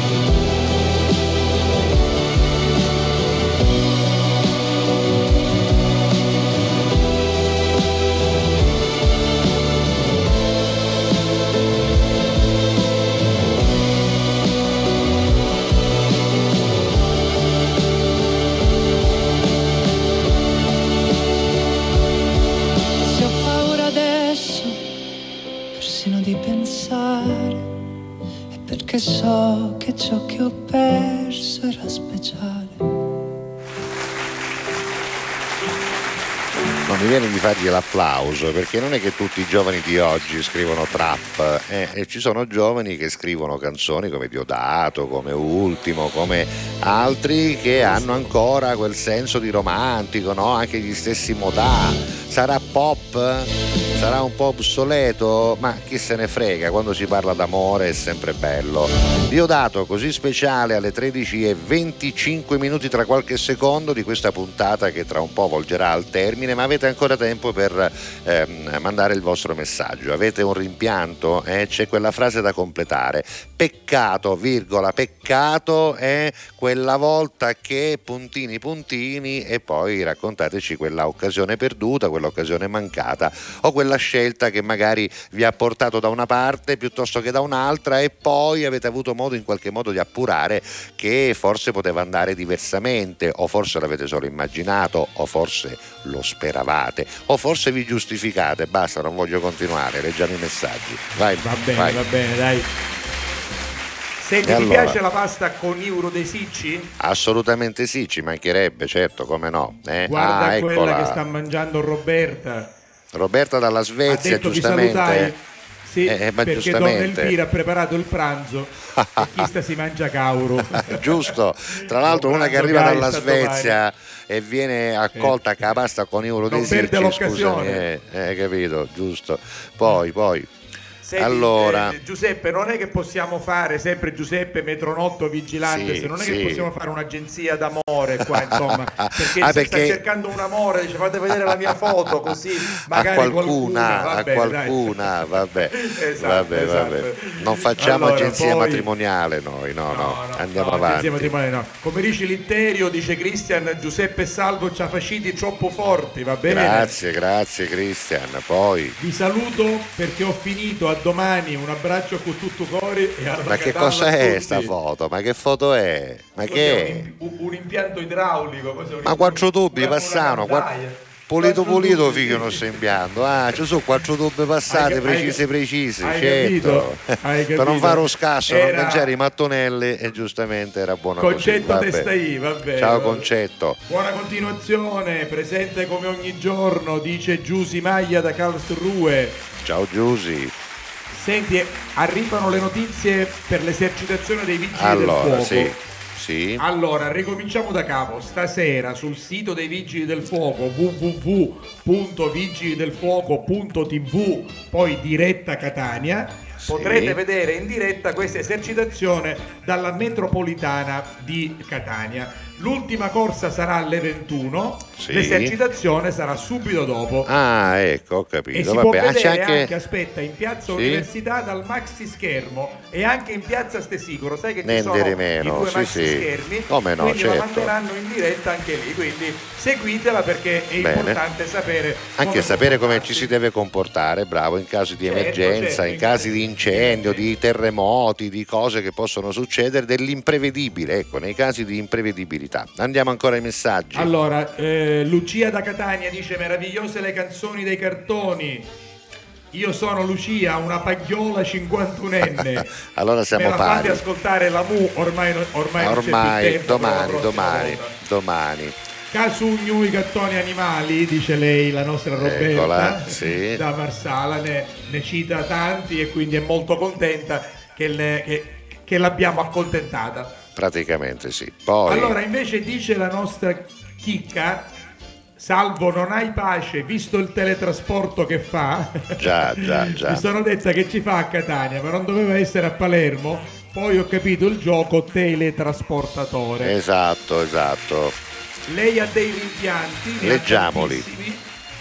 Se ho paura adesso persino di pensare, è perché so che ciò che ho perso era speciale. Non mi viene di fargli l'applauso, perché non è che tutti i giovani di oggi scrivono trap, eh, e ci sono giovani che scrivono canzoni come Diodato, come Ultimo, come altri che hanno ancora quel senso di romantico, no? Anche gli stessi Modà. Sarà pop? Sarà un po' obsoleto? Ma chi se ne frega, quando si parla d'amore è sempre bello. Diodato, così speciale, alle tredici e venticinque minuti tra qualche secondo di questa puntata che tra un po' volgerà al termine, ma avete ancora tempo per ehm, mandare il vostro messaggio. Avete un rimpianto? Eh? C'è quella frase da completare. Peccato, virgola, peccato è quella volta che puntini puntini, e poi raccontateci quella occasione perduta, quell'occasione mancata o quella scelta che magari vi ha portato da una parte piuttosto che da un'altra, e poi avete avuto modo in qualche modo di appurare che forse poteva andare diversamente, o forse l'avete solo immaginato, o forse lo speravate, o forse vi giustificate. Basta, non voglio continuare, leggiamo i messaggi. Vai, va bene, vai. va bene, dai. Senti, E ti allora? piace la pasta con euro dei Sicci? Assolutamente sì, ci mancherebbe, certo, come no. Eh? Guarda ah, quella eccola. che sta mangiando Roberta. Roberta dalla Ha Svezia, detto vi giustamente. salutai. Sì, Eh, ma perché Don giustamente. Elvira ha preparato il pranzo e chi sta si mangia cauro. Giusto, tra l'altro una che Pranzo arriva Gai dalla sta Svezia e viene accolta a pasta con euro Non dei perde Sicci, scusami, l'occasione. eh, eh, capito, giusto. Poi, poi. Senti, Allora, eh, Giuseppe, non è che possiamo fare sempre Giuseppe Metronotto Vigilante, Sì, se non è sì. che possiamo fare un'agenzia d'amore qua, insomma, perché Ah, se perché- sta cercando un amore, dice fate vedere la mia foto così a magari qualcuna, va a bene, qualcuna, vabbè, Esatto, vabbè, esatto. vabbè. Non facciamo Allora, agenzia poi- matrimoniale noi, no, no, andiamo No, avanti. agenzia matrimoniale no. Come dice l'Interio, dice Cristian, Giuseppe e Salvo ci ha faciti troppo forti, va bene? Grazie, grazie Cristian. Poi, Vi saluto perché ho finito, a domani, un abbraccio con tutto cuore e alla ma che Catalla cosa a è tutti. sta foto? Ma che foto è? Ma Cos'è, che è? un, un- un impianto idraulico? Cos'è un- Ma quattro tubi, una- una Passano, quattro- caldaia? Pulito Quattro pulito tubi, figlio sì, non sì. sto inviando. Ah, ci sono quattro tube passate, Hai- precise hai- precise, hai certo. capito? Hai Per non capito? fare un scasso, Era- non mangiare i mattonelli e giustamente era buona Concetto così. testa Vabbè. I, va bene. Ciao va bene. Concetto. Buona continuazione, presente come ogni giorno, dice Giusy Maglia da Karlsruhe. Ciao Giusy. Senti, arrivano le notizie per l'esercitazione dei vigili Allora, del fuoco. sì. Sì. Allora, ricominciamo da capo. Stasera sul sito dei Vigili del Fuoco w w w punto vigili del fuoco punto t v, poi diretta Catania, Sì. potrete vedere in diretta questa esercitazione dalla metropolitana di Catania. L'ultima corsa sarà alle ventuno, Sì. l'esercitazione sarà subito dopo. Ah, ecco, ho E capito. si Vabbè, può ah, c'è vedere anche... anche aspetta, in piazza Sì? Università dal maxi schermo e anche in piazza Stesicuro. Sai che ci Niente sono di i meno, due sì, maxi sì. schermi, Come no, quindi la certo. manderanno in diretta anche lì, quindi seguitela perché è Bene. importante sapere anche come sapere come comportarsi. ci si deve comportare, bravo, in caso di Certo, emergenza, certo, in in casi caso di di incendio, di terremoti, di cose che possono succedere, dell'imprevedibile, ecco, nei casi di imprevedibilità. Andiamo ancora ai messaggi. Allora, eh, Lucia da Catania dice meravigliose le canzoni dei cartoni. Io sono Lucia, una pagliola cinquantunenne. Allora siamo Me la fate pari. ascoltare la Mu, ormai, non- ormai, non c'è più Ormai, tempo, però la domani, prossima domani, volta. domani. Casugnu i cartoni animali, dice lei, la nostra Roberta Eccola, sì. da Marsala, ne, ne cita tanti e quindi è molto contenta che, le- che- che l'abbiamo accontentata. Praticamente sì. Poi, Allora invece dice la nostra chicca, Salvo non hai pace visto il teletrasporto che fa. già, già, già. Mi sono detta che ci fa a Catania, ma non doveva essere a Palermo. Poi ho capito il gioco teletrasportatore. Esatto, esatto. Lei ha dei rimpianti, ne ha Leggiamoli. tantissimi.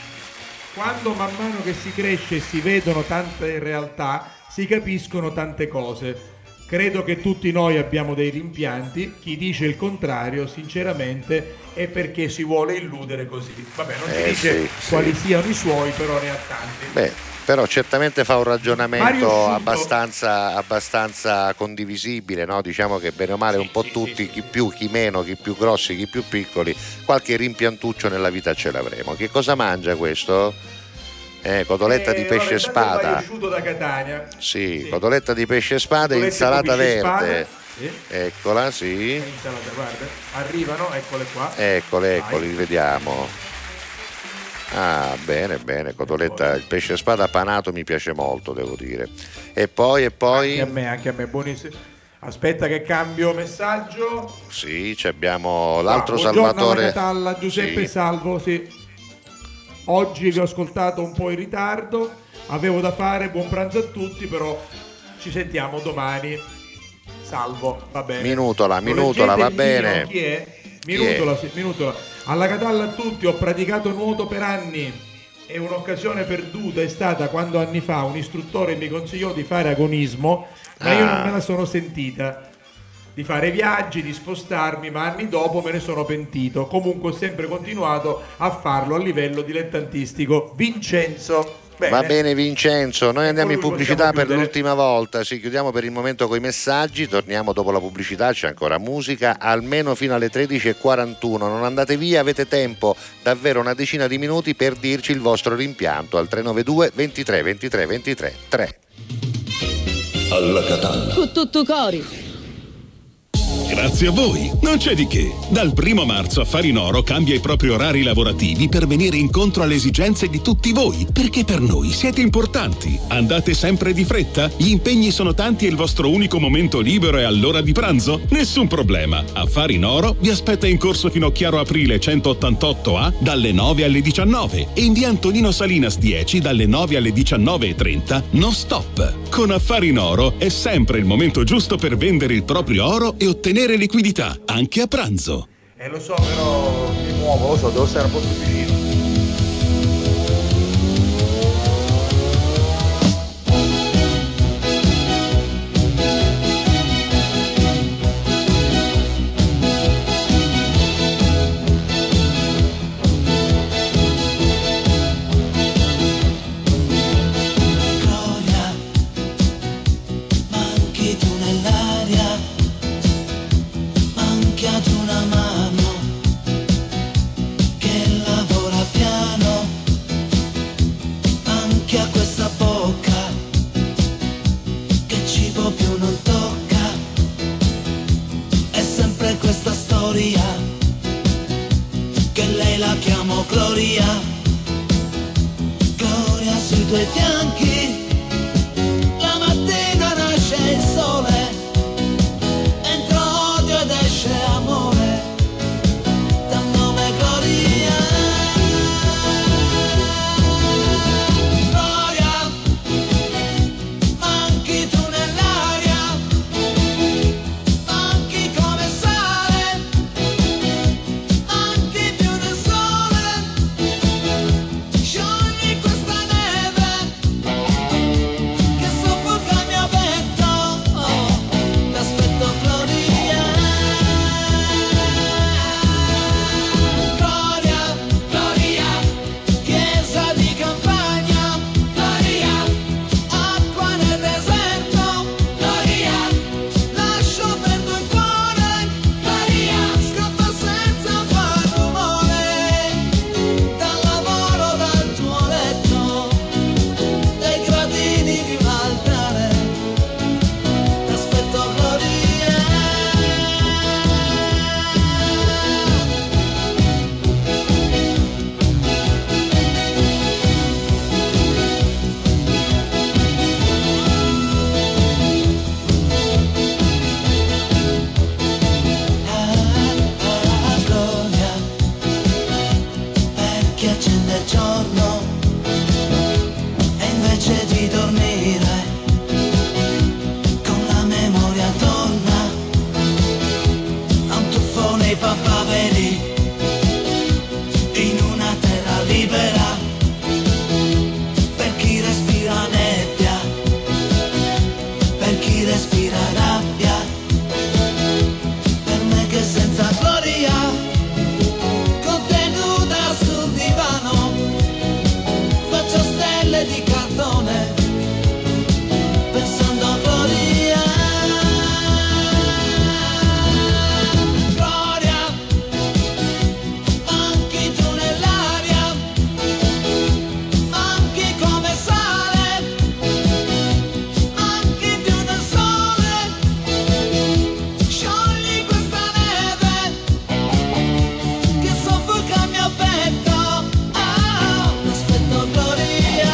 Quando man mano che si cresce e si vedono tante realtà, si capiscono tante cose. Credo che tutti noi abbiamo dei rimpianti, chi dice il contrario sinceramente è perché si vuole illudere così. Vabbè, non si Eh, dice sì, quali sì. siano i suoi, però ne ha tanti. Beh, però certamente fa un Mario ragionamento Sciutto. abbastanza, abbastanza condivisibile, no? Diciamo che bene o male un po' sì, tutti, sì, chi più, chi meno, chi più grossi, chi più piccoli, qualche rimpiantuccio nella vita ce l'avremo. Che cosa mangia questo? Eh, cotoletta Eh, di pesce vabbè, intanto il spada. prosciutto da Catania. Sì, Sì. cotoletta di pesce spada e Cotolette insalata con pesce verde. spada. Sì. Eccola, sì. E insalata, guarda, arrivano, eccole qua. Eccole, Vai. eccoli, vediamo. Ah, bene, bene, cotoletta, il pesce spada panato mi piace molto, devo dire. E poi, e poi... Anche a me, anche a me, buonissimo. Aspetta che cambio messaggio. Sì, ci abbiamo l'altro Ah, buongiorno Salvatore. alla Catalla, Giuseppe Sì. Salvo, sì. Oggi vi ho ascoltato un po' in ritardo, avevo da fare, buon pranzo a tutti, però ci sentiamo domani. Salvo, va bene. Minutola, Lo minutola, va leggete il mio? bene. Chi è? Chi Minutola, sì, minutola. Alla Catalla a tutti, ho praticato nuoto per anni. E un'occasione perduta è stata quando anni fa un istruttore mi consigliò di fare agonismo, ma io Ah. non me la sono sentita. Di fare viaggi, di spostarmi, ma anni dopo me ne sono pentito. Comunque ho sempre continuato a farlo a livello dilettantistico. Vincenzo. Bene. Va bene Vincenzo, noi andiamo in Poi pubblicità possiamo per chiudere. l'ultima volta, sì, chiudiamo per il momento con i messaggi, torniamo dopo la pubblicità, c'è ancora musica, almeno fino alle tredici e quarantuno, non andate via, avete tempo, davvero una decina di minuti per dirci il vostro rimpianto al tre nove due ventitré ventitré ventitré tre. Alla Catalla. Con tutto cori. Grazie a voi, non c'è di che. Dal primo marzo Affari in Oro cambia i propri orari lavorativi per venire incontro alle esigenze di tutti voi, perché per noi siete importanti. Andate sempre di fretta? Gli impegni sono tanti e il vostro unico momento libero è all'ora di pranzo? Nessun problema. Affari in Oro vi aspetta in corso Finocchiaro Aprile centottantotto A dalle nove alle diciannove e in via Antonino Salinas dieci dalle nove alle diciannove e trenta non stop. Con Affari in Oro è sempre il momento giusto per vendere il proprio oro e ottenere liquidità, anche a pranzo. Eh lo so, però mi muovo, lo so, devo stare un po' più vicino. Gloria, manchi tu nell'aria, manchi ad una mano che lavora notte di dormire con la memoria torna a un tuffo nei papaveri in una terra libera per chi respira nebbia, per chi respira rabbia, per me che senza gloria contenuta sul divano faccio stelle di cartone pensando a gloria. Gloria, manchi tu nell'aria, manchi come sale, manchi più del sole, sciogli questa neve che soffoca il mio petto. Ah, aspetto gloria.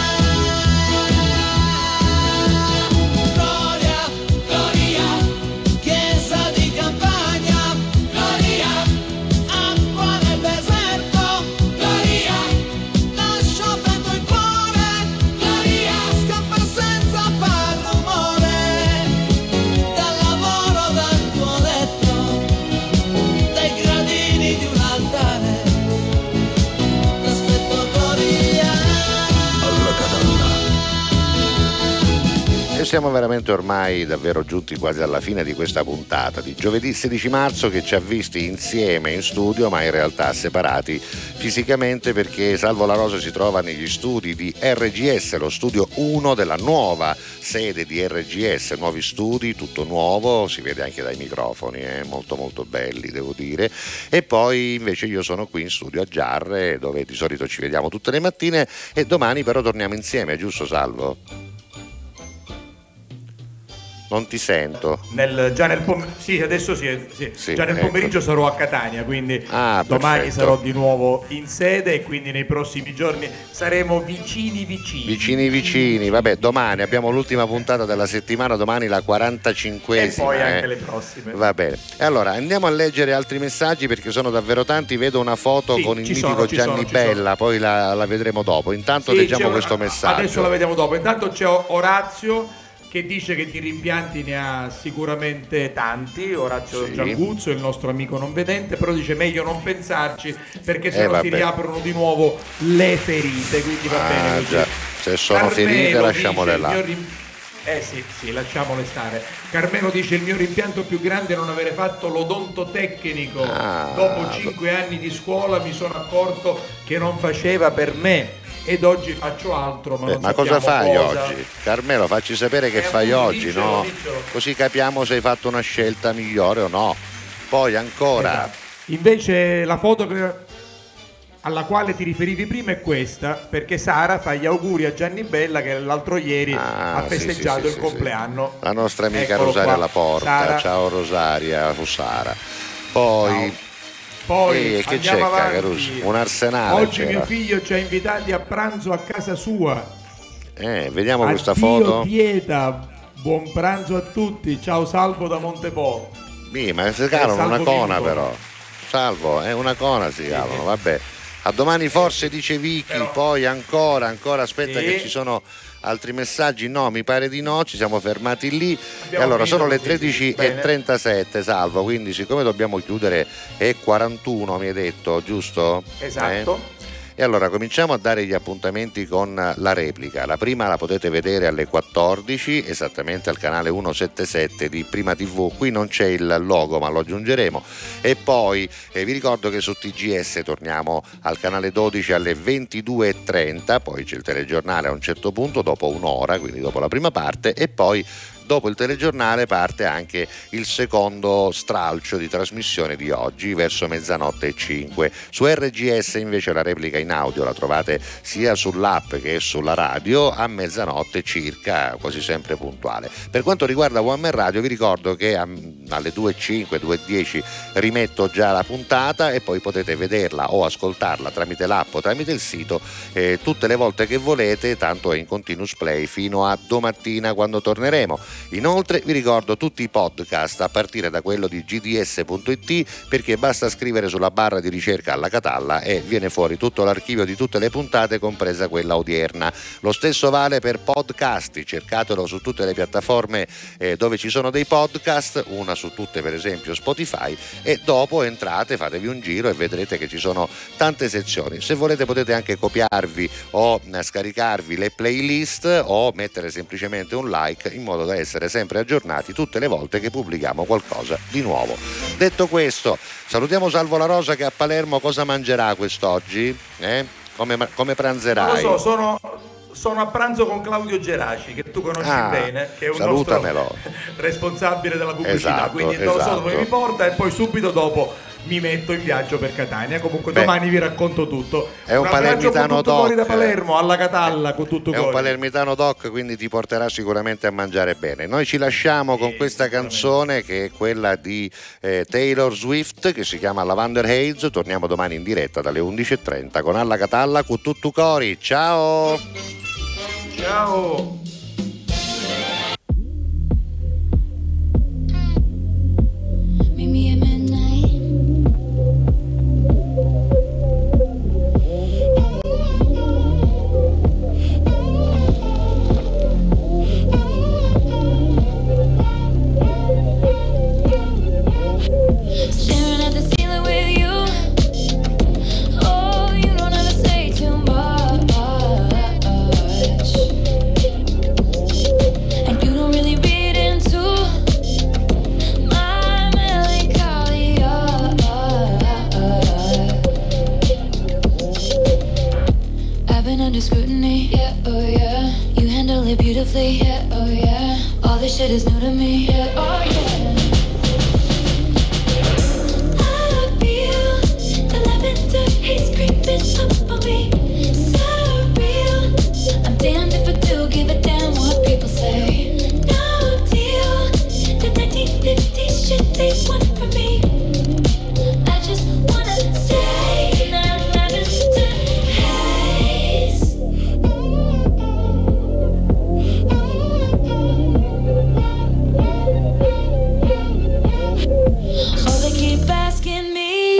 Gloria, gloria, chiesa di campagna, gloria, acqua nel deserto, gloria, lascio aperto il cuore, gloria, scappa senza far rumore, dal lavoro, dal tuo letto, dai gradini di un altare, aspetto gloria. Alla Catalla. E siamo veramente ormai davvero giunti quasi alla fine di questa puntata di giovedì sedici marzo che ci ha visti insieme in studio ma in realtà separati fisicamente perché Salvo La Rosa si trova negli studi di R G S, lo studio uno della nuova sede di R G S, nuovi studi, tutto nuovo, si vede anche dai microfoni, eh, molto molto belli devo dire, e poi invece io sono qui in studio a Giarre dove di solito ci vediamo tutte le mattine e domani però torniamo insieme, giusto Salvo? Non ti sento. Nel, già nel pomeriggio, sì, adesso sì, sì. Sì, già nel ecco. pomeriggio sarò a Catania, quindi Ah, domani perfetto. sarò di nuovo in sede e quindi nei prossimi giorni saremo vicini vicini. Vicini vicini, vabbè, domani abbiamo l'ultima puntata della settimana, domani la quarantacinquesima. E poi anche eh. le prossime. Va bene. E allora andiamo a leggere altri messaggi perché sono davvero tanti. Vedo una foto Sì, con il ci mitico sono, ci Gianni sono, ci Bella, poi la, la vedremo dopo. Intanto Sì, leggiamo c'è una- questo messaggio. Adesso la vediamo dopo. Intanto c'è Orazio che dice che di rimpianti ne ha sicuramente tanti. Orazio Sì. Gianguzzo, il nostro amico non vedente, però dice meglio non pensarci perché Eh, se no si vabbè. riaprono di nuovo le ferite, quindi va bene Ah, così. già. Se sono Carmelo ferite lasciamole dice, là. "Il mio rim- Eh sì, sì, lasciamole stare. Carmelo dice il mio rimpianto più grande è non avere fatto l'odontotecnico. Ah, Dopo cinque anni di scuola mi sono accorto che non faceva per me ed oggi faccio altro, ma Eh, non ma cosa sappiamo fai cosa. oggi? Carmelo, facci sapere che Eh, fai appunto, oggi, diccelo, no? diccelo. Così capiamo se hai fatto una scelta migliore o no. Poi ancora. Esatto. Invece la foto che- alla quale ti riferivi prima è questa, perché Sara fa gli auguri a Gianni Bella che l'altro ieri Ah, ha sì, festeggiato sì, sì, il sì, compleanno. La nostra amica Eccolo Rosaria qua. Laporta. Sara. Ciao Rosaria, o Sara. Poi Ciao. Poi eh, che c'è andiamo avanti. Caruso? Un arsenale Oggi c'era. mio figlio ci ha invitati a pranzo a casa sua. Eh, vediamo questa Addio foto. dieta, buon pranzo a tutti. Ciao Salvo da Montepo. Sì, ma si calano Salvo una cona Vinco. però. Salvo, è una cona si calano, vabbè. A domani forse dice Vicky, Però- poi ancora, ancora, aspetta Sì. che ci sono altri messaggi, no, mi pare di no, ci siamo fermati lì. Abbiamo E allora finito sono le così, tredici e bene. trentasette, Salvo, quindi siccome dobbiamo chiudere è quarantuno mi hai detto, giusto? Esatto. Eh? E allora cominciamo a dare gli appuntamenti con la replica. La prima la potete vedere alle quattordici, esattamente al canale centosettantasette di Prima tivù. Qui non c'è il logo, ma lo aggiungeremo. E poi eh, vi ricordo che su T G S torniamo al canale dodici alle ventidue e trenta, poi c'è il telegiornale a un certo punto, dopo un'ora, quindi dopo la prima parte, e poi dopo il telegiornale parte anche il secondo stralcio di trasmissione di oggi verso mezzanotte e cinque. Su R G S invece la replica in audio la trovate sia sull'app che sulla radio a mezzanotte circa, quasi sempre puntuale. Per quanto riguarda One Man Radio vi ricordo che alle due e cinque, due e dieci rimetto già la puntata e poi potete vederla o ascoltarla tramite l'app o tramite il sito eh, tutte le volte che volete, tanto è in continuous play fino a domattina quando torneremo. Inoltre vi ricordo tutti i podcast a partire da quello di G D S punto it, perché basta scrivere sulla barra di ricerca Alla Catalla e viene fuori tutto l'archivio di tutte le puntate, compresa quella odierna. Lo stesso vale per Podcasti, cercatelo su tutte le piattaforme eh, dove ci sono dei podcast, una su tutte per esempio Spotify, e dopo entrate, fatevi un giro e vedrete che ci sono tante sezioni. Se volete potete anche copiarvi o eh, scaricarvi le playlist o mettere semplicemente un like in modo da essere sempre aggiornati tutte le volte che pubblichiamo qualcosa di nuovo. Detto questo, salutiamo Salvo La Rosa che a Palermo cosa mangerà quest'oggi? Eh? Come, come pranzerai? Non lo so, sono, sono a pranzo con Claudio Geraci, che tu conosci ah, bene, che è un salutamelo. nostro responsabile della pubblicità, esatto, quindi non esatto. lo so dove mi porta e poi subito dopo mi metto in viaggio per Catania. Comunque Beh, domani vi racconto tutto. È un, un palermitano doc fuori da Palermo, Alla Catalla con tutto è cori. un palermitano doc, quindi ti porterà sicuramente a mangiare bene. Noi ci lasciamo con questa canzone che è quella di eh, Taylor Swift, che si chiama Lavender Haze. Torniamo domani in diretta dalle undici e trenta con Alla Catalla con tutto cori. Ciao ciao. Meet me at midnight. Staring at the ceiling with you. Oh, you don't ever say too much. And you don't really read into my melancholia. I've been under scrutiny, yeah, oh yeah. You handle it beautifully, yeah, oh yeah. All this shit is new to me, yeah, oh yeah. I feel the lavender haze creeping up on me, so real. I'm damned if I do give a damn what people say. No deal, the nineteen fifties shit they want from me. I just wanna say that lavender haze. All they keep asking me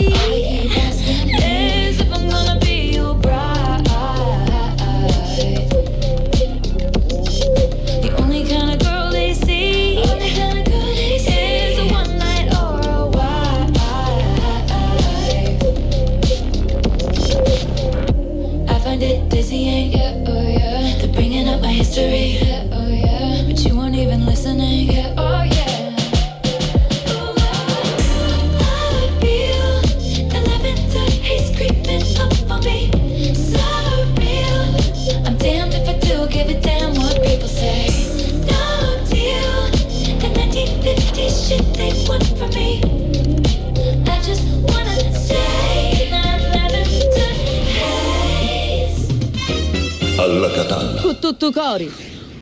is if I'm gonna be your bride. The only kind of girl they see is a one night or a wife. I find it dizzying, yeah, oh yeah. They're bringing up my history, yeah, oh yeah. But you weren't even listening, yeah, oh yeah. I feel the lavender haze creeping up on me, so real. I'm damned if I do give a damn what people say. No deal, the nineteen fifties shit they want from me. I just wanna say that lavender haze. Alla Catalla. Con tutto cori.